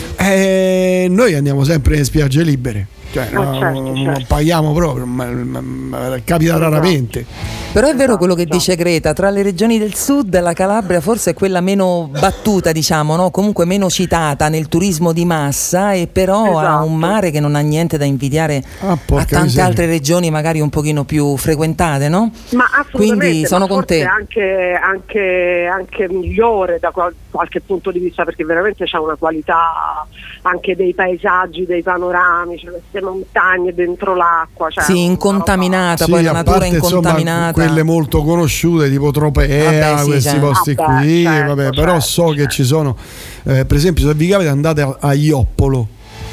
S11: E noi andiamo sempre nelle spiagge libere. Cioè,
S4: Ah,
S11: no,
S4: certo,
S11: non
S4: certo.
S11: paghiamo proprio, ma, ma- ma capita raramente.
S2: Però è vero quello che dice Greta, tra le regioni del sud la Calabria forse è quella meno battuta, diciamo, no? Comunque meno citata nel turismo di massa, e però ha un mare che non ha niente da invidiare a tante
S11: miseria.
S2: altre regioni magari un pochino più frequentate, no?
S4: Ma assolutamente,
S2: Quindi sono
S4: ma
S2: con
S4: forse
S2: te.
S4: Anche, anche, anche migliore da qual- qualche punto di vista, perché veramente c'è una qualità anche dei paesaggi, dei panorami, cioè queste montagne dentro l'acqua. Cioè
S2: Sì, incontaminata,
S11: Sì,
S2: poi la
S11: a
S2: natura
S11: parte, insomma,
S2: incontaminata.
S11: quelle molto conosciute tipo Tropea,
S2: Vabbè, sì,
S11: questi
S2: certo.
S11: posti
S2: Vabbè,
S11: qui,
S2: certo,
S11: vabbè,
S2: certo,
S11: però so che ci sono, eh, per esempio, se vi capita andate a, a Ioppolo.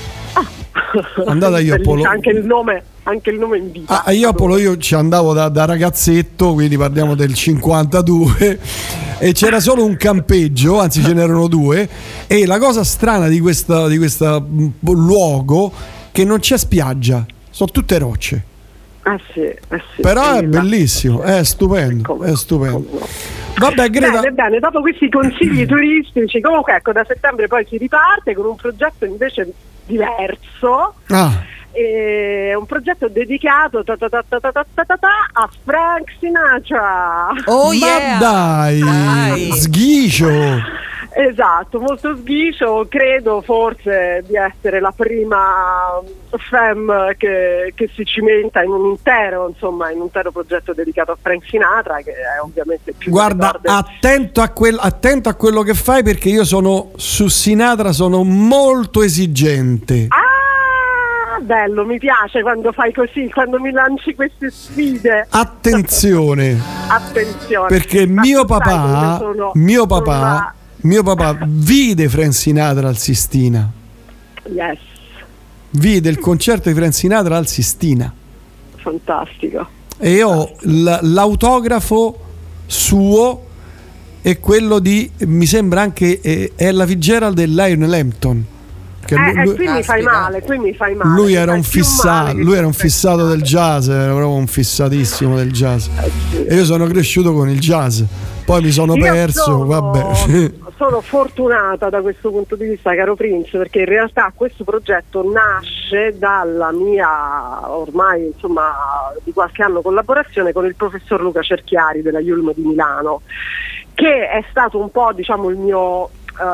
S11: Andate a Ioppolo.
S4: Anche il nome, anche il nome invita.
S11: A, a Ioppolo io ci andavo da, da ragazzetto, quindi parliamo del cinquantadue, e c'era solo un campeggio, anzi ce n'erano due, e la cosa strana di questo di questa luogo che non c'è spiaggia, sono tutte rocce.
S4: Ah sì, eh sì,
S11: Però è
S4: sì,
S11: bellissimo, è stupendo, è stupendo. Vabbè, Greta.
S4: Bene, bene, dopo questi consigli turistici, comunque ecco, da settembre poi si riparte con un progetto invece diverso.
S11: Ah,
S4: È un progetto dedicato ta ta ta ta ta ta ta ta ta a Frank Sinatra.
S2: Oh
S11: ma dai, sghicio.
S4: Esatto, molto sghicio, credo forse di essere la prima femme che, che si cimenta in un intero, insomma, in un intero progetto dedicato a Frank Sinatra, che è ovviamente più
S11: Guarda,
S4: ricorda-
S11: attento a, quel- attento a quello che fai, perché io sono su Sinatra, sono molto esigente.
S4: Ah, bello, mi piace quando fai così, quando mi lanci queste sfide.
S11: Attenzione,
S4: Attenzione.
S11: perché
S4: Ma
S11: mio
S4: tu sai
S11: papà,
S4: come sono-
S11: mio
S4: sono
S11: papà,
S4: la-
S11: mio papà vide Frank Sinatra al Sistina.
S4: Yes,
S11: Vide il concerto di Frank Sinatra al Sistina.
S4: fantastico.
S11: E ho l- l'autografo suo e quello di, mi sembra anche eh, Ella Fitzgerald e Lionel Hampton. Che
S4: Eh,
S11: lui,
S4: eh, qui mi fai male, qui mi fai male.
S11: lui
S4: mi
S11: era
S4: fai
S11: un
S4: più
S11: fissato,
S4: male che
S11: lui era un
S4: Frank
S11: fissato del jazz, era proprio un fissatissimo del jazz.
S4: Eh,
S11: E io sono cresciuto con il jazz, poi mi sono
S4: Io
S11: perso,
S4: sono-
S11: vabbè.
S4: Sono fortunata da questo punto di vista, caro Prince, perché in realtà questo progetto nasce dalla mia ormai insomma di qualche anno collaborazione con il professor Luca Cerchiari della Yulm di Milano, che è stato un po', diciamo, il mio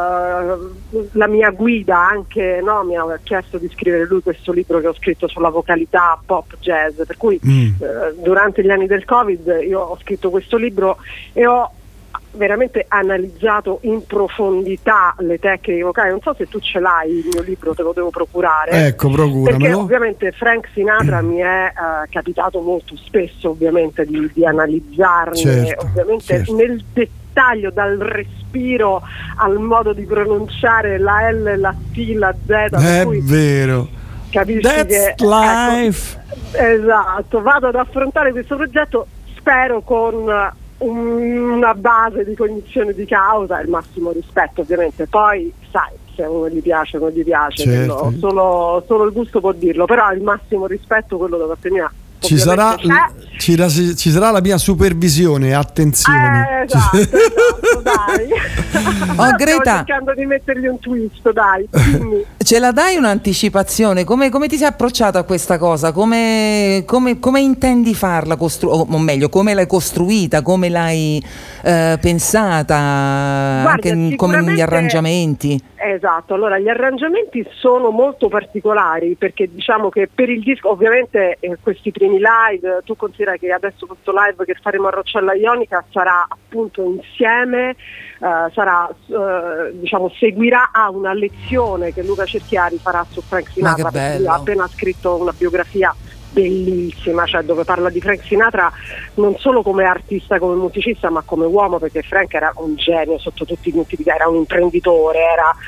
S4: eh, la mia guida anche, no? Mi ha chiesto di scrivere lui questo libro che ho scritto sulla vocalità pop jazz, per cui
S11: Mm.
S4: eh, durante gli anni del Covid io ho scritto questo libro e ho veramente analizzato in profondità le tecniche vocali. Non so se tu ce l'hai il mio libro, te lo devo procurare.
S11: Ecco,
S4: Perché
S11: procuramelo.
S4: ovviamente Frank Sinatra mi è eh, capitato molto spesso ovviamente di, di analizzarne,
S11: Certo,
S4: ovviamente
S11: certo.
S4: nel dettaglio, dal respiro al modo di pronunciare la L, la T, la Z, per
S11: È
S4: cui
S11: vero.
S4: capisci
S11: That's
S4: che
S11: life.
S4: ecco, esatto, vado ad affrontare questo progetto, spero con eh, una base di cognizione di causa e il massimo rispetto, ovviamente. Poi sai, se a uno gli piace, non gli piace,
S11: Certo.
S4: quello- solo, solo il gusto può dirlo, però il massimo rispetto, quello da parte mia,
S11: Ci sarà,
S4: ovviamente c'è.
S11: ci, ra- ci sarà la mia supervisione, attenzione.
S4: Eh, esatto, esatto, dai.
S2: Oh, Greta.
S4: Stiamo cercando di mettergli un twist, dai. dimmi.
S2: Ce la dai un'anticipazione? Come, come ti sei approcciato a questa cosa? Come, come- come intendi farla? Costru- o o meglio, come l'hai costruita? Come l'hai eh, pensata?
S4: Guarda,
S2: Anche in- come
S4: sicuramente-
S2: gli arrangiamenti?
S4: Esatto, allora gli arrangiamenti sono molto particolari perché diciamo che per il disco ovviamente eh, questi primi live, tu considera che adesso questo live che faremo a Roccella Ionica sarà appunto insieme, eh, sarà eh, diciamo seguirà a una lezione che Luca Cerchiari farà su Frank
S2: Ma che
S4: Sinatra, perché lui
S2: bello.
S4: ha appena scritto una biografia bellissima, cioè dove parla di Frank Sinatra non solo come artista, come musicista, ma come uomo, perché Frank era un genio sotto tutti i punti di vista, era un imprenditore, era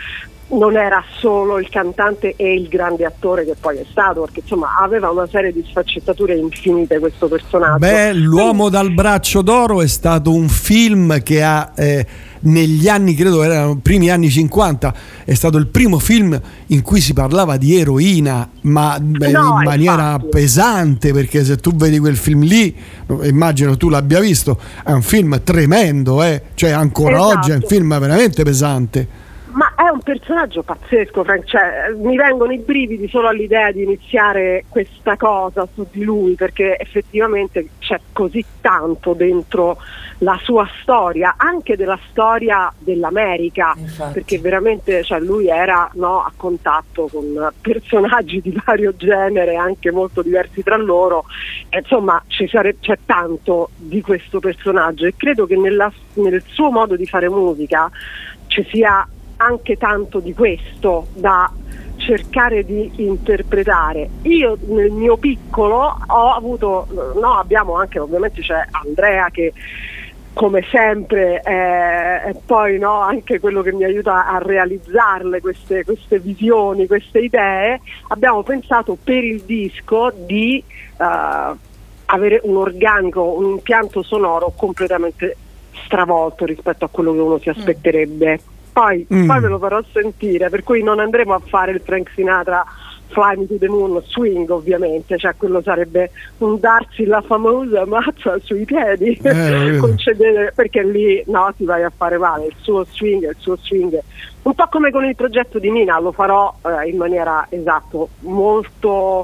S4: non era solo il cantante e il grande attore che poi è stato, perché insomma aveva una serie di sfaccettature infinite questo personaggio.
S11: Beh, L'uomo dal braccio d'oro è stato un film che ha eh, negli anni, credo erano i primi anni cinquanta, è stato il primo film in cui si parlava di eroina, ma beh,
S4: No,
S11: in maniera
S4: infatti.
S11: pesante, perché se tu vedi quel film lì, immagino tu l'abbia visto, è un film tremendo, eh? Cioè ancora
S4: Esatto.
S11: oggi è un film veramente pesante.
S4: Ma è un personaggio pazzesco, Frank. Cioè, mi vengono i brividi solo all'idea di iniziare questa cosa su di lui, perché effettivamente c'è così tanto dentro la sua storia, anche della storia dell'America,
S2: Infatti.
S4: perché veramente, cioè, lui era, no, a contatto con personaggi di vario genere, anche molto diversi tra loro, e, insomma ci sare- c'è tanto di questo personaggio, e credo che nella- nel suo modo di fare musica ci sia anche tanto di questo da cercare di interpretare. Io nel mio piccolo ho avuto, no, abbiamo anche, ovviamente c'è Andrea che come sempre è, è poi, no, anche quello che mi aiuta a realizzarle queste, queste visioni, queste idee. Abbiamo pensato per il disco di uh, avere un organico, un impianto sonoro completamente stravolto rispetto a quello che uno si aspetterebbe. Poi,
S11: Mm.
S4: poi ve lo farò sentire, per cui non andremo a fare il Frank Sinatra Fly Me to the Moon swing, ovviamente, cioè quello sarebbe un darsi la famosa mazza sui piedi,
S11: Eh,
S4: concedere, perché lì no, ti vai a fare male. Il suo swing è il suo swing, un po' come con il progetto di Nina, lo farò eh, in maniera esatto, molto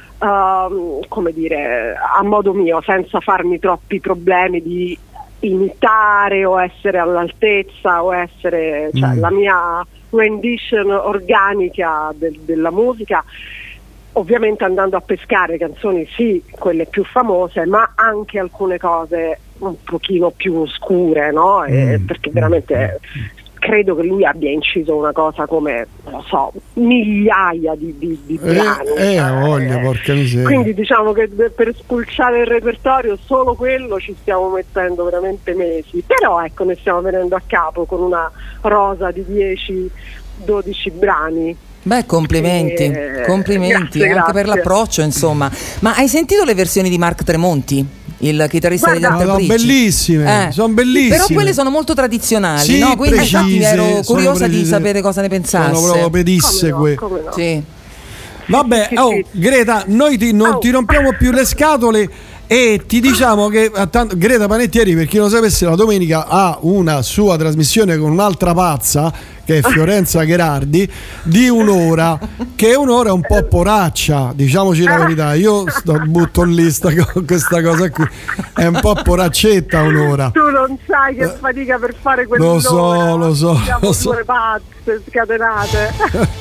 S4: ehm, come dire, a modo mio, senza farmi troppi problemi di imitare o essere all'altezza o essere, cioè,
S11: Mm.
S4: la mia rendition organica del- della musica, ovviamente andando a pescare canzoni, sì, quelle più famose, ma anche alcune cose un pochino più oscure, no? E perché veramente credo che lui abbia inciso una cosa come, non lo so, migliaia di, di, di brani.
S11: Eh, eh,
S4: cioè,
S11: voglia, porca miseria.
S4: quindi diciamo che de- per spulciare il repertorio solo quello ci stiamo mettendo veramente mesi, però ecco, ne stiamo venendo a capo con una rosa di dieci dodici brani.
S2: Beh, complimenti,
S4: Eh,
S2: complimenti
S4: grazie,
S2: anche
S4: grazie.
S2: per l'approccio, insomma. Ma hai sentito le versioni di Mark Tremonti? Il chitarrista degli
S4: Guarda,
S2: Alter
S11: sono
S2: Bridge?
S11: bellissime, sono bellissime.
S2: Però quelle sono molto tradizionali,
S11: Sì,
S2: no? Quindi
S11: precise,
S2: infatti ero
S11: sono
S2: curiosa di
S11: precise.
S2: sapere cosa ne pensasse.
S11: Sono proprio pedisseque.
S4: Come no, come no.
S2: Sì.
S11: Vabbè, oh, Greta, noi ti, non
S4: Oh.
S11: ti rompiamo più le scatole e ti diciamo che a tanto- Greta Panettieri, per chi non lo sapesse, la domenica ha una sua trasmissione con un'altra pazza che è Fiorenza Gherardi di un'ora, che è un'ora un po' poraccia, diciamoci la verità. Io sto, butto lì sta, co- questa cosa qui, è un po' poraccetta un'ora.
S4: Tu non sai che fatica per fare quell'ora.
S11: Lo so, lo so,
S4: Siamo
S11: lo so.
S4: due pazze scatenate.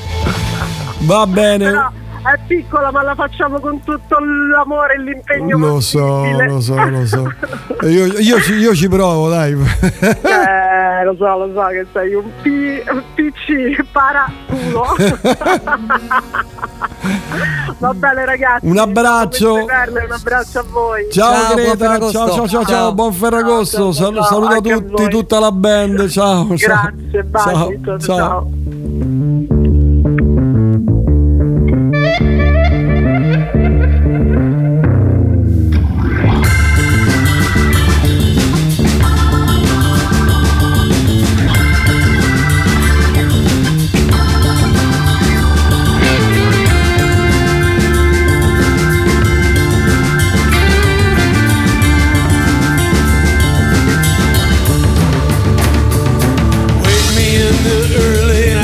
S11: Va bene.
S4: Però è piccola, ma la facciamo con tutto l'amore e l'impegno
S11: Lo so,
S4: possibile.
S11: lo so, lo so. Io, io ci, io ci provo, dai.
S4: Eh, lo so, lo so che sei un, P, un P C paraculo. Va bene ragazzi.
S11: Un abbraccio.
S4: Un abbraccio a voi.
S11: Ciao,
S2: Ciao, buon
S11: Greta,
S2: Ferragosto.
S11: ciao ciao ciao, ciao,
S2: Ciao.
S11: buon Ferragosto.
S4: Ciao, ciao,
S11: Sal-
S4: ciao,
S11: saluta
S4: anche a
S11: tutti,
S4: voi.
S11: tutta la band. Ciao, ciao.
S4: Grazie, baci, ciao, ciao.
S3: Wake me in the early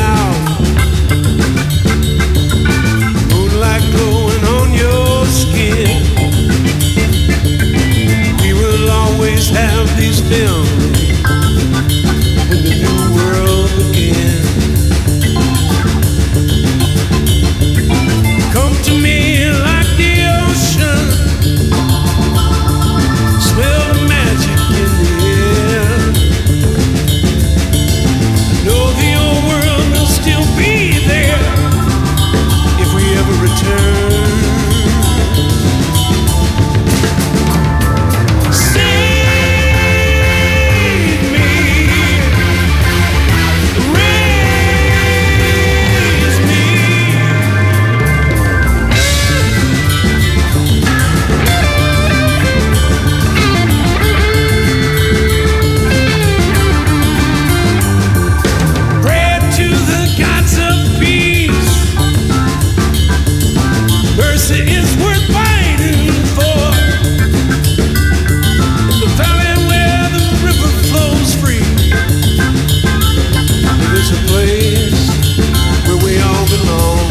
S3: mercy is worth fighting for. The valley where the river flows free. It is a place where we all belong.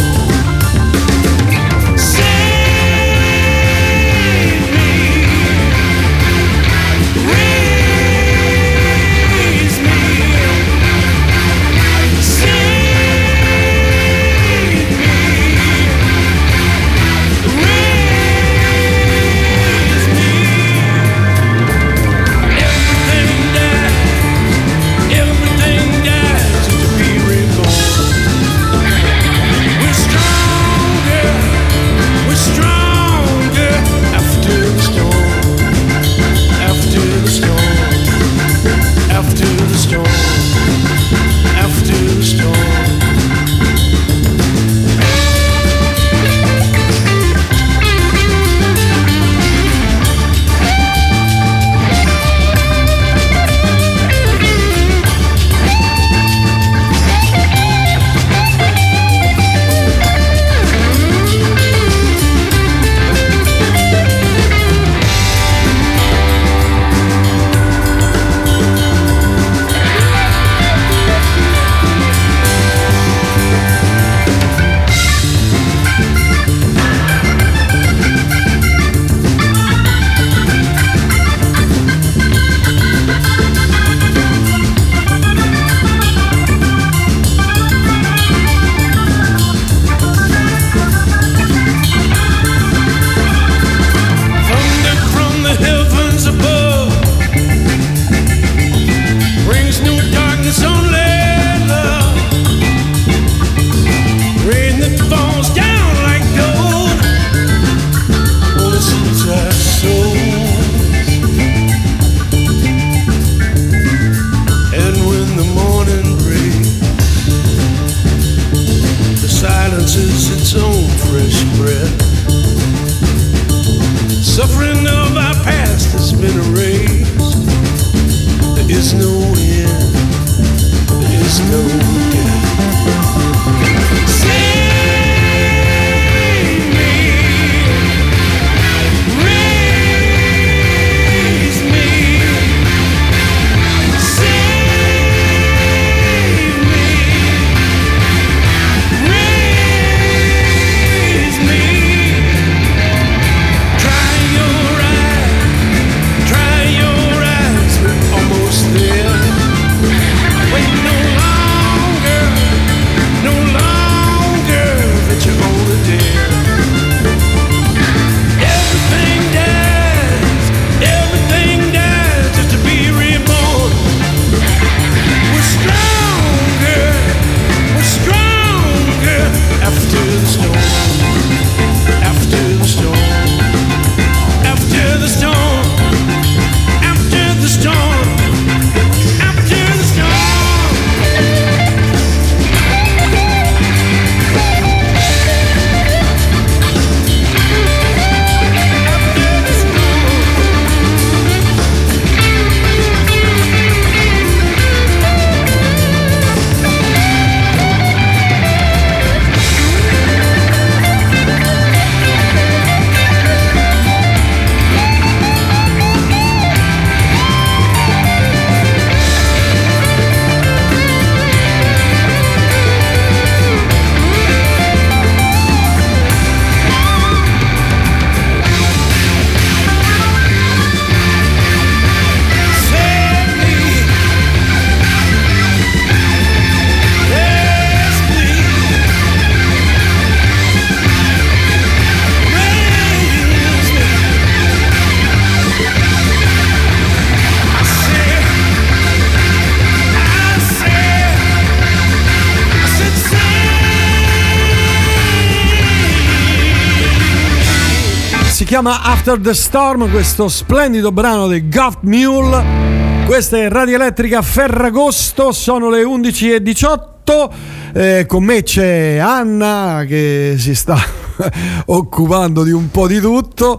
S11: Si chiama After the Storm, questo splendido brano dei Goth Mule. Questa è Radio Elettrica Ferragosto, sono le undici e diciotto. Eh, con me c'è Anna che si sta occupando di un po' di tutto.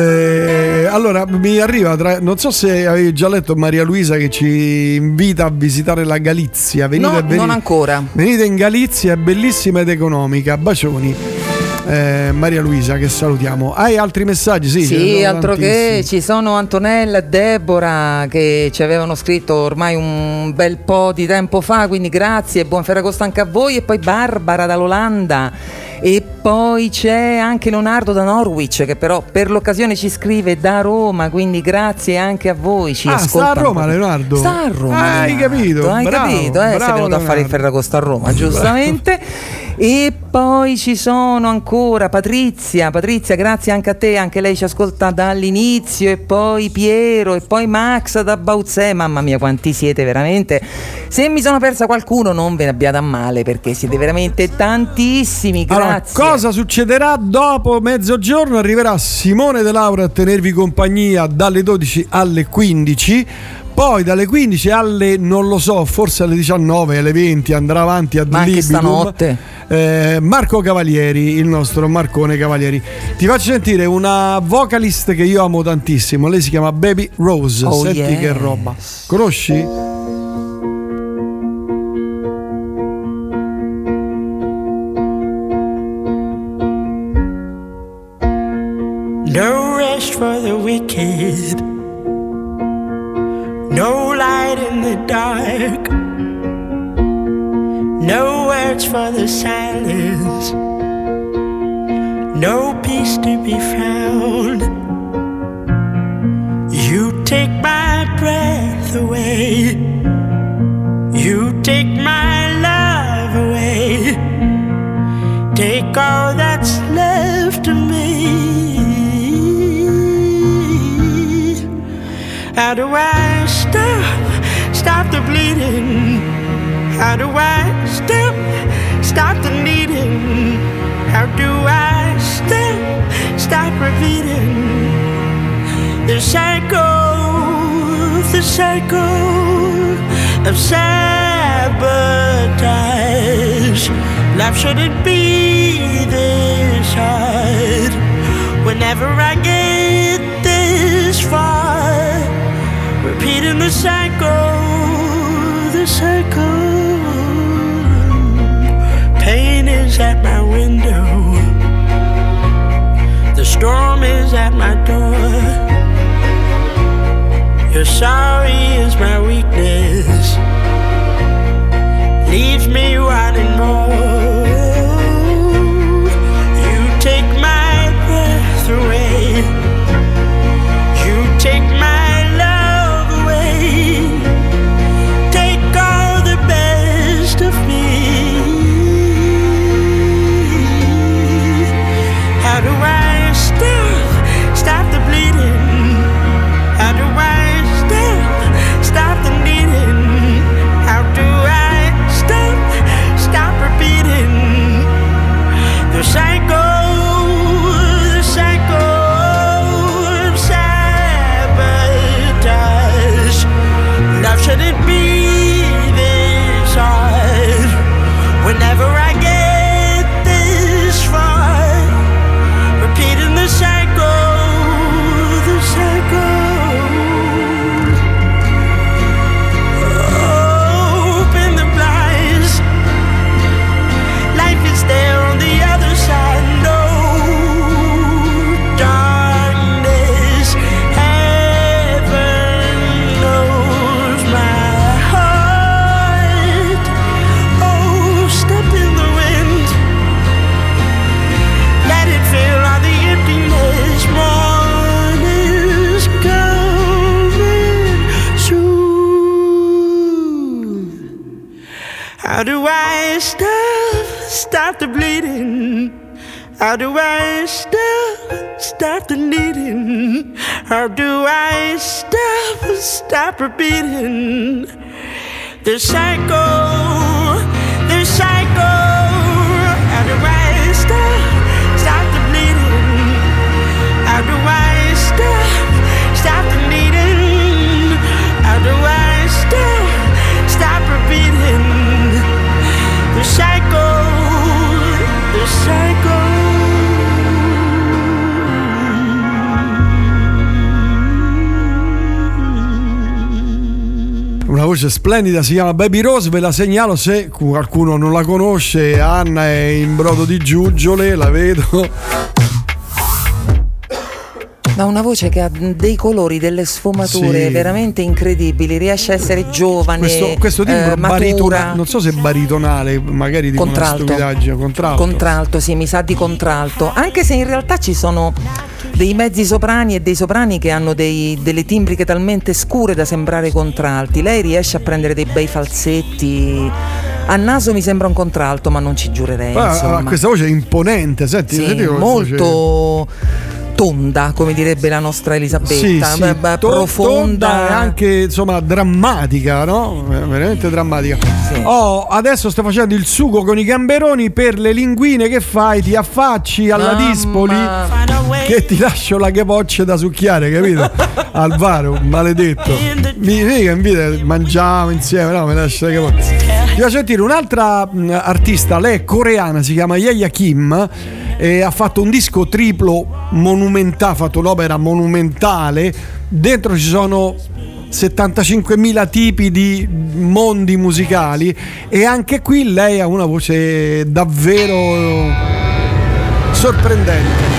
S11: Eh, allora mi arriva tra, non so se avevi già letto Maria Luisa che ci invita a visitare la Galizia. Venite,
S2: no,
S11: venite,
S2: non ancora.
S11: Venite in Galizia, è bellissima ed economica. Bacioni. eh, Maria Luisa, che salutiamo. Hai altri messaggi? Sì,
S2: sì, altro che ci sono Antonella e Deborah che ci avevano scritto ormai un bel po' di tempo fa, quindi grazie e buon Ferragosto anche a voi. E poi Barbara dall'Olanda, e poi c'è anche Leonardo da Norwich che però per l'occasione ci scrive da Roma, quindi grazie anche a voi. Ci
S11: ah, sta a Roma Leonardo?
S2: Sta a Roma.
S11: Ah, hai capito?
S2: Hai
S11: bravo,
S2: capito, eh? Sei venuto
S11: Leonardo.
S2: a fare il Ferragosto a Roma, giustamente. E poi ci sono ancora Patrizia, Patrizia grazie anche a te, anche lei ci ascolta dall'inizio, e poi Piero, e poi Max da Bautzè. Mamma mia quanti siete veramente, se mi sono persa qualcuno non ve ne abbiate a male perché siete veramente tantissimi, grazie.
S11: Allora, cosa succederà dopo mezzogiorno? Arriverà Simone De Laura a tenervi compagnia dalle dodici alle quindici. Poi dalle quindici alle, non lo so, forse alle diciannove, alle venti andrà avanti ad
S2: Ma anche
S11: Libitum,
S2: stanotte.
S11: eh, Marco Cavalieri, il nostro Marcone Cavalieri. Ti faccio sentire una vocalist che io amo tantissimo, lei si chiama Baby Rose.
S2: Oh,
S11: senti
S2: yes.
S11: che roba. Conosci?
S9: No rest for the wicked, no light in the dark, no words for the silence, no peace to be found. You take my breath away, you take my love away, take all that's left of me. How do I stop, stop the bleeding? How do I stop, stop the needing? How do I stop, stop repeating the cycle, the cycle of sabotage? Life shouldn't be this hard. Whenever I get this far, repeating the cycle, the cycle. Pain is at my window, the storm is at my door. Your sorry is my weakness, leaves me wanting more. You take my breath away, you take my the cycle, the cycle of sabotage. Life shouldn't be this hard. Whenever I get this far, repeating the cycle, the cycle. Open the blinds. Life is there on the other side. No darkness. Heaven knows my heart. Oh, step in the wind. Let it fill all the emptiness. Morning is coming soon. How do I stop, stop the bleeding? How do I stop, stop the needing? How do I stop, stop repeating the cycle, the cycle? How do I stop, stop the bleeding? How do I stop, stop the needing? How do I stop, stop repeating the cycle, the cycle?
S11: Una voce splendida, si chiama Baby Rose, ve la segnalo se qualcuno non la conosce. Anna è in brodo di giuggiole, la vedo.
S2: Ma una voce che ha dei colori, delle sfumature
S11: Sì.
S2: veramente incredibili, riesce a essere giovane,
S11: Questo, questo timbro
S2: eh, matura.
S11: baritona- non so se baritonale, magari dico una
S2: Contralto.
S11: stupidaggine, contralto.
S2: Contralto, sì, mi sa di contralto, anche se in realtà ci sono dei mezzi soprani e dei soprani che hanno dei, delle timbriche talmente scure da sembrare contralti. Lei riesce a prendere dei bei falsetti. A naso mi sembra un contralto, ma non ci giurerei.
S11: Ah,
S2: insomma.
S11: questa voce è imponente, senti,
S2: Sì,
S11: senti come
S2: molto tonda, come direbbe la nostra Elisabetta,
S11: Sì, sì,
S2: beh, beh,
S11: to-
S2: profonda
S11: tonda e anche insomma drammatica, no? Veramente drammatica. Oh, adesso sto facendo il sugo con i gamberoni per le linguine. Che fai? Ti affacci alla
S2: Mamma.
S11: Dispoli che ti lascio la capoccia da succhiare, capito? Alvaro, maledetto. Mi mica invita, mangiamo insieme, no, mi lascia la capoccia. Ti faccio sentire un'altra mh, artista, lei è coreana, si chiama Yaya Kim. E ha fatto un disco triplo monumentale, ha fatto un'opera monumentale. Dentro ci sono settantacinquemila tipi di mondi musicali e anche qui lei ha una voce davvero sorprendente.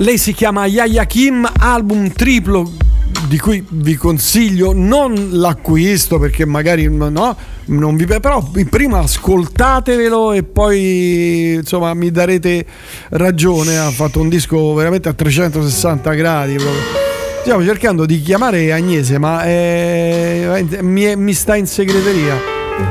S11: Lei si chiama Yaya Kim, album triplo di cui vi consiglio non l'acquisto perché magari no, non vi, però prima ascoltatevelo e poi insomma mi darete ragione. Ha fatto un disco veramente a trecentosessanta gradi proprio. Stiamo cercando di chiamare Agnese, ma è, mi, mi sta in segreteria.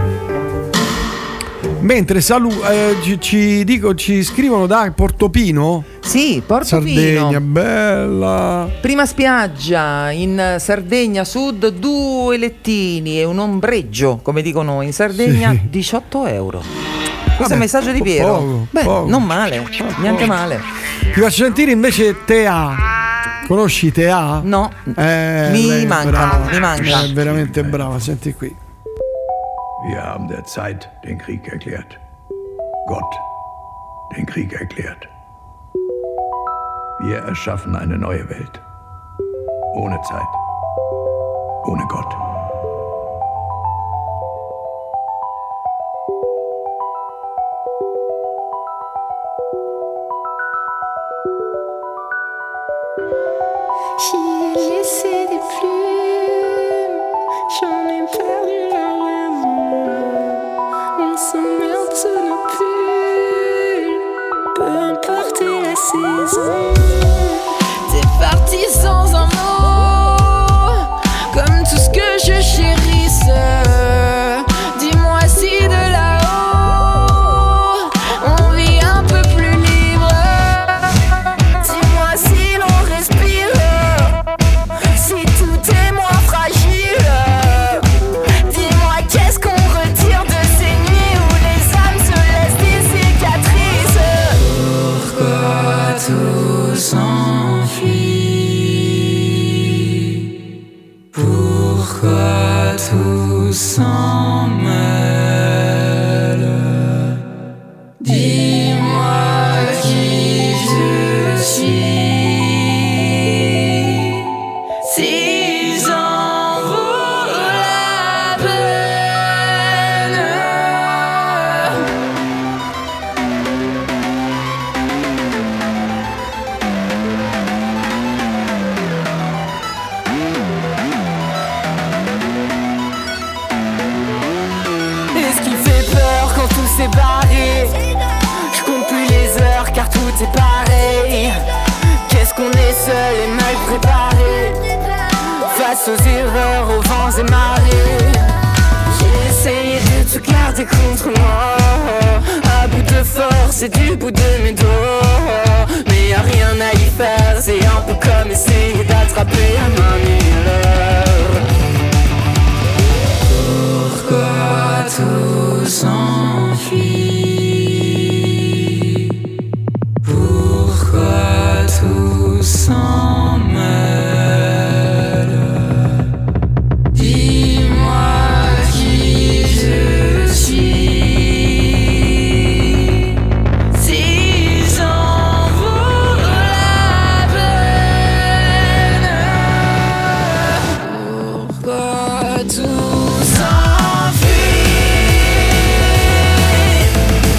S11: Mentre salu- eh, ci, ci, dico, ci scrivono da Portofino.
S2: Sì, Portofino.
S11: Sardegna, bella.
S2: Prima spiaggia in Sardegna Sud, due lettini e un ombreggio, come dicono in Sardegna, sì. diciotto euro. Questo è un messaggio di Piero.
S11: Poco,
S2: Beh,
S11: poco.
S2: non male, niente male.
S11: Ti faccio sentire invece Tea. Conosci Tea?
S2: No,
S11: eh,
S2: mi mancano, mi manca.
S11: È veramente brava, senti qui.
S7: Wir haben der Zeit den Krieg erklärt. Gott den Krieg erklärt. Wir erschaffen eine neue Welt. Ohne Zeit. Ohne Gott.
S10: J'y ai laissé des plumes, j'en ai perdu la raison. On s'emmerde sous nos pulls, peu importe la saison. T'es parti sans un mot, comme tout ce que je chérisse. Dis-moi si de là-haut, on vit un peu plus libre. Dis-moi si l'on respire, si tout est moins fragile. Dis-moi qu'est-ce qu'on retire de ces nuits où les âmes se laissent des cicatrices. Pourquoi tout s'enfuit? Pourquoi tout s'en mêle? Dis-moi qui je suis, si j'en vaut la peine. Et ce qui fait peur quand tout s'est barré, je compte plus les heures car tout est pareil. Qu'est-ce qu'on est seul et mal préparé face aux erreurs, aux vents et marées. J'ai essayé de tout garder contre moi, à bout de force et du bout de mes doigts. Mais y a rien à y faire, c'est un peu comme essayer d'attraper un annulaire. Pourquoi tout s'enfuit? Pourquoi tout s'en mêle? Dis-moi qui je suis, si j'en vaut la peine. Pourquoi tout s'enfuit?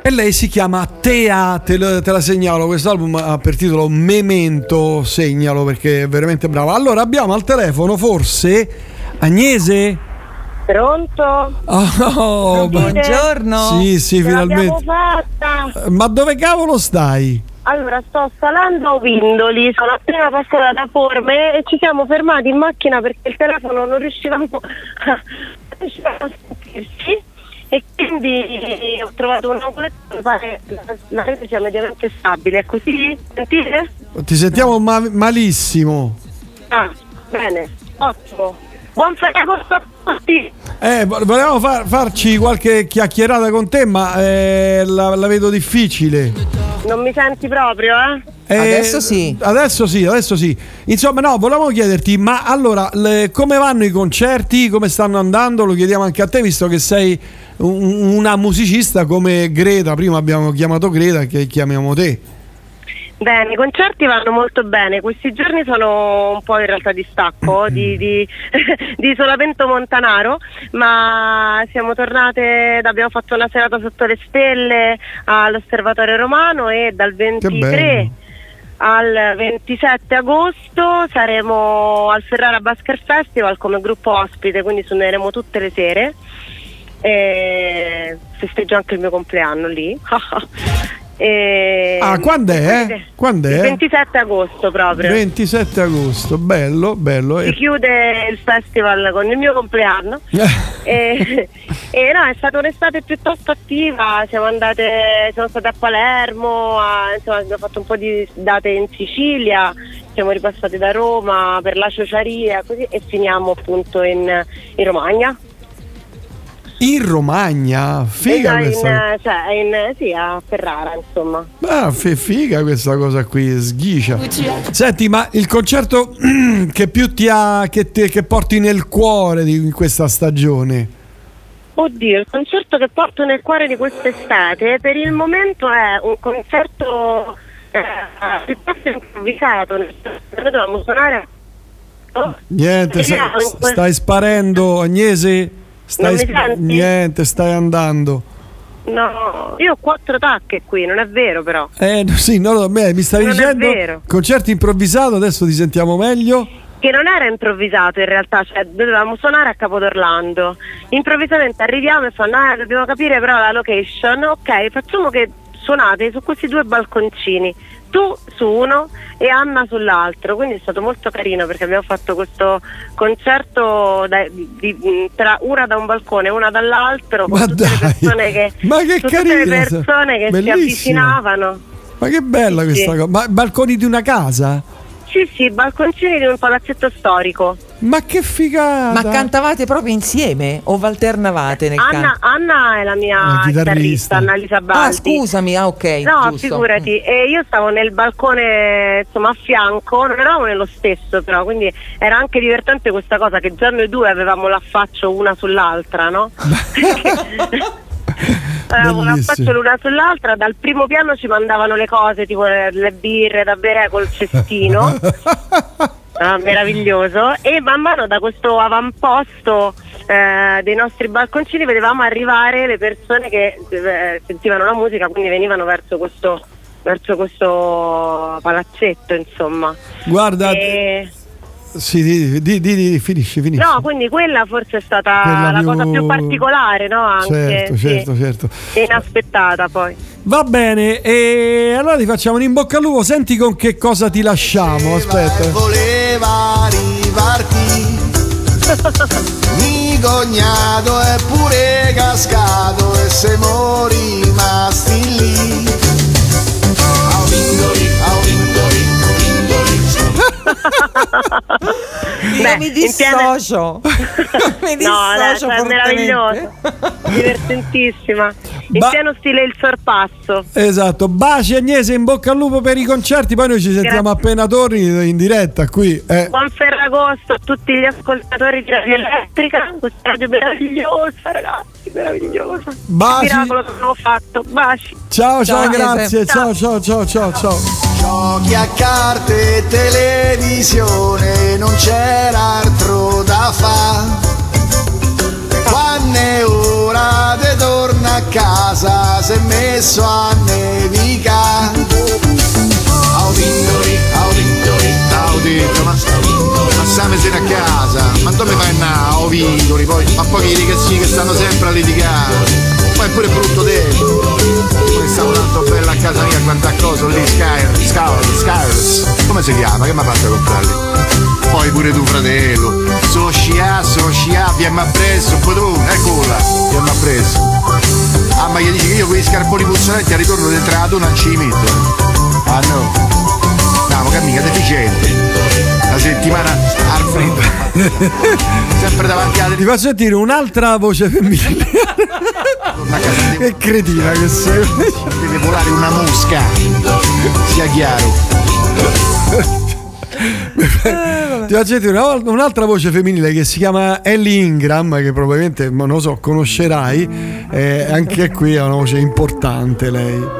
S11: e lei si chiama Tea, te, lo, te la segnalo, questo album ha per titolo Memento, segnalo perché è veramente brava. Allora abbiamo al telefono forse Agnese?
S5: Pronto?
S11: Oh,
S2: buongiorno.
S11: Sì, sì,
S5: Ce
S11: finalmente.
S5: l'abbiamo fatta.
S11: Ma dove cavolo stai?
S5: Allora, sto salando Vindoli, sono appena passata da Forme e ci siamo fermati in macchina perché il telefono non riuscivamo a, a sentirsi e quindi ho trovato un angolo per fare la rete sia mediamente stabile. È così? Sentite?
S11: Ti sentiamo ma- malissimo.
S5: Ah, bene, ottimo. Buon Ferragosto a tutti!
S11: Eh, volevamo far, farci qualche chiacchierata con te, ma eh, la, la vedo difficile.
S5: Non mi senti proprio, eh?
S11: Eh,
S2: Adesso sì.
S11: Adesso sì, adesso sì. Insomma, no, volevamo chiederti, ma allora, le, come vanno i concerti? Come stanno andando? Lo chiediamo anche a te, visto che sei un, una musicista come Greta. Prima abbiamo chiamato Greta, che chiamiamo te.
S5: Bene, i concerti vanno molto bene, questi giorni sono un po' in realtà di stacco, di, di, di isolamento montanaro, ma siamo tornate, abbiamo fatto una serata sotto le stelle all'Osservatorio Romano e dal ventitré al ventisette agosto saremo al Ferrara Basker Festival come gruppo ospite, quindi suoneremo tutte le sere e festeggio anche il mio compleanno lì. E
S11: ah, quando è? Quando è?
S5: Il ventisette agosto proprio.
S11: ventisette agosto, bello, bello.
S5: Si chiude il festival con il mio compleanno. e, e no, è stata un'estate piuttosto attiva, siamo andate, siamo state a Palermo, a, insomma abbiamo fatto un po' di date in Sicilia, siamo ripassati da Roma per la Ciociaria così, e finiamo appunto in, in Romagna.
S11: In Romagna, figa
S5: in,
S11: questa.
S5: Cioè, in, sì, a Ferrara, insomma.
S11: Ah, f- figa questa cosa qui, sghicia. Senti, ma il concerto che più ti ha, che, te, che porti nel cuore di in questa stagione?
S5: Oddio, il concerto che porto nel cuore di quest'estate per il momento è un concerto eh, piuttosto improvvisato. Noi dovevamo suonare. Oh,
S11: Niente, sta, stai sparendo, Agnese? Stai sp- niente, stai andando.
S5: No, io ho quattro tacche qui, non è vero però.
S11: Eh sì, no, no, mi stavi
S5: non
S11: dicendo
S5: è vero.
S11: Concerto improvvisato, adesso ti sentiamo meglio.
S5: Che non era improvvisato in realtà, cioè dovevamo suonare a Capodorlando. Improvvisamente arriviamo e fanno, ah, dobbiamo capire però la location. Ok, facciamo che suonate su questi due balconcini, tu su uno e Anna sull'altro, quindi è stato molto carino perché abbiamo fatto questo concerto da, di, di, tra una da un balcone e una dall'altro con
S11: ma
S5: tutte
S11: dai,
S5: le persone che,
S11: ma che
S5: tutte
S11: carina,
S5: le persone che
S11: bellissima.
S5: si avvicinavano.
S11: Ma che bella
S5: sì,
S11: questa
S5: sì.
S11: cosa, ma balconi di una casa?
S5: Sì, sì, balconcini di un palazzetto storico.
S11: Ma che figata!
S2: Ma cantavate proprio insieme o alternavate nel
S5: Anna,
S2: canto?
S5: Anna è la mia
S11: La chitarrista.
S5: chitarrista, Anna Lisa
S2: Ah,
S5: Baldi.
S2: scusami, ah, ok.
S5: No,
S2: giusto.
S5: figurati, e io stavo nel balcone insomma a fianco, non eravamo nello stesso però, quindi era anche divertente questa cosa che già noi due avevamo l'affaccio una sull'altra, no? Avevamo l'affaccio l'una sull'altra, dal primo piano ci mandavano le cose tipo le, le birre da bere col cestino. Ah, meraviglioso, e man mano da questo avamposto eh, dei nostri balconcini vedevamo arrivare le persone che eh, sentivano la musica, quindi venivano verso questo verso questo palazzetto, insomma.
S11: Guarda,
S5: e...
S11: sì, di, di, di, di, finisci, finisci.
S5: No, quindi quella forse è stata
S11: Quella
S5: la
S11: più...
S5: cosa più particolare, no? Anche,
S11: certo, certo,
S5: sì.
S11: certo.
S5: E inaspettata poi.
S11: Va bene, e allora ti facciamo un in bocca al lupo. Senti con che cosa ti lasciamo. Aspetta.
S22: Voleva arrivarti, mi cognato è pure cascato e siamo rimasti lì. A Vindoli, a Vindoli,
S2: Io
S5: Beh,
S2: mi dissocio. mi dissocio
S5: no, dai, è
S2: fortemente.
S5: meraviglioso, divertentissima. In
S11: Ba-
S5: pieno stile il sorpasso.
S11: Esatto, baci Agnese, in bocca al lupo per i concerti. Poi noi ci sentiamo
S5: Grazie.
S11: appena torni in diretta qui. Eh.
S5: Buon Ferragosto a tutti gli ascoltatori di Radio Elettrica. Questa radio meravigliosa, ragazzi, meravigliosa.
S11: Baci.
S5: Il miracolo che abbiamo fatto. Baci.
S11: Ciao, ciao,
S2: Ciao,
S11: grazie. Ciao, ciao, ciao, ciao, ciao.
S22: giochi a carte e televisione, non c'era altro da fare. Quando è ora di torna a casa, si è messo a nevicare. Audindoli, audindoli, audindoli, ma, ma stiamo a casa, ma dove fai andare? Audindoli, poi, ma poi i ragazzi che stanno sempre a litigare, poi è pure brutto tempo. Poi stavo tanto bella a casa mia, quanta cosa lì, Skyr, Skyr, Skyr, come si chiama? Che mi ha fatto comprare lì? Poi pure tu fratello, so scià, so scià, viamo appresso, poi tu, eccola, viamo appresso. Ah, ma gli dici che io quei scarponi puzzolenti al ritorno dentro la donna non ci metto? Ah no, no, ma che mica deficiente. La settimana al freddo, sempre davanti a...
S11: Ti faccio sentire un'altra voce femminile. Che cretina che sei.
S22: Deve volare una mosca, sia chiaro.
S11: Ti faccio sentire un'altra voce femminile che si chiama Ellie Ingram, che probabilmente, non lo so, conoscerai. Eh, anche qui è una voce importante lei.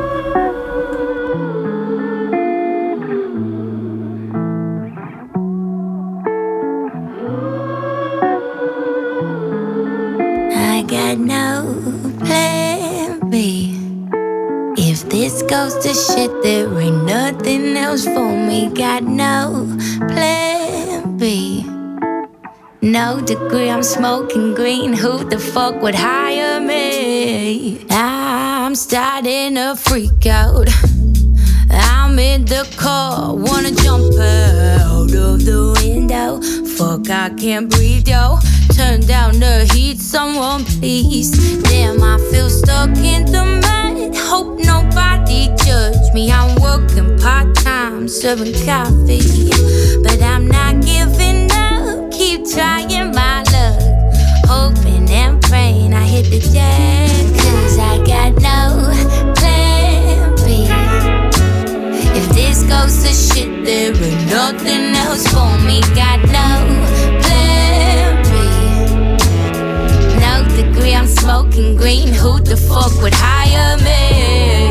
S17: This goes to shit, there ain't nothing else for me. Got no plan B, no degree, I'm smoking green. Who the fuck would hire me? I'm starting to freak out. I'm in the car, wanna jump out of the window. Fuck, I can't breathe, yo. Turn down the heat, someone please. Damn, I feel stuck in the mud. Hope nobody judge me. I'm working part-time, serving coffee, but I'm not giving up. Keep trying my luck, hoping and praying I hit the jack. Cause I got no plan B. If this goes to shit, there ain't nothing else for me. Got no plan B, no degree, I'm smoking green. Who the fuck would hire me?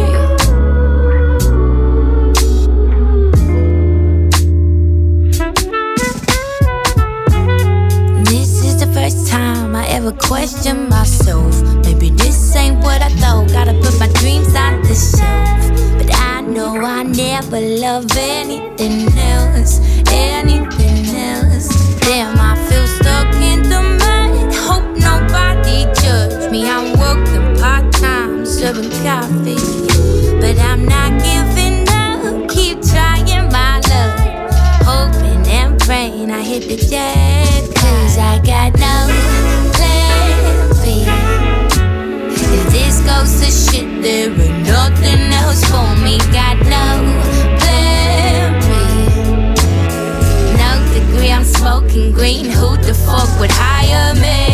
S17: This is the first time I ever questioned myself. Maybe this ain't what I thought. Gotta put my dreams on the shelf. But I know I never love anything else, anything else. Damn, I feel stuck in the mud. Hope nobody judge me. I'm working part-time, serving coffee, but I'm not giving up. Keep trying my luck, hoping and praying I hit the jack. Cause I got no plan B. If this goes to shit, there ain't nothing else for me. Got no plan B, no degree, I'm smoking green. Who the fuck would hire me?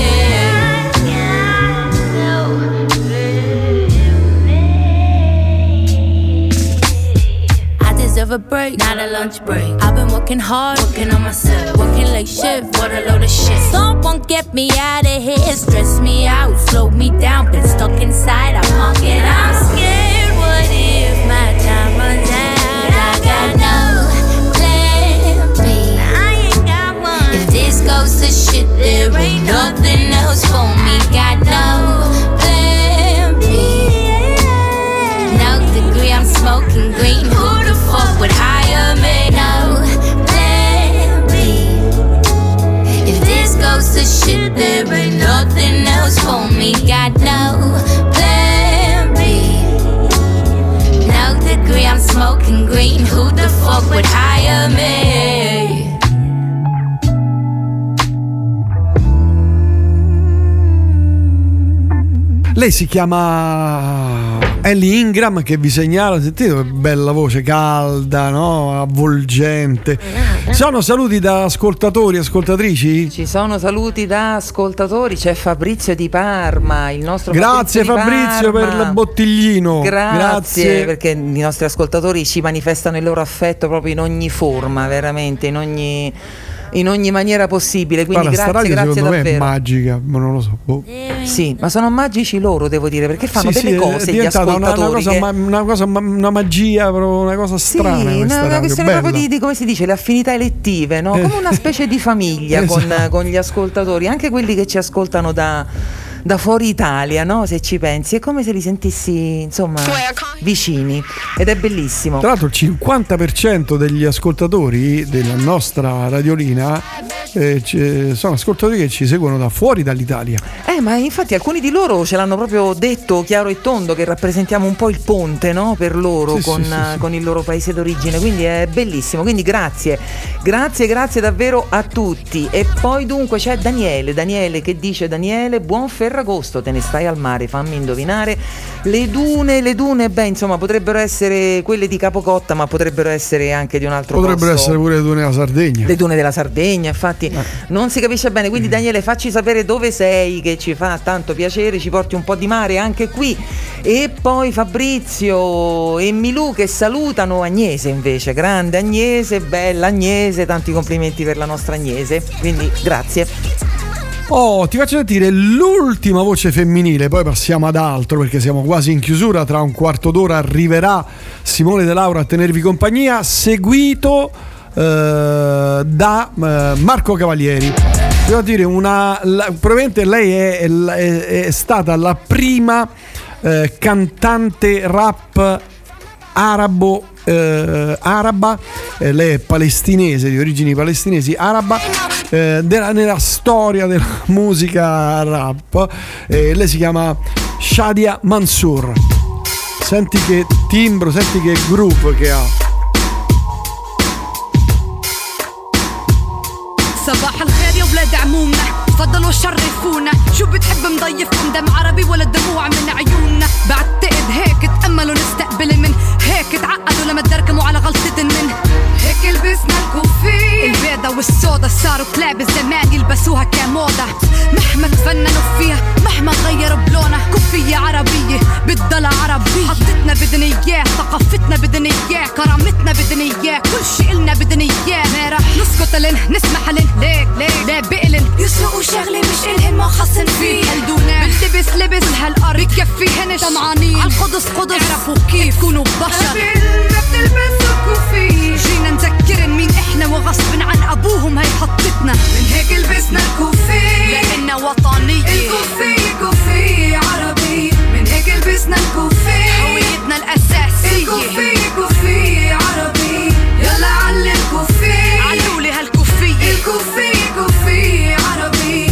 S17: A break, not a lunch break. I've been working hard, working on myself, working late shift, what a load of shit. Someone get me out of here, stress me out, slow me down, been stuck inside, I'm honking. I'm scared, what if my time runs out? I got no plan B. I ain't got one. If this goes to shit, there ain't nothing else for me. Got no plan B, no degree, I'm smoking green. Who the fuck would hire me? No plan B. If this goes to shit, there ain't nothing else for me. Got no plan B, no degree, I'm smoking green. Who the fuck would hire me?
S11: Lei si chiama Ellie Ingram, che vi segnalo, sentite che bella voce, calda, no? Avvolgente. Sono saluti da ascoltatori, ascoltatrici?
S2: Ci sono saluti da ascoltatori, c'è Fabrizio di Parma, il nostro
S11: Grazie
S2: Fabrizio,
S11: Fabrizio per il bottiglino.
S2: Grazie,
S11: Grazie,
S2: perché i nostri ascoltatori ci manifestano il loro affetto proprio in ogni forma, veramente, in ogni... in ogni maniera possibile, quindi
S11: Guarda,
S2: grazie,
S11: sta radio
S2: grazie
S11: secondo
S2: davvero.
S11: me è magica, ma non lo so. Boh.
S2: Sì, ma sono magici loro, devo dire, perché fanno
S11: Sì,
S2: delle
S11: sì,
S2: cose
S11: è
S2: gli
S11: diventata una,
S2: ascoltatori.
S11: una, cosa,
S2: che...
S11: ma, una cosa, ma- una magia, proprio una cosa strana.
S2: Sì,
S11: questa
S2: una, una
S11: radio,
S2: questione
S11: bella.
S2: proprio di, di come si dice, le affinità elettive, no? Come una specie di famiglia con,
S11: Esatto.
S2: con gli ascoltatori, anche quelli che ci ascoltano da da fuori Italia, no? Se ci pensi, è come se li sentissi, insomma, vicini, ed è bellissimo.
S11: Tra l'altro il cinquanta per cento degli ascoltatori della nostra radiolina eh, c- sono ascoltatori che ci seguono da fuori dall'Italia.
S2: Eh, ma infatti alcuni di loro ce l'hanno proprio detto chiaro e tondo, che rappresentiamo un po' il ponte, no? Per loro,
S11: Sì,
S2: con,
S11: sì, sì, sì.
S2: con il loro paese d'origine, quindi è bellissimo. Quindi grazie, grazie, grazie davvero a tutti. E poi dunque c'è Daniele, Daniele che dice: Daniele, buon Ferragosto, te ne stai al mare, fammi indovinare. Le dune, le dune, beh, insomma, potrebbero essere quelle di Capocotta, ma potrebbero essere anche di un altro
S11: Potrebbero
S2: posto.
S11: essere pure le dune della Sardegna.
S2: Le dune della Sardegna, infatti
S11: Eh.
S2: non si capisce bene. Quindi Daniele, facci sapere dove sei, che ci fa tanto piacere, ci porti un po' di mare anche qui. E poi Fabrizio e Milù che salutano Agnese invece, grande Agnese, bella Agnese, tanti complimenti per la nostra Agnese, quindi grazie.
S11: Oh, ti faccio sentire l'ultima voce femminile, poi passiamo ad altro perché siamo quasi in chiusura. Tra un quarto d'ora arriverà Simone De Laura a tenervi compagnia, seguito eh, da eh, Marco Cavalieri. Devo dire, una, la, probabilmente lei è, è, è stata la prima eh, cantante rap arabo eh, araba, eh, lei è palestinese, di origini palestinesi, araba, eh, della, nella storia della musica rap. Eh, lei si chiama Shadia Mansour. Senti che timbro, senti che groove che ha.
S18: صباح الخير يا ولاد عمومنا، تفضلوا شرفونا. شو بتحب مضيفكم، دم عربي ولا دموع من عيوننا؟ بعتقد هيك تأملوا نستقبل من هيك تعقدوا لما تدركموا على غلطة من هيك لبسنا الكوفية البيضة والسودا، صاروا كلاب الزمان يلبسوها كموضة. مهما تفننوا فيها، مهما غيروا بلونها، كوفية عربية بتضل عربية. حطتنا بدنا اياه، ثقافتنا بدنا اياه، كرامتنا بدنا اياه، كل شي إلنا بدنا اياه. ما رح نسكت لن نسمح لن ليك ليك لا بقلن يسرقوا شغلة مش إلهن ما خصن فيه. هالدونا بلتبس لبس هالأرض بكفيهنش طمعانين عالقدس قدس، اعرفوا كيف كونوا بشر قبل ما بتلبسوا كوفية. جينا نذكرن مين احنا وغصب عن ابوهم هي حطتنا، من هيك لبسنا الكوفية لأننا وطنية. الكوفية كوفية عربية، من هيك لبسنا الكوفية هويتنا الأساسية. الكوفية كوفية عربية، يلا علي الكوفية، علولي هالكوفية. الكوفية كوفية عربية،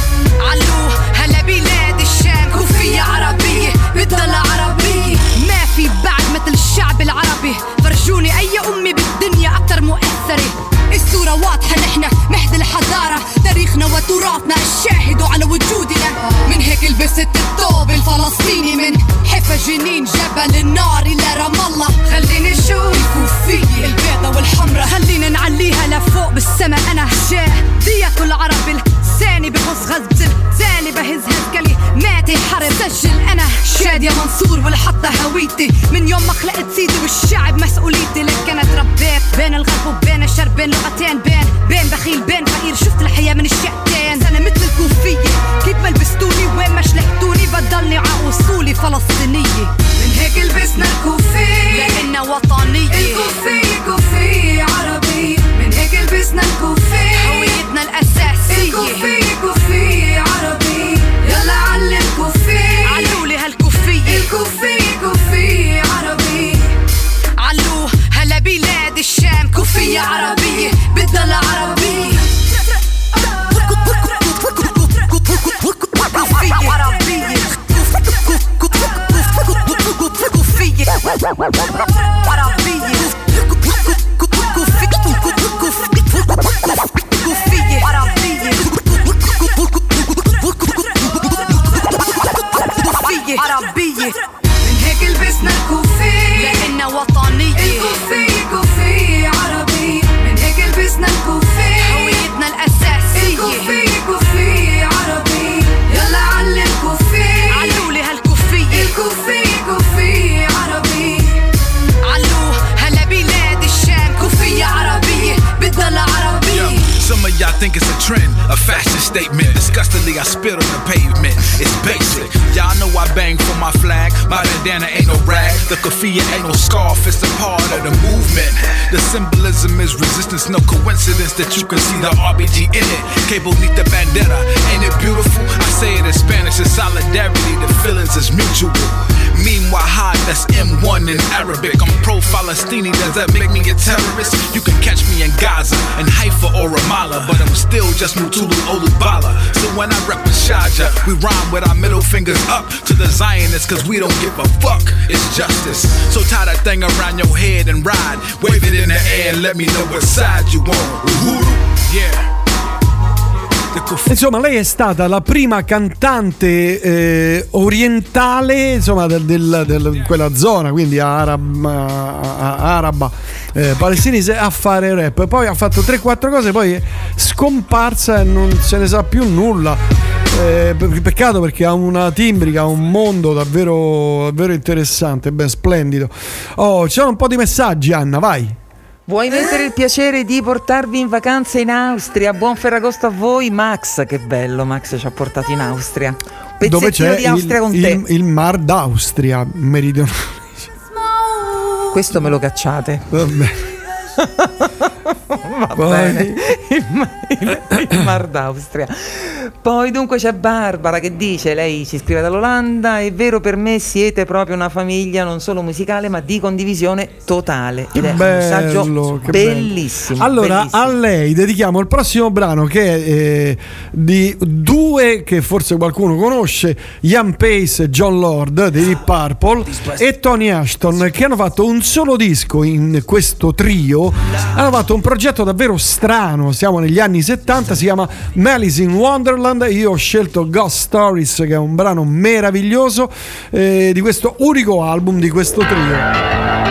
S18: علوه هلا بلاد الشام. كوفية عربية بتضل عربية، ما في بعد مثل الشعب العربي. فرجوني أي أمي بالدنيا أكتر مؤثرة. الصورة واضحة، نحنا مهد الحضارة، تاريخنا وتراثنا الشاهد على وجودنا. من هيك لبست الثوب الفلسطيني، من حيفا جنين جبل النار إلى رام الله. خليني نشوف الكوفية البيضة والحمرة، خلينا نعليها لفوق بالسما. أنا شادية العرب لساني بغص غزل زاني بهز هالكلي ماتي حرب. سجل أنا شادية منصور والحطة هويتي، من يوم ما خلقت سيدي والشعب مسؤوليتي. لك أنا تربيت بين الغرب وبين الشرق، بين لغتين، بين بين بخيل بين فقير. شفت الحياة من الشقتين، أنا مثل الكوفية، كيف ما لبستوني وين ما شلحتوني بضلني عاوصولي فلسطينية. من هيك لبسنا الكوفية لأننا وطنية. الكوفية كوفية عربية، من هيك لبسنا الكوفية هويتنا الأساسية. الكوفية كوفية عربية، يلا علي الكوفية، علولي هالكوفية. الكوفية كوفية عربية، علوه هلا بلاد الشام. كوفية عربية بتضل عربية. كوفية عربية، كوفية عربية، كوفية عربية، كوفية عربية. من هيك لبسنا الكوفية لأننا وطنية. الكوفية كوفية عربية، من هيك لبسنا الكوفية هويتنا الأساسية. الكوفية كوفية عربية، يلا علي الكوفية، علولي هالكوفية. الكوفية كوفية عربية، علوه هلا بلاد الشام. كوفية عربية بتضل عربية.
S19: Some of y'all think it's a trend, a fashion statement. Disgustingly, I spit on the pavement. It's basic. Y'all know I bang for my flag. My bandana ain't no rag. The keffiyeh ain't no scarf. It's a part of the movement. The symbolism is resistance. No coincidence that you can see the R B G in it. Cable need the bandana. Ain't it beautiful? I say it in Spanish. It's solidarity. The feelings is mutual. Meanwhile, that's M one in Arabic. I'm pro-Falastini. Does that make me a terrorist? You can catch me in Gaza, in Haifa or Ramallah, but I'm still just Mutulu Olubala. So when I rep with Shaja, we rhyme with our middle fingers up to the Zionists, cause we don't give a fuck. It's justice. So tie that thing around your head and ride. Wave it in the air and let me know what side you on. Uhuru. Yeah.
S11: Insomma, lei è stata la prima cantante eh, orientale, insomma, del, del, del, quella zona, quindi arab, araba, eh, palestinese, a fare rap. Poi ha fatto tre quattro cose, poi è scomparsa e non se ne sa più nulla. Eh, peccato, perché ha una timbrica, un mondo davvero, davvero interessante, ben splendido. Oh, ci sono un po' di messaggi, Anna, vai.
S2: Vuoi mettere il piacere di portarvi in vacanza in Austria? Buon Ferragosto a voi, Max. Che bello, Max ci ha portato in Austria. Pezzettino
S11: dove c'è
S2: di Austria
S11: il,
S2: con
S11: il,
S2: te.
S11: il Mar d'Austria meridionale.
S2: Questo me lo cacciate.
S11: Vabbè.
S2: Va
S11: Poi...
S2: bene. Il, il, il Mar d'Austria. Poi dunque c'è Barbara che dice, lei ci scrive dall'Olanda: è vero, per me siete proprio una famiglia non solo musicale ma di condivisione totale. Ed è
S11: bello,
S2: un messaggio bellissimo.
S11: Bello. Allora
S2: bellissimo.
S11: A lei dedichiamo il prossimo brano, che è eh, di due che forse qualcuno conosce, Ian Pace e John Lord dei Deep Purple e Tony Ashton, che hanno fatto un solo disco in questo trio. Hanno fatto un progetto davvero strano, siamo negli anni settanta, si chiama Malice in Wonderland. Io ho scelto Ghost Stories, che è un brano meraviglioso eh, di questo unico album di questo trio.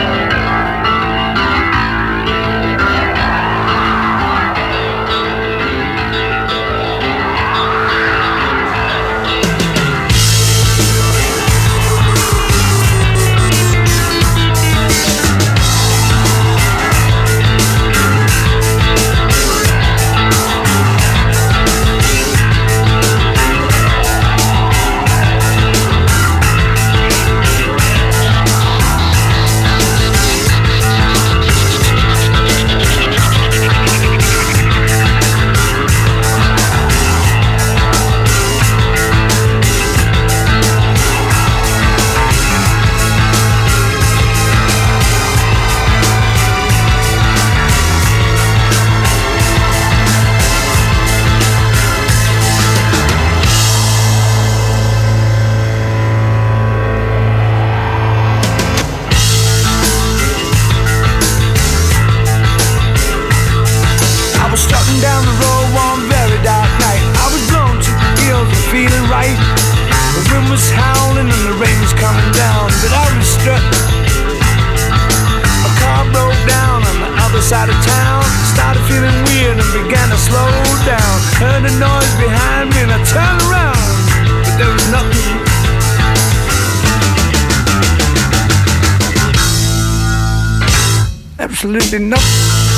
S20: Absolutely nothing.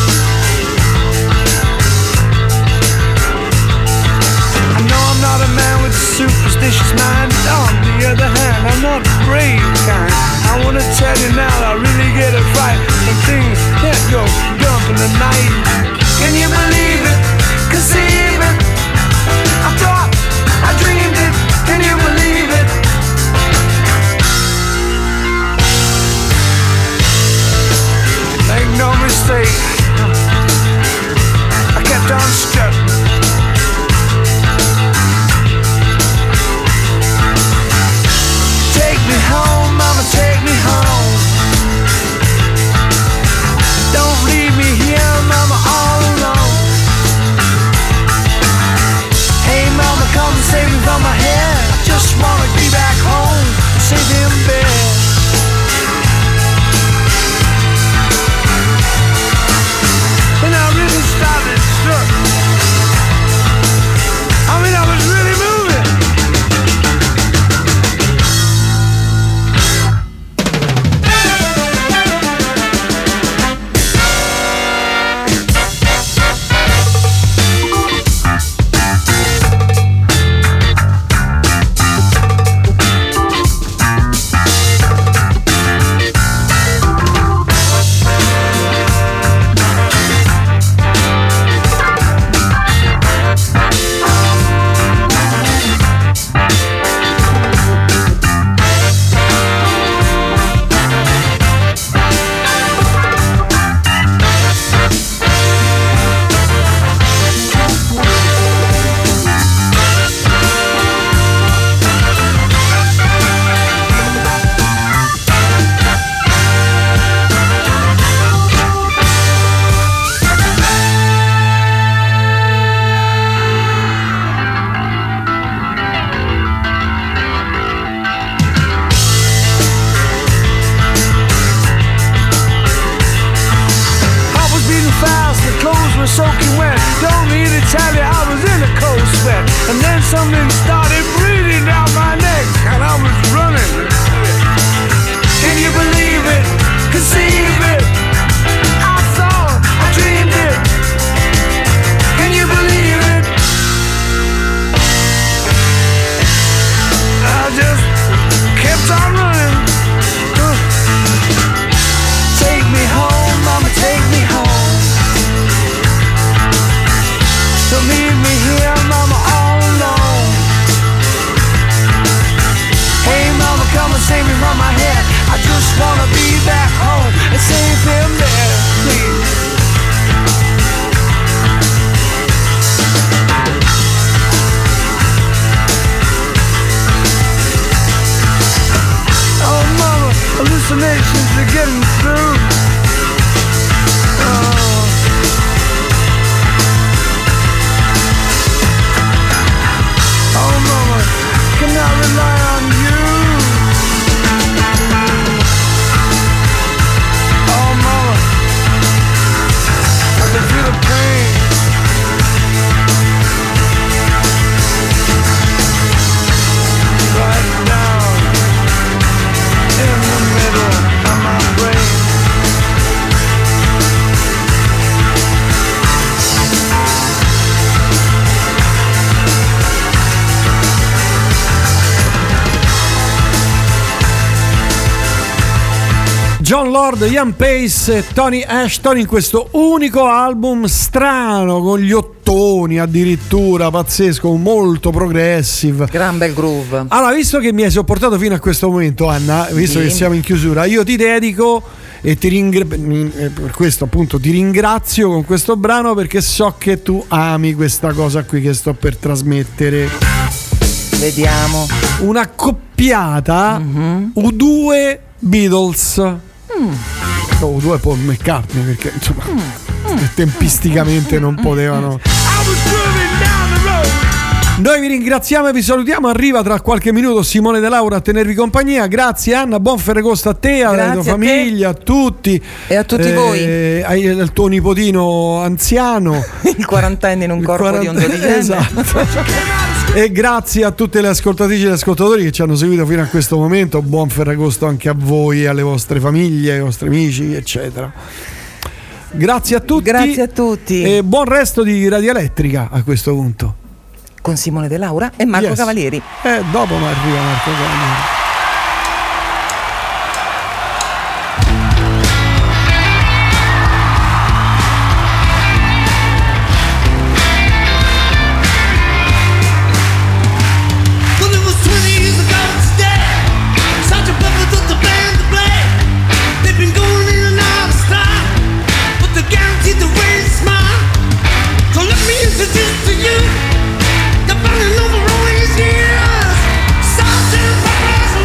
S20: I know I'm not a man with a superstitious mind, but on the other hand, I'm not a brave kind. I wanna tell you now that I really get a fright when things that go dump in the night. Can you believe it? Conceive it? I thought I dreamed it. Can you believe it? Make no mistake, I kept on stuck. Take me home, mama, take me home. Don't leave me here, mama, all alone. soaking wet. Don't need to tell you I was in a cold sweat. And then something started breathing down my neck, and I was running. Can you believe it? Conceive it? I saw it, I dreamed it. Can you believe it? I just kept on running. Uh. Take me home, mama, take me home. Don't leave me here, mama, all alone. Hey, mama, come and save me from my head. I just wanna be back home and save him there, please. Oh, mama, hallucinations are getting through. Oh. Oh, mama, can I rely on you? Oh, mama, I can feel the pain. Right down in the middle of my brain.
S11: John Lord, Ian Pace e Tony Ashton in questo unico album strano, con gli ottoni addirittura, pazzesco, molto progressive.
S2: Gran bel groove.
S11: Allora, visto che mi hai sopportato fino a questo momento, Anna, visto
S2: Sì.
S11: che siamo in chiusura, io ti dedico e ti ringra- per questo appunto ti ringrazio con questo brano, perché so che tu ami questa cosa qui che sto per trasmettere.
S2: Vediamo.
S11: Una coppiata
S2: Mm-hmm.
S11: U due Beatles.
S2: Mm.
S11: No, U due Paul McCartney, perché insomma tempisticamente non potevano. Noi vi ringraziamo e vi salutiamo. Arriva tra qualche minuto Simone De Laura a tenervi compagnia. Grazie Anna, buon Ferragosto a te, alla
S2: Grazie
S11: tua
S2: a te.
S11: famiglia, a tutti
S2: E a tutti voi.
S11: ai- al tuo nipotino anziano,
S2: Il quarantenne in un
S11: Il
S2: corpo di un
S11: quarantenne,
S2: dodicenne.
S11: esatto. E grazie a tutte le ascoltatrici e gli ascoltatori che ci hanno seguito fino a questo momento. Buon Ferragosto anche a voi, alle vostre famiglie, ai vostri amici, eccetera. Grazie a tutti.
S2: Grazie a tutti.
S11: E buon resto di Radio Elettrica a questo punto.
S2: Con Simone De Laura e Marco
S11: Yes.
S2: Cavalieri.
S11: Eh, dopo mi arriva Marco Cavalieri.
S13: Well, it was twenty years ago today. Sergeant Pepper took the band to play. They've been going in and out of style, but they're guaranteed to raise a smile. So let me introduce to you the burning over all these years. Sergeant Pepper's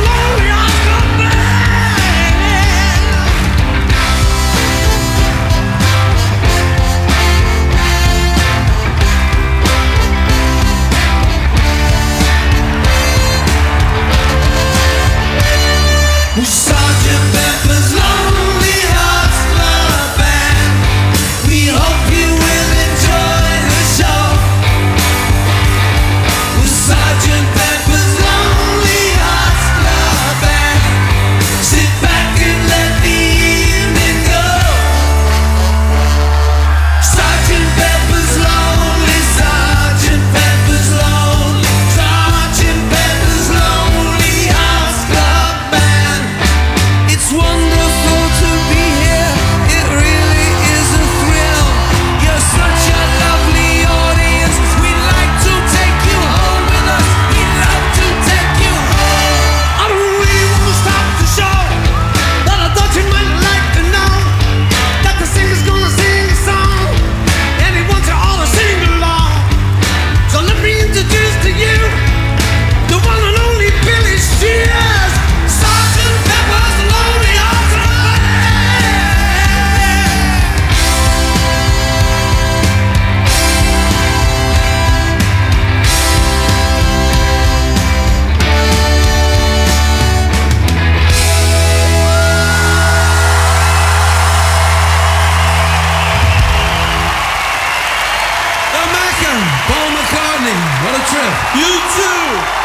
S1: You too.